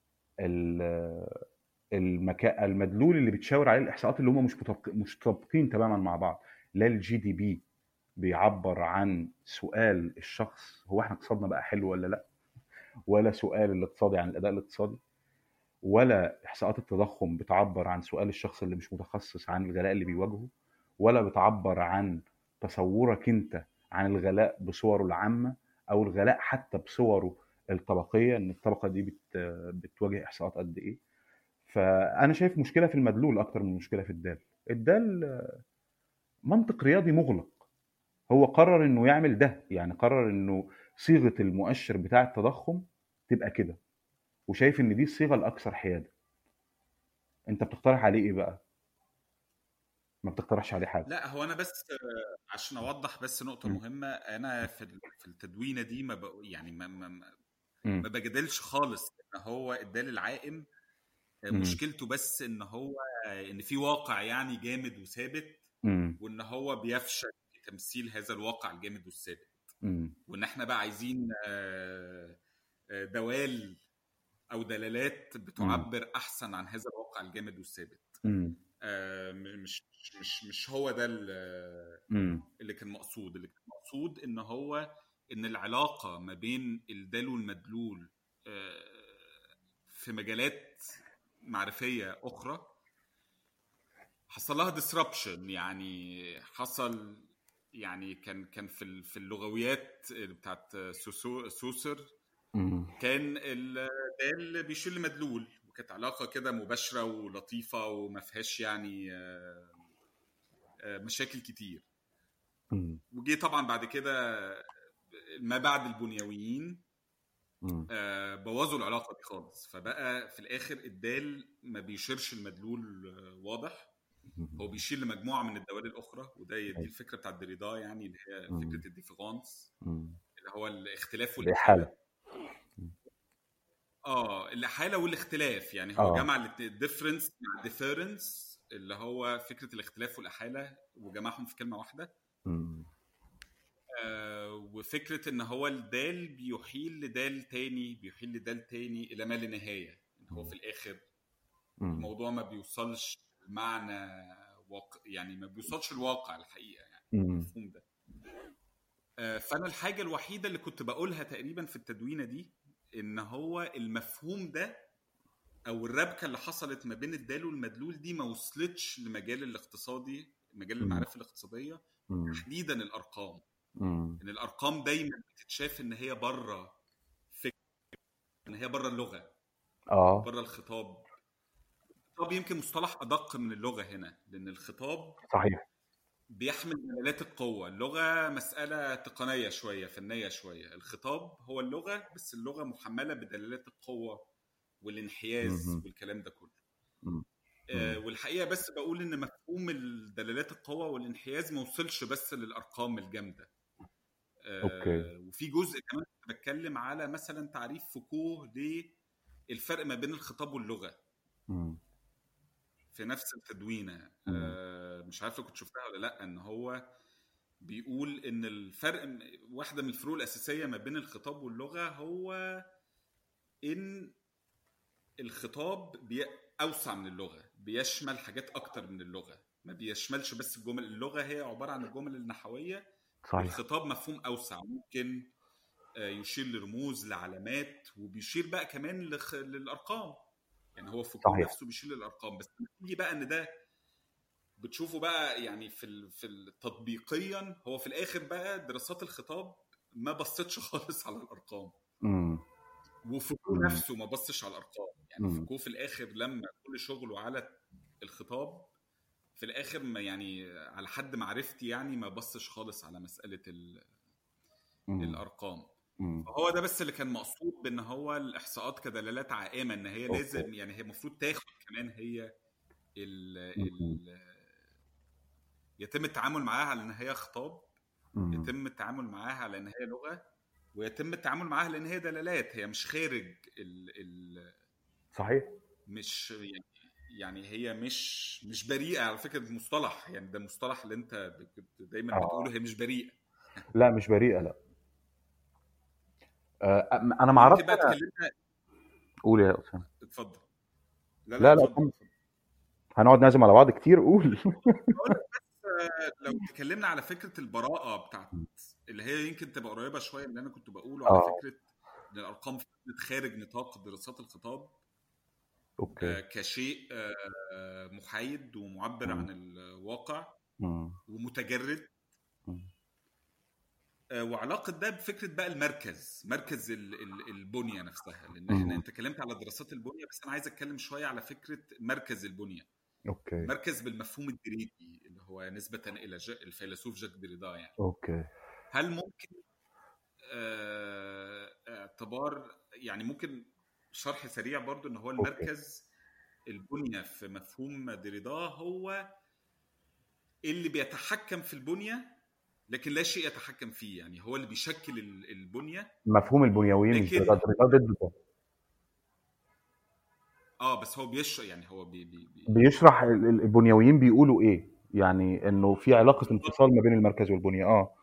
المدلول اللي بتشاور عليه الاحصاءات، اللي هم مش متطابقين تماما مع بعض. لا الجي دي بي بيعبر عن سؤال الشخص هو احنا اقتصادنا بقى حلو ولا لا، ولا سؤال الاقتصادي عن الاداء الاقتصادي، ولا احصاءات التضخم بتعبر عن سؤال الشخص اللي مش متخصص عن الغلاء اللي بيواجهه، ولا بتعبر عن تصورك انت عن الغلاء بصوره العامه، او الغلاء حتى بصوره الطبقيه، ان الطبقه دي بتواجه احصاءات قد ايه. فانا شايف مشكله في المدلول اكتر من مشكله في الدال. الدال منطق رياضي مغلق، هو قرر انه يعمل ده، يعني قرر انه صيغه المؤشر بتاع التضخم تبقى كده، وشايف ان دي الصيغه الاكثر حياده. انت بتقترح عليه ايه بقى؟ ما بتقترحش عليه حاجه. لا هو انا بس عشان اوضح بس نقطة مم. مهمة، انا في التدوينة دي يعني مم. ما بجادلش خالص ان هو الدال العائم مم. مشكلته بس ان هو ان في واقع يعني جامد وثابت امم. وان هو بيفشل في تمثيل هذا الواقع الجامد والثابت، امم. وان احنا بقى عايزين دوال او دلالات امم. بتعبر احسن عن هذا الواقع الجامد والثابت. امم. مش هو ده امم. اللي كان مقصود. اللي كان مقصود ان هو ان العلاقه ما بين الدال والمدلول في مجالات معرفيه اخرى حصل لها disruption. يعني حصل، يعني كان في اللغويات بتاعت سوسر امم. كان الدال بيشيل المدلول، وكانت علاقه كده مباشره ولطيفه وما فيهاش يعني مشاكل كتير. امم. وجي طبعا بعد كده ما بعد البنيويين امم. بوظوا العلاقه دي خالص، فبقى في الاخر الدال ما بيشيرش المدلول واضح، هو بيشير لمجموعه من الدوال الاخرى. وده دي الفكره بتاعت دريدا، يعني اللي هي امم. فكره الديفرانس، امم. اللي هو الاختلاف الإحالة. والاحاله. الاحاله والاختلاف، يعني هو اه. جمع الديفرنس مع الديفيرنس، اللي هو فكره الاختلاف والاحاله، وجمعهم في كلمه واحده. امم. وفكره ان هو الدال بيحيل لدال تاني، بيحيل لدال تاني الى ما لا نهايه، ان هو في الاخر امم. الموضوع ما بيوصلش المعنى يعني ما بيوصلش الواقع الحقيقه، يعني امم. المفهوم ده. فانا الحاجه الوحيده اللي كنت بقولها تقريبا في التدوينه دي ان هو المفهوم ده او الربكه اللي حصلت ما بين الدال والمدلول دي ما وصلتش لمجال الاقتصادي، مجال امم. المعرفه الاقتصاديه، امم. تحديدا الارقام. امم. ان الارقام دايما بتتشاف ان هي بره فكره، ان هي بره اللغه اه. وبره الخطاب. الخطاب يمكن مصطلح ادق من اللغه هنا، لان الخطاب صحيح. بيحمل دلالات القوه، اللغه مساله تقنيه شويه، فنيه شويه. الخطاب هو اللغه، بس اللغه محمله بدلالات القوه والانحياز امم. والكلام ده كله. امم. والحقيقه بس بقول ان مفهوم الدلالات القوه والانحياز ما وصلش بس للارقام الجامده. اوكي. وفي جزء كمان كنت بتكلم على مثلا تعريف فوكو للفرق ما بين الخطاب واللغه امم. في نفس التدوينه. امم. مش عارف لو كنت شفتها ولا لا، ان هو بيقول ان الفرق، واحده من الفروق الاساسيه ما بين الخطاب واللغه، هو ان الخطاب اوسع من اللغه، بيشمل حاجات اكتر من اللغه، ما بيشملش بس الجمل. اللغه هي عباره عن الجمل النحويه، صحيح. الخطاب مفهوم اوسع، ممكن يشير لرموز، لعلامات، وبيشير بقى كمان للارقام. يعني هو فوكو صحيح. نفسه بيشير للارقام، بس تيجي بقى ان ده بتشوفه بقى يعني تطبيقيا، هو في الاخر بقى دراسات الخطاب ما بصتش خالص على الارقام، امم. وفوكو امم. نفسه ما بصش على الارقام. يعني امم. فوكو في الاخر لما كل شغله على الخطاب، في الاخر ما يعني على حد معرفتي يعني ما بصش خالص على مساله امم. الارقام. امم. فهو ده بس اللي كان مقصود بان هو الاحصاءات كدلالات عائمه، ان هي اوكي. لازم، يعني هي المفروض تاخد كمان هي ال امم. ال يتم التعامل معاها على ان هي خطاب، امم. يتم التعامل معاها على ان هي لغه، ويتم التعامل معاها على ان هي دلالات، هي مش خارج صحيح. مش يعني هي مش بريئه على فكره المصطلح. يعني ده المصطلح اللي انت دايما اه. بتقوله، هي مش بريئه. لا مش بريئة، لا. انا ما اعرفش ويمكن بقى انا. تكلمنا. قول يا اسامه. اتفضل. لا لا، لا لا، اتفضل. هنقعد نعزم على بعض كتير، قول. بقول لك بس لو تكلمنا على فكره البراءه بتاعت، اللي هي يمكن تبقى قريبه شويه من اللي انا كنت بقوله على اه. فكره ان الارقام فضلت خارج نطاق دراسات الخطاب اوكي. كشيء محايد ومعبر مم. عن الواقع مم. ومتجرد. مم. وعلاقه ده بفكره بقى مركز البنيه نفسها، لان احنا مم. انت اتكلمت على دراسات البنيه، بس انا عايز اتكلم شويه على فكره مركز البنيه. اوكي. المركز بالمفهوم الدريدي اللي هو نسبه الى الفيلسوف جاك دريدا. يعني اوكي. هل ممكن اعتبار، يعني ممكن شرح سريع برضو، ان هو اوكي. المركز البنيه في مفهوم دريدا هو اللي بيتحكم في البنيه لكن لا شيء يتحكم فيه، يعني هو اللي بيشكل البنيه مفهوم البنيويين مش لكن ضد ده. بس هو يعني هو بيشرح البنيويين بيقولوا ايه، يعني انه في علاقه بالظبط. انفصال ما بين المركز والبنيه.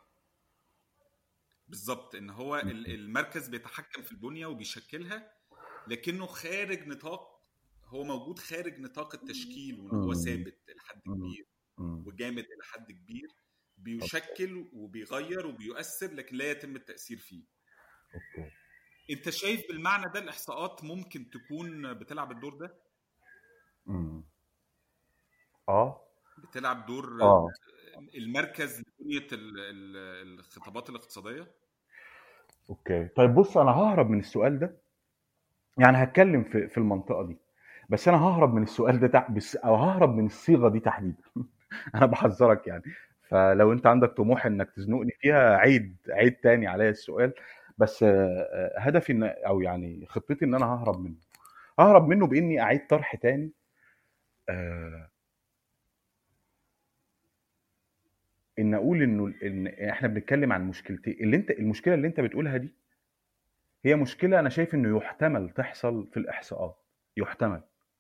بالظبط ان هو المركز بيتحكم في البنيه وبيشكلها، لكنه خارج نطاق، هو موجود خارج نطاق التشكيل، وان هو امم ثابت الى حد امم كبير امم وجامد الى حد كبير، طب بيشكل وبيغير وبيؤثر لكن لا يتم التأثير فيه. اوكي. انت شايف بالمعنى ده الاحصاءات ممكن تكون بتلعب الدور ده؟ امم اه بتلعب دور اه المركز لبنية الخطابات الاقتصادية؟ اوكي. طيب بص، انا ههرب من السؤال ده، يعني هتكلم في المنطقه دي، بس انا ههرب من السؤال ده بس، او ههرب من الصيغه دي تحديدا. انا بحذرك يعني. فلو انت عندك طموح انك تزنقني فيها، عيد تاني عليا السؤال. بس هدفي ان، او يعني خطتي ان انا ههرب منه باني اعيد طرح تاني. آه، ان اقول ان احنا بنتكلم عن مشكلتين. المشكله اللي انت بتقولها دي هي مشكله انا شايف انه يحتمل تحصل في الاحصاءات، يحتمل.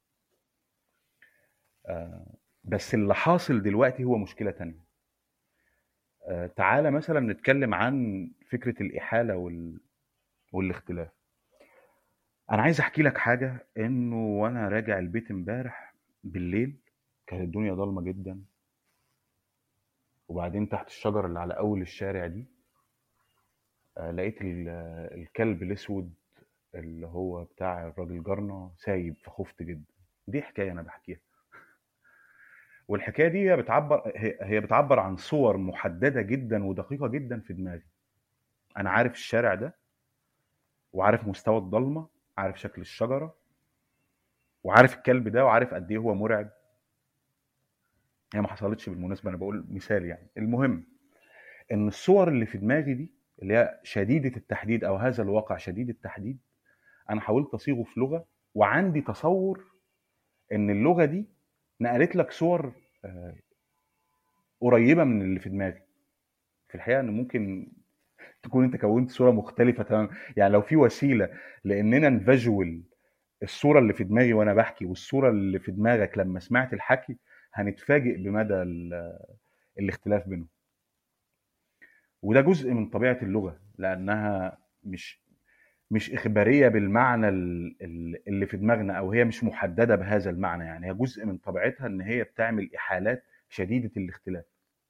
بس اللي حاصل دلوقتي هو مشكله تانية. تعالى مثلا نتكلم عن فكره الاحاله والاختلاف. انا عايز احكي لك حاجه، انه وانا راجع البيت امبارح بالليل، كانت الدنيا ضلمه جدا، وبعدين تحت الشجره اللي على اول الشارع دي لقيت الكلب الاسود اللي هو بتاع الراجل جارنا سايب، فخفت جدا. دي حكايه انا بحكيها، والحكايه دي هي بتعبر عن صور محدده جدا ودقيقه جدا في دماغي. انا عارف الشارع ده، وعارف مستوى الضلمه، عارف شكل الشجره، وعارف الكلب ده، وعارف قد ايه هو مرعب. هي ما حصلتش بالمناسبه، انا بقول مثال يعني. المهم ان الصور اللي في دماغي دي، اللي هي شديده التحديد، او هذا الواقع شديد التحديد، انا حاولت اصيغه في لغه، وعندي تصور ان اللغه دي نقلت لك صور آه، قريبه من اللي في دماغي. في الحقيقه ان ممكن تكون انت كونت صوره مختلفه تماما. يعني لو في وسيله لاننا نفجول الصوره اللي في دماغي وانا بحكي والصوره اللي في دماغك لما سمعت الحكي، هنتفاجئ بمدى الاختلاف بينهم. وده جزء من طبيعه اللغه، لانها مش اخباريه بالمعنى اللي في دماغنا، او هي مش محدده بهذا المعنى. يعني هي جزء من طبيعتها ان هي بتعمل احالات شديده الاختلاف.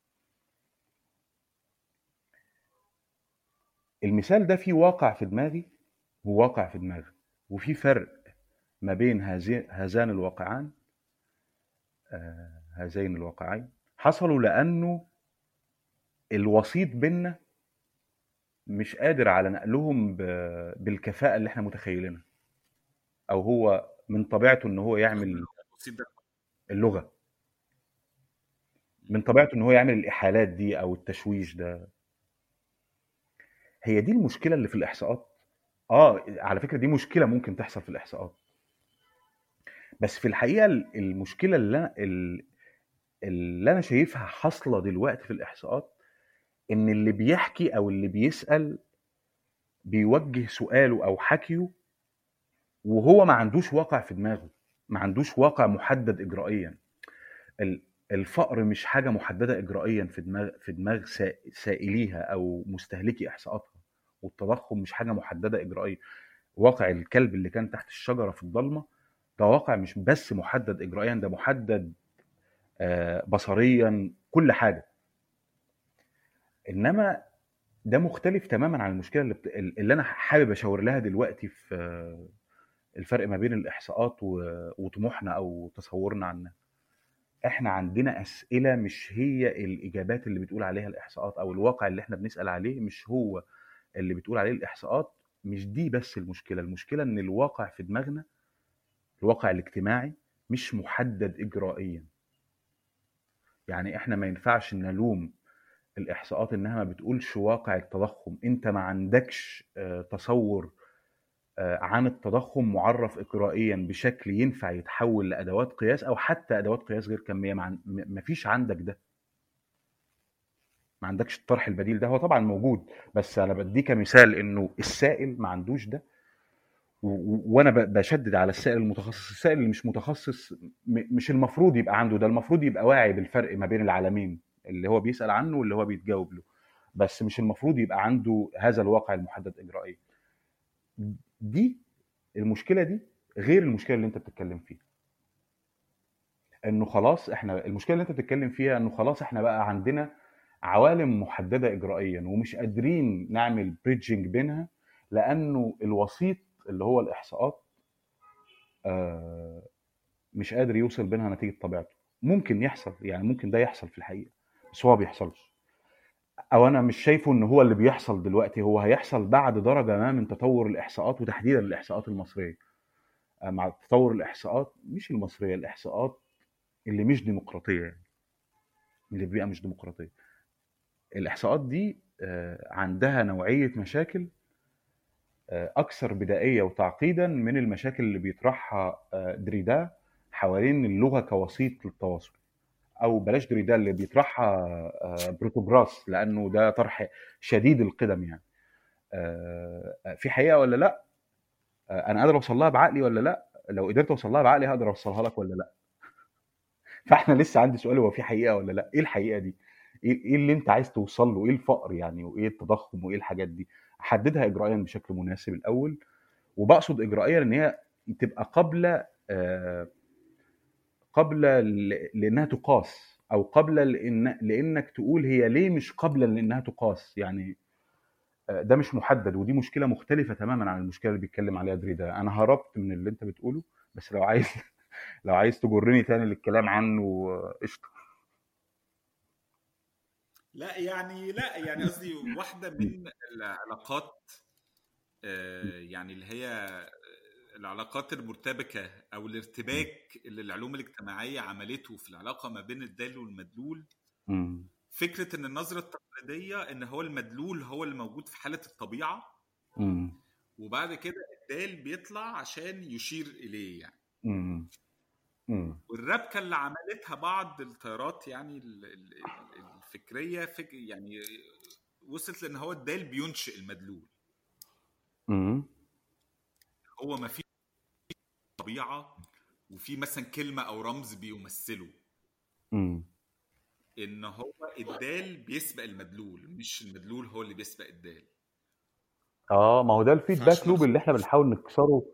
المثال ده فيه واقع في دماغي وواقع في دماغي، وفي فرق ما بين هذان الواقعان. هذين الواقعين حصلوا لانه الوسيط بيننا مش قادر على نقلهم بالكفاءه اللي احنا متخيلينها، او هو من طبيعته ان هو اللي هو يعمل البسيط ده. اللغه، من طبيعته ان هو يعمل الاحالات دي او التشويش ده. هي دي المشكله اللي في الاحصاءات. على فكره دي مشكله ممكن تحصل في الاحصاءات، بس في الحقيقه المشكله اللي انا شايفها حاصله دلوقتي في الاحصاءات، ان اللي بيحكي او اللي بيسال بيوجه سؤاله او حكيه وهو ما عندوش واقع في دماغه، ما عندوش واقع محدد اجرائيا. ال- الفقر مش حاجه محدده اجرائيا في دماغ سائليها او مستهلكي احصاءاتها، والتضخم مش حاجه محدده اجرائيا. واقع الكلب اللي كان تحت الشجره في الضلمه ده واقع مش بس محدد اجرائيا، ده محدد بصريا، كل حاجه. انما ده مختلف تماما عن المشكله اللي انا حابب اشاور لها دلوقتي في الفرق ما بين الاحصاءات وطموحنا او تصورنا عنها. احنا عندنا اسئله مش هي الاجابات اللي بتقول عليها الاحصاءات، او الواقع اللي احنا بنسال عليه مش هو اللي بتقول عليه الاحصاءات. مش دي بس المشكله ان الواقع في دماغنا، الواقع الاجتماعي، مش محدد اجرائيا. يعني احنا ما ينفعش نلوم الاحصاءات انها ما بتقولش واقع التضخم. انت ما عندكش تصور عن التضخم معرف اجرائيا بشكل ينفع يتحول لادوات قياس، او حتى ادوات قياس غير كميه. ما فيش عندك ده، ما عندكش الطرح البديل ده. هو طبعا موجود، بس انا بديك مثال انه السائل ما عندوش ده، وانا بشدد على السائل المتخصص. السائل اللي مش متخصص مش المفروض يبقى عنده ده، المفروض يبقى واعي بالفرق ما بين العالمين اللي هو بيسأل عنه واللي هو بيتجاوب له، بس مش المفروض يبقى عنده هذا الواقع المحدد إجرائيا. دي المشكلة دي غير المشكلة اللي انت بتتكلم فيها، انه خلاص احنا المشكلة اللي انت بتتكلم فيها انه خلاص احنا بقى عندنا عوالم محددة إجرائيا ومش قادرين نعمل بريدجنج بينها، لأنه الوسيط اللي هو الإحصاءات آه، مش قادر يوصل بينها نتيجة طبيعته. ممكن يحصل، يعني ممكن ده يحصل في الحقيقة، بس هو ما بيحصلش، او انا مش شايفه ان هو اللي بيحصل دلوقتي. هو هيحصل بعد درجة ما من تطور الاحصاءات، وتحديدا الاحصاءات المصرية. مع تطور الاحصاءات مش المصرية، الاحصاءات اللي مش ديمقراطية، يعني اللي بيبقى مش ديمقراطية. الاحصاءات دي عندها نوعية مشاكل اكثر بدائية وتعقيدا من المشاكل اللي بيطرحها دريدا حوالين اللغة كوسيط للتواصل. او بلاش دريدا، اللي بيطرحها بروتوجراس، لانه ده طرح شديد القدم يعني. في حقيقه ولا لا؟ انا قادر اوصل لها بعقلي ولا لا؟ لو قدرت اوصل لها بعقلي هقدر اوصلها لك ولا لا؟ فاحنا لسه عندي سؤال، هو في حقيقه ولا لا؟ ايه الحقيقه دي؟ ايه اللي انت عايز توصل له؟ ايه الفقر يعني، وايه التضخم، وايه الحاجات دي؟ حددها اجرائيا بشكل مناسب الاول. وبقصد اجرائيا ان هي تبقى قبل لانها تقاس، او قبل لانك تقول هي ليه مش قبل لانها تقاس يعني. ده مش محدد، ودي مشكله مختلفه تماما عن المشكله اللي بيتكلم عليها دريدا. انا هربت من اللي انت بتقوله، بس لو عايز لو عايز تجرني تاني للكلام عنه قشطه. لا يعني قصدي واحده من العلاقات، يعني اللي هي العلاقات المرتبكه او الارتباك اللي العلوم الاجتماعيه عملته في العلاقه ما بين الدال والمدلول. مم. فكره ان النظره التقليديه ان هو المدلول هو اللي موجود في حاله الطبيعه، مم. وبعد كده الدال بيطلع عشان يشير اليه يعني. مم. مم. والربكه اللي عملتها بعض التيارات يعني الفكريه يعني وصلت لان هو الدال بينشئ المدلول. مم. هو ما فيش طبيعه وفي مثلا كلمه او رمز بيمثله، مم. ان هو الدال بيسبق المدلول مش المدلول هو اللي بيسبق الدال. ما هو ده الفيدباك فعشان لوب اللي احنا بنحاول نكسره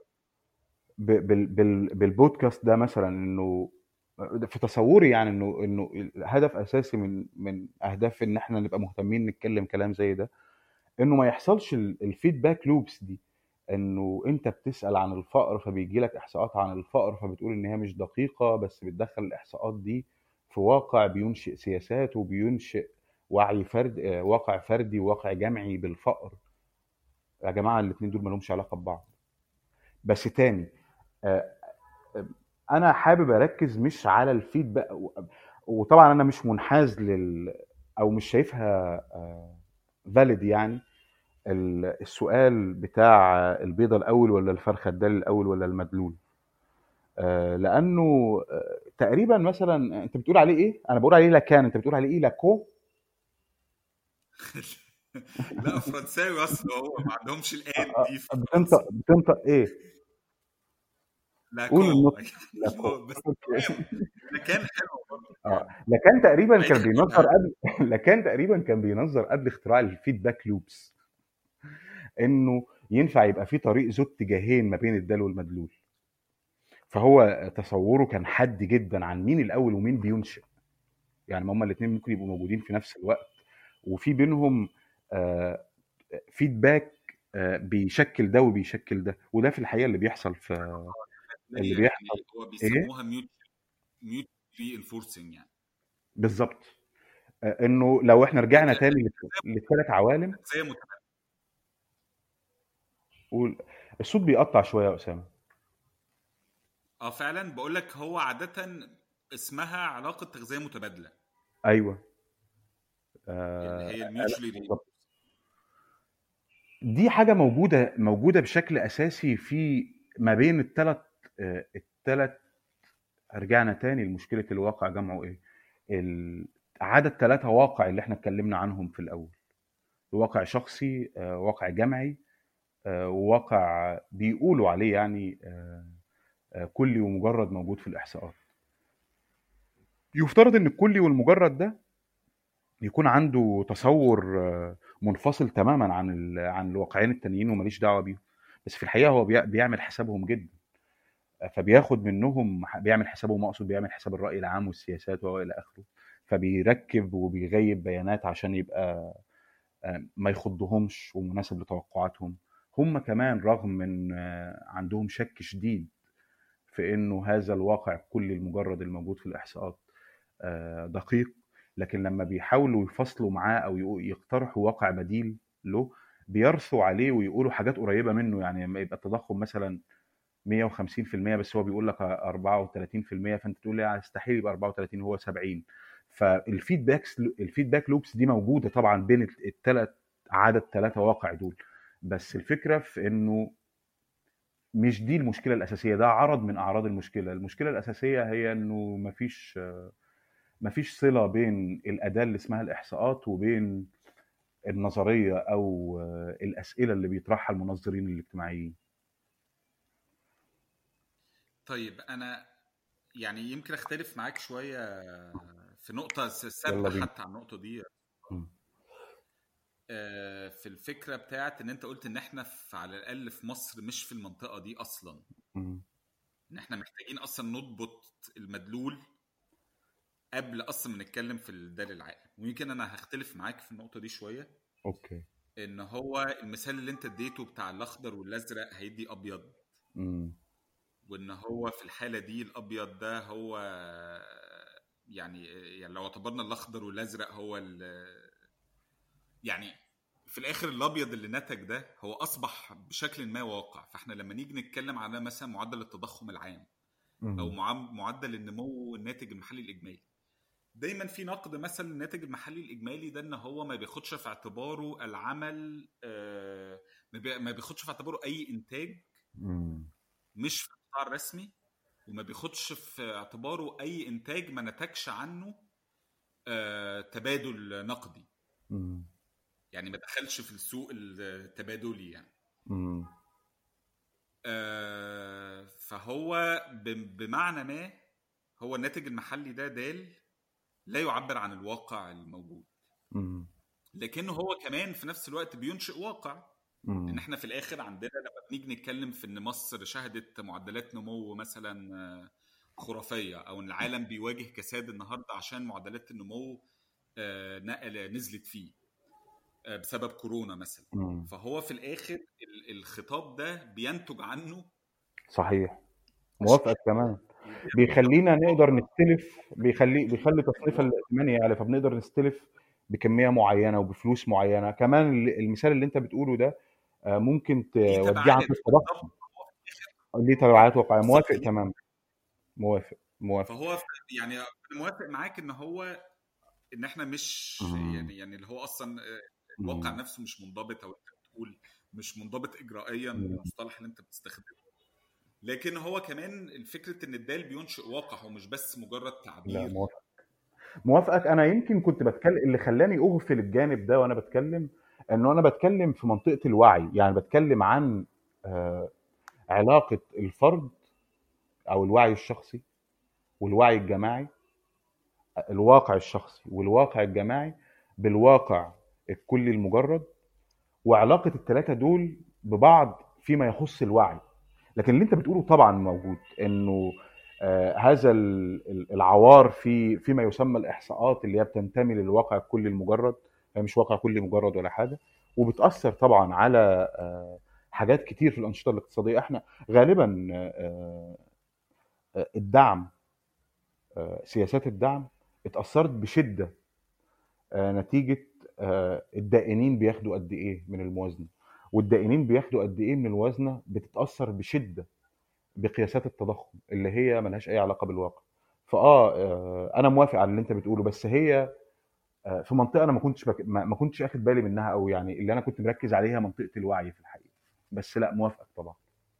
بالبودكاست ده مثلا. انه في تصوري يعني انه هدف اساسي من اهداف ان احنا نبقى مهتمين نتكلم كلام زي ده، انه ما يحصلش الفيدباك لوبس دي. انه انت بتسأل عن الفقر فبيجي لك احصاءات عن الفقر، فبتقول ان هي مش دقيقة، بس بتدخل الاحصاءات دي في واقع بينشئ سياسات وبينشئ وعي فرد، واقع فردي وواقع جمعي بالفقر. يا جماعة الاتنين دول مالهمش علاقة ببعض. بس تاني، آه، انا حابب اركز مش على الفيدباك، وطبعا انا مش منحاز او مش شايفها فاليد يعني. السؤال بتاع البيضة الأول ولا الفرخة الدال الأول ولا المدلول، لأنه تقريبا مثلا أنت بتقول عليه إيه؟ أنا بقول عليه لاكان، أنت بتقول عليه إيه؟ لاكو؟ لا فرنساوي اصلا، هو ما عندهمش الان دي في فرنسا. بتنطق إيه؟ قول لاكون النطق. لاكو. بس أوكي. كان حلو برضه يعني. لاكان تقريبا بعيد كان بينظر عنها. قبل لاكان تقريبا كان بينظر قبل اختراع الفيدباك لوبس، إنه ينفع يبقى في طريق ذو اتجاهين ما بين الدال والمدلول. فهو تصوره كان حاد جدا عن مين الأول ومين بينشئ. يعني ما هما الاثنين ممكن يبقوا موجودين في نفس الوقت، وفي بينهم فيدباك بيشكل ده وبيشكل ده، وده في الحقيقه اللي بيحصل في اللي بيحصل. يعني هو ايه بيسموها ميوت ري انفورسنج يعني. بالظبط؟ انه لو احنا رجعنا هي تاني للثلاث عوالم. زي متبادل. الصوت بيقطع شويه يا اسامه. فعلا بقول لك هو عاده اسمها علاقه تغذيه متبادله، ايوه. اللي هي لا، الميوتشولي. بالظبط. دي حاجه موجوده بشكل اساسي في ما بين الثلاث. رجعنا تاني لمشكله الواقع جمعه ايه. عدد 3 واقع اللي احنا اتكلمنا عنهم في الأول: واقع شخصي، واقع جمعي، وواقع بيقولوا عليه يعني كلي ومجرد موجود في الإحصاءات. يفترض إن الكلي والمجرد ده يكون عنده تصور منفصل تماما عن الواقعين التانيين وماليش دعوة بيهم، بس في الحقيقة هو بيعمل حسابهم جدا. فبياخد منهم، بيعمل حسابهم، اقصد بيعمل حساب الرأي العام والسياسات والى اخره، فبيركب وبيغيب بيانات عشان يبقى ما يخضهمش ومناسب لتوقعاتهم. هم كمان رغم من عندهم شك شديد في انه هذا الواقع الكلي المجرد الموجود في الاحصاءات دقيق، لكن لما بيحاولوا يفصلوا معاه او يقترحوا واقع بديل له بيرثوا عليه ويقولوا حاجات قريبه منه. يعني لما يبقى التضخم مثلا 150% بس هو بيقول لك 34%، فانت تقول لي يستحيل يبقى 34 هو 70. الفيدباك لوبس دي موجوده طبعا بين عدد ثلاثه واقع دول، بس الفكره في انه مش دي المشكله الاساسيه، ده عرض من اعراض المشكله. المشكله الاساسيه هي انه مفيش صله بين الاداه اللي اسمها الاحصاءات وبين النظريه او الاسئله اللي بيطرحها المنظرين الاجتماعيين. طيب انا يعني يمكن اختلف معاك شويه في نقطه يلا سابقه بينا. حتى على النقطه دي. م- في الفكره بتاعت ان انت قلت ان احنا على الاقل في مصر مش في المنطقه دي اصلا، م- ان احنا محتاجين اصلا نضبط المدلول قبل اصلا ما نتكلم في الدال العام. ويمكن انا هختلف معاك في النقطه دي شويه، اوكي. ان هو المثال اللي انت اديته بتاع الاخضر والازرق هيدي ابيض، م- وان هو في الحاله دي الابيض ده هو يعني لو اعتبرنا الاخضر والازرق هو يعني في الاخر الابيض اللي نتج ده هو اصبح بشكل ما واقع. فاحنا لما نيجي نتكلم على مثلا معدل التضخم العام او م- معدل النمو الناتج المحلي الاجمالي، دايما في نقد مثلا الناتج المحلي الاجمالي ده ان هو ما بياخدش في اعتباره العمل، ما بياخدش في اعتباره اي انتاج م- مش في القطاع الرسمي، وما بياخدش في اعتباره اي انتاج ما نتجش عنه تبادل نقدي، م- يعني ما دخلش في السوق التبادلي يعني. م- فهو بمعنى ما هو الناتج المحلي ده لا يعبر عن الواقع الموجود، م- لكنه هو كمان في نفس الوقت بينشئ واقع. لان م- احنا في الاخر عندنا لما بنيجي نتكلم في ان مصر شهدت معدلات نمو مثلا خرافيه، او ان العالم بيواجه كساد النهارده عشان معدلات النمو نزلت فيه بسبب كورونا مثلا، م- فهو في الاخر الخطاب ده بينتج عنه صحيح. موافقك اشكال، كمان. وبينتج بيخلينا عنه نقدر واقع. نستلف، بيخلي تصنيف الواقع الائتماني يعلى، فبنقدر نستلف بكميه معينه وبفلوس معينه. كمان المثال اللي انت بتقوله ده ممكن ليه توديه عند تبعات التضخم، بالظبط، هو في الاخر ليه تبعات واقعيه. بالظبط موافق ليه. تمام. موافق موافق. فهو يعني انا موافق معاك ان هو ان احنا مش م- يعني اللي هو اصلا الواقع م- نفسه مش منضبط، او انت بتقول مش منضبط اجرائيا م- بالمصطلح اللي انت بتستخدمه، لكن هو كمان الفكره ان الدال بينشئ واقع، هو مش بس مجرد لا، تعبير. موافقك. انا يمكن كنت بتكلم، اللي خلاني اغفل الجانب ده وانا بتكلم، انه انا بتكلم في منطقه الوعي. يعني بتكلم عن آه، علاقه الفرد او الوعي الشخصي والوعي الجماعي، الواقع الشخصي والواقع الجماعي بالواقع الكلي المجرد، وعلاقه الثلاثه دول ببعض فيما يخص الوعي. لكن اللي انت بتقوله طبعا موجود، انه هذا العوار فيما يسمى الاحصاءات اللي هي بتنتمي للواقع الكلي المجرد، هي مش واقع كلي مجرد ولا حاجه، وبتاثر طبعا على حاجات كتير في الانشطه الاقتصاديه. احنا غالبا الدعم، سياسات الدعم اتاثرت بشده نتيجه الدائنين بياخدوا قد ايه من الموازنه، والدائنين بياخدوا قد ايه من الموازنه بتتاثر بشده بقياسات التضخم اللي هي ملهاش اي علاقه بالواقع. انا موافق على اللي انت بتقوله، بس هي في منطقه انا ما كنتش اخد بالي منها، او يعني اللي انا كنت مركز عليها منطقه الوعي في الحقيقه. بس لا، موافقك طبعا.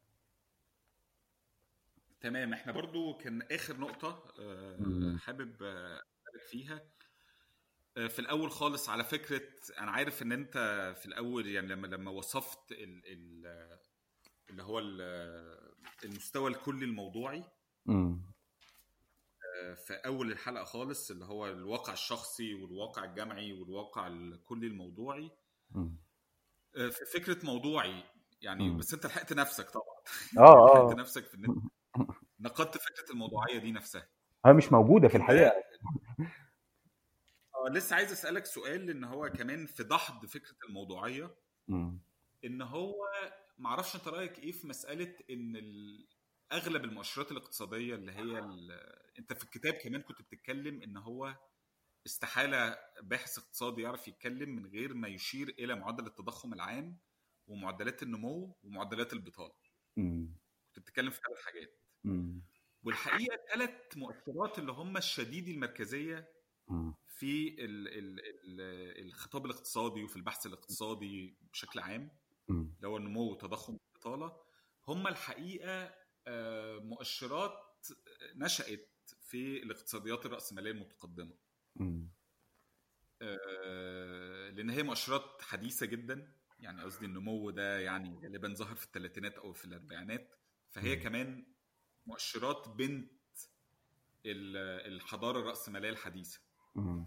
تمام. احنا برضو كان اخر نقطه مم. حابب أتكلم فيها في الاول خالص على فكره، انا عارف ان انت في الاول يعني لما وصفت اللي هو المستوى الكلي الموضوعي امم. في اول الحلقه خالص، اللي هو الواقع الشخصي والواقع الجمعي والواقع الكلي الموضوعي، امم. في فكره موضوعي يعني. امم. بس انت لحقت نفسك طبعا اه يعني لحقت اه. نفسك في ان انت نقدت فكره الموضوعيه دي نفسها. هي مش موجودة في يمكن الحقيقة. ده لسه عايز اسالك سؤال، لان هو كمان في دحض فكره الموضوعيه، امم. ان هو معرفش انت رايك ايه في مساله ان اغلب المؤشرات الاقتصاديه اللي هي انت في الكتاب كمان كنت بتتكلم ان هو استحاله باحث اقتصادي يعرف يتكلم من غير ما يشير الى معدل التضخم العام ومعدلات النمو ومعدلات البطاله. امم. كنت بتتكلم في 3 حاجات، امم. والحقيقه 3 مؤشرات اللي هم الشديدي المركزيه امم. في الخطاب الاقتصادي وفي البحث الاقتصادي بشكل عام، امم. اللي هو النمو والتضخم والبطاله، هم الحقيقه مؤشرات نشأت في الاقتصاديات الرأسمالية المتقدمة، امم. لأن هي مؤشرات حديثة جدا. يعني قصدي النمو ده يعني غالبا ظهر في الثلاثينات أو في الأربعينات، فهي كمان مؤشرات بنت الحضارة الرأسمالية الحديثة. امم.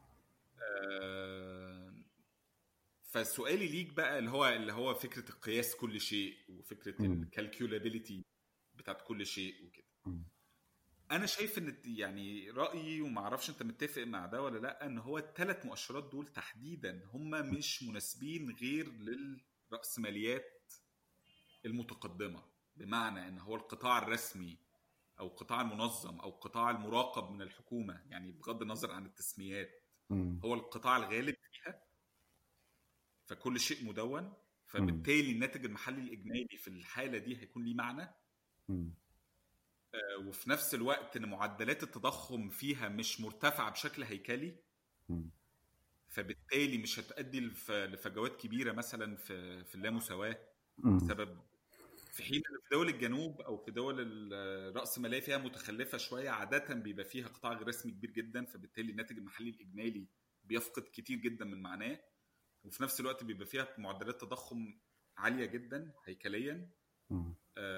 آه، فسؤالي ليك بقى اللي هو فكرة القياس كل شيء وفكرة امم. الكالكولابيلتي بتاعت كل شيء وكده. امم. انا شايف ان يعني رايي، وما اعرفش انت متفق مع ده ولا لا، ان هو ال3 مؤشرات دول تحديدا هم مش مناسبين غير للرأسماليات المتقدمه، بمعنى ان هو القطاع الرسمي او القطاع المنظم او القطاع المراقب من الحكومه، يعني بغض النظر عن التسميات، امم. هو القطاع الغالب فيها، فكل شيء مدون، امم. فبالتالي الناتج المحلي الاجمالي في الحاله دي هيكون ليه معنى. امم. وفي نفس الوقت ان معدلات التضخم فيها مش مرتفعه بشكل هيكلي، امم. فبالتالي مش هتؤدي لفجوات كبيره مثلا في اللامساواه امم. بسبب، في حين ان في دول الجنوب او في دول الرأسمالية فيها متخلفه شويه عاده بيبقى فيها قطاع غير رسمي كبير جدا، فبالتالي الناتج المحلي الاجمالي بيفقد كتير جدا من معناه، وفي نفس الوقت بيبقى فيها معدلات تضخم عاليه جدا هيكليا. امم.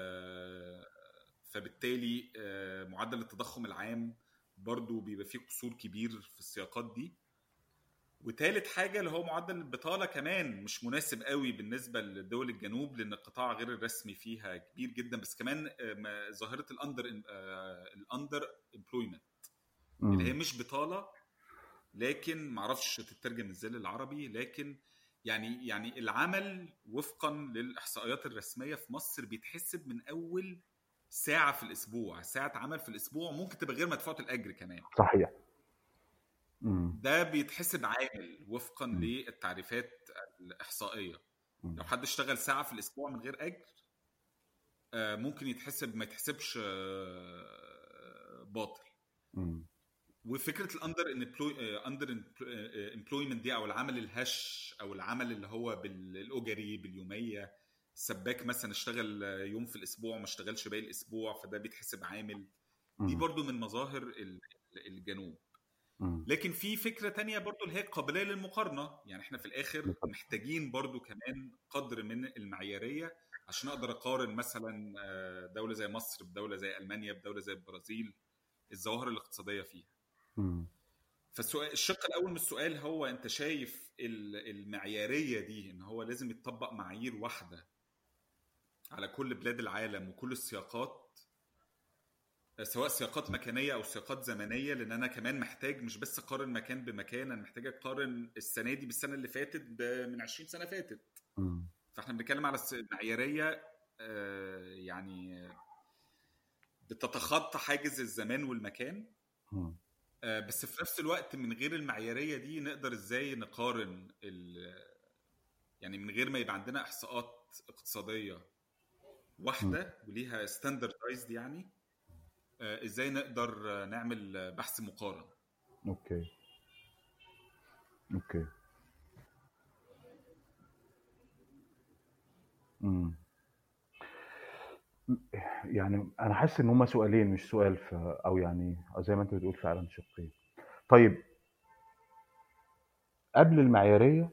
فبالتالي معدل التضخم العام برضو بيبقى فيه قصور كبير في السياقات دي. وثالث حاجة اللي هو معدل البطالة كمان مش مناسب قوي بالنسبة لدول الجنوب، لأن القطاع غير الرسمي فيها كبير جدا، بس كمان ظاهرة الاندر امبلويمنت اللي هي مش بطالة، لكن معرفش تترجم ازاي للعربي، لكن يعني العمل وفقا للإحصائيات الرسمية في مصر بيتحسب من أول ساعة في الأسبوع، ساعة عمل في الأسبوع، ممكن تبقى غير مدفوعة الأجر كمان. صحيح. امم. ده بيتحسب عامل وفقا امم. للتعريفات الإحصائية. لو حد اشتغل ساعة في الأسبوع من غير أجر ممكن يتحسب، ما يتحسبش باطل. امم. وفكرة الاندر امبلويمنت دي، أو العمل الهش، أو العمل اللي هو بالأجري باليومية، السباك مثلا اشتغل يوم في الأسبوع وما اشتغلش باقي الأسبوع، فده بيتحسب عامل. دي برضو من مظاهر الجنوب. لكن في فكرة تانية برضو اللي هي قابلية للمقارنة، يعني احنا في الآخر محتاجين برضو كمان قدر من المعيارية عشان أقدر أقارن مثلا دولة زي مصر بدولة زي ألمانيا بدولة زي البرازيل، الظواهر الاقتصادية فيها. فالسؤال، الشق الأول من السؤال هو أنت شايف المعيارية دي إن هو لازم يتطبق معايير واحدة على كل بلاد العالم وكل السياقات، سواء سياقات مكانية أو سياقات زمنية، لأن أنا كمان محتاج مش بس أقارن مكان بمكان، أنا محتاج أقارن السنة دي بالسنة اللي فاتت من 20 سنة فاتت. فإحنا بنتكلم على المعيارية يعني بتتخطى حاجز الزمان والمكان. بس في نفس الوقت من غير المعيارية دي نقدر إزاي نقارن يعني من غير ما يبقى عندنا إحصاءات اقتصادية واحدة وليها ستاندردايزد، يعني ازاي نقدر نعمل بحث مقارن. اوكي. يعني انا حاسس ان هما سؤالين مش سؤال، او يعني زي ما انت بتقول فعلا شقين. طيب قبل المعياريه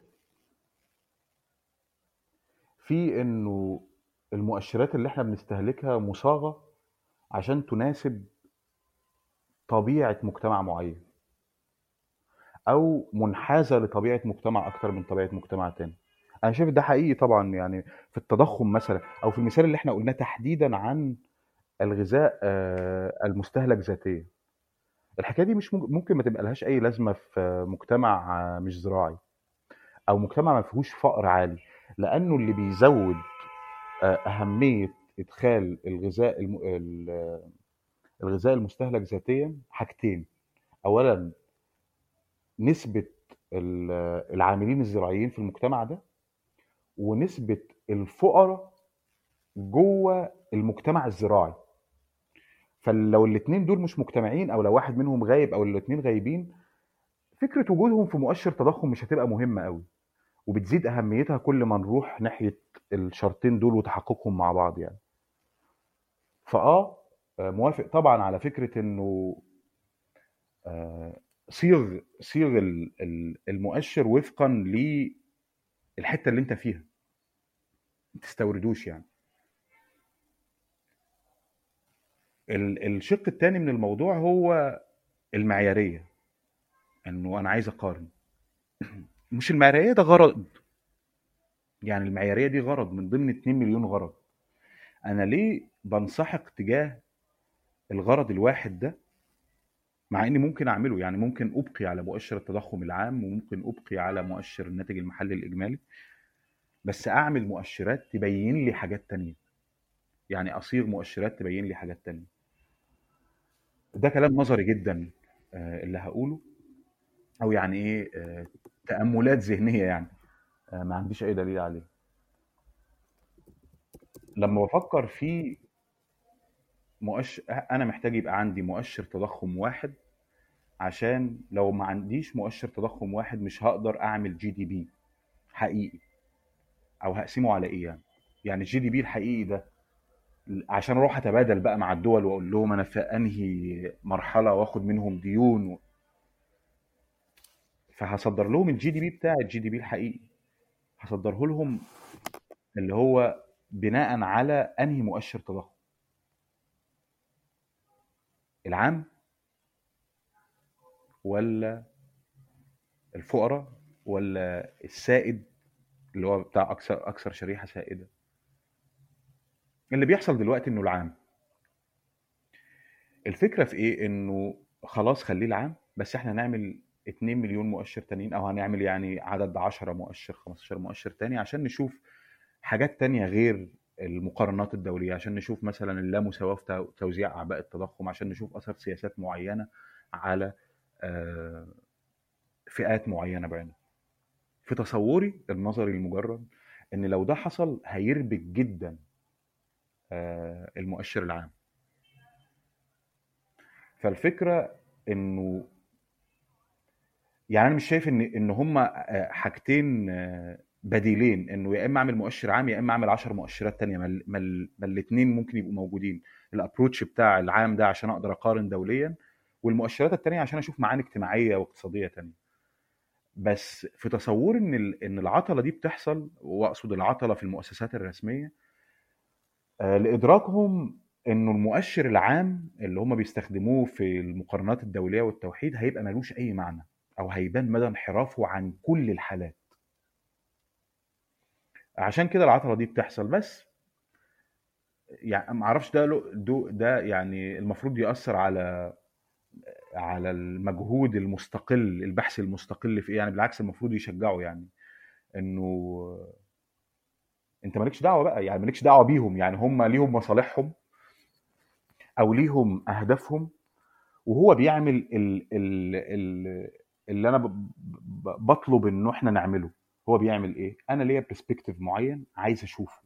في انه المؤشرات اللي احنا بنستهلكها مصاغه عشان تناسب طبيعه مجتمع معين، او منحازه لطبيعه مجتمع اكتر من طبيعه مجتمع تاني. انا شايف ده حقيقي طبعا، يعني في التضخم مثلا، او في المثال اللي احنا قلناه تحديدا عن الغذاء المستهلك ذاتيا. الحكايه دي مش ممكن ما تبقى لهاش اي لازمه في مجتمع مش زراعي، او مجتمع ما فيهوش فقر عالي، لانه اللي بيزود اهميه ادخال الغذاء المستهلك ذاتيا حاجتين. اولا، نسبه العاملين الزراعيين في المجتمع ده، ونسبه الفقراء جوه المجتمع الزراعي. فلو الاتنين دول مش مجتمعين، او لو واحد منهم غايب او الاتنين غايبين، فكره وجودهم في مؤشر تضخم مش هتبقى مهمه قوي، وبتزيد اهميتها كل ما نروح ناحيه الشرطين دول وتحققهم مع بعض يعني. موافق طبعا على فكره انه آه، صيغ المؤشر وفقا للحته اللي انت فيها، ما تستوردوش يعني. الشق الثاني من الموضوع هو المعياريه، انه انا عايز اقارن. مش المعياريه ده غرض، يعني المعياريه دي غرض من ضمن 2 مليون غرض. انا ليه بنسحق تجاه الغرض الواحد ده، مع اني ممكن اعمله؟ يعني ممكن ابقي على مؤشر التضخم العام، وممكن ابقي على مؤشر الناتج المحلي الاجمالي، بس اعمل مؤشرات تبين لي حاجات تانية، يعني اصيغ مؤشرات تبين لي حاجات تانية. ده كلام نظري جدا اللي هقوله، او يعني ايه، تأملات ذهنية يعني، ما عنديش اي دليل عليه. لما بفكر في مؤشر، انا محتاج يبقى عندي مؤشر تضخم واحد، عشان لو ما عنديش مؤشر تضخم واحد مش هقدر اعمل جي دي بي حقيقي. او هقسمه على ايه يعني الجي دي بي الحقيقي ده، عشان اروح اتبادل بقى مع الدول واقول لهم انا في انهي مرحله واخد منهم ديون فهصدر لهم الجي دي بي بتاع الجي دي بي الحقيقي، هصدره لهم اللي هو بناء على انهي مؤشر تضخم، العام ولا الفقراء ولا السائد اللي هو بتاع اكثر شريحه سائده. اللي بيحصل دلوقتي انه العام. الفكره في ايه؟ انه خلاص خليه العام، بس احنا نعمل 2 مليون مؤشر تانيين، او هنعمل يعني عدد 10 مؤشر 15 مؤشر تاني، عشان نشوف حاجات تانية غير المقارنات الدولية، عشان نشوف مثلا اللامساواة في توزيع أعباء التضخم، عشان نشوف أثر سياسات معينة على آه، فئات معينة بعينها. في تصوري النظري المجرد، ان لو ده حصل هيربك جدا المؤشر العام. فالفكرة انه، يعني انا مش شايف ان هما حاجتين بديلين، انه يا اما اعمل مؤشر عام يا اما اعمل 10 مؤشرات تانية. ما الاثنين ممكن يبقوا موجودين. الابروتش بتاع العام ده عشان اقدر اقارن دوليا، والمؤشرات التانية عشان اشوف معاني اجتماعية واقتصادية تانية. بس في تصوري ان العطلة دي بتحصل، واقصد العطلة في المؤسسات الرسمية، لادراكهم انه المؤشر العام اللي هم بيستخدموه في المقارنات الدولية والتوحيد هيبقى ملوش اي معنى، او هيبان مدى انحرافه عن كل الحالات. عشان كده العطله دي بتحصل. بس يعني ما اعرفش ده يعني المفروض ياثر على المجهود المستقل، البحث المستقل في ايه. يعني بالعكس المفروض يشجعوا، يعني انه انت مالكش دعوه بقى، يعني مالكش دعوه بيهم، يعني هم ليهم مصالحهم او ليهم اهدافهم، وهو بيعمل اللي انا بطلب انه احنا نعمله. هو بيعمل ايه؟ انا ليا برسبكتيف معين عايز اشوفه،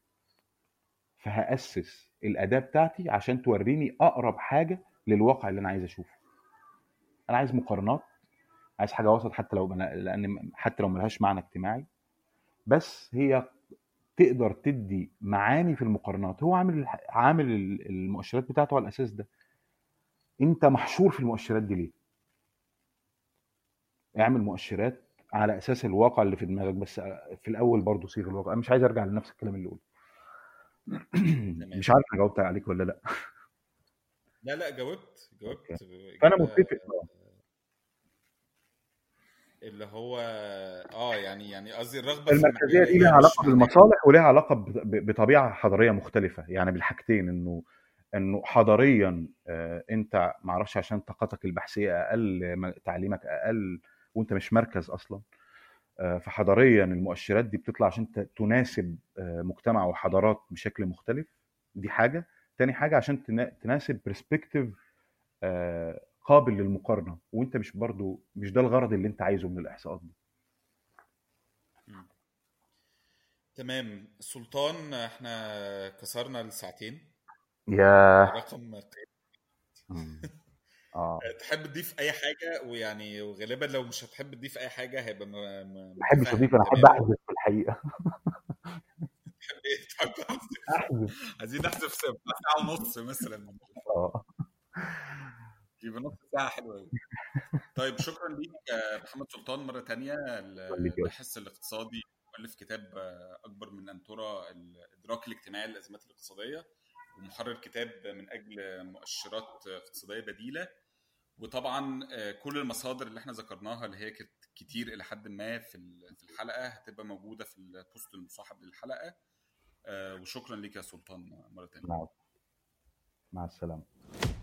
فهاسس الاداه بتاعتي عشان توريني اقرب حاجه للواقع اللي انا عايز اشوفه. انا عايز مقارنات، عايز حاجه وسط، لان حتى لو ملهاش معنى اجتماعي، بس هي تقدر تدي معاني في المقارنات. هو عامل المؤشرات بتاعته على الاساس ده. انت محشور في المؤشرات دي ليه؟ اعمل مؤشرات على اساس الواقع اللي في دماغك، بس في الاول برضو صيغ الواقع. انا مش عايز ارجع لنفس الكلام اللي قلته. تمام. مش عارف انا جاوبت عليك ولا لا. لا لا، جاوبت اوكي. فانا اجابه. متفق. اللي هو يعني قصدي الرغبه في المركزيه دي المعياريه لها مش علاقه معناها. بالمصالح ولها علاقه بطبيعه حضاريه مختلفه، يعني بالحاجتين. انه حضاريا انت ما اعرفش عشان طاقتك البحثيه اقل، تعليمك اقل، وانت مش مركز اصلا. فحضاريا المؤشرات دي بتطلع عشان تناسب مجتمع وحضارات بشكل مختلف. دي حاجه. تاني حاجه عشان تناسب برسبكتيف قابل للمقارنه، وانت مش برضو مش ده الغرض اللي انت عايزه من الاحصاءات دي. مم. تمام سلطان، احنا كسرنا الساعتين. يا رقم مم. اه تحب تضيف اي حاجه؟ ويعني وغالبا لو مش هتحب تضيف اي حاجه هيبقى ما بحبش اضيف، متفهم انا احب تماما. احذف في الحقيقه. تحب ايه؟ تحب احذف. عايزين نحذف ساعه ونص مثلا، اه. يبقى نص ساعه حلوه قوي. طيب شكرا ليك محمد سلطان مرة تانية، شكرا ليك يا أستاذ. الباحث الاقتصادي، مؤلف كتاب أكبر من أن ترى، الإدراك الاجتماعي للأزمات الاقتصادية، ومحرر كتاب من أجل مؤشرات اقتصادية بديلة. وطبعا كل المصادر اللي احنا ذكرناها اللي هي كتير إلى حد ما في الحلقة هتبقى موجودة في البوست المصاحب للحلقة. وشكرا ليك يا سلطان مرة تانية. مع السلامه.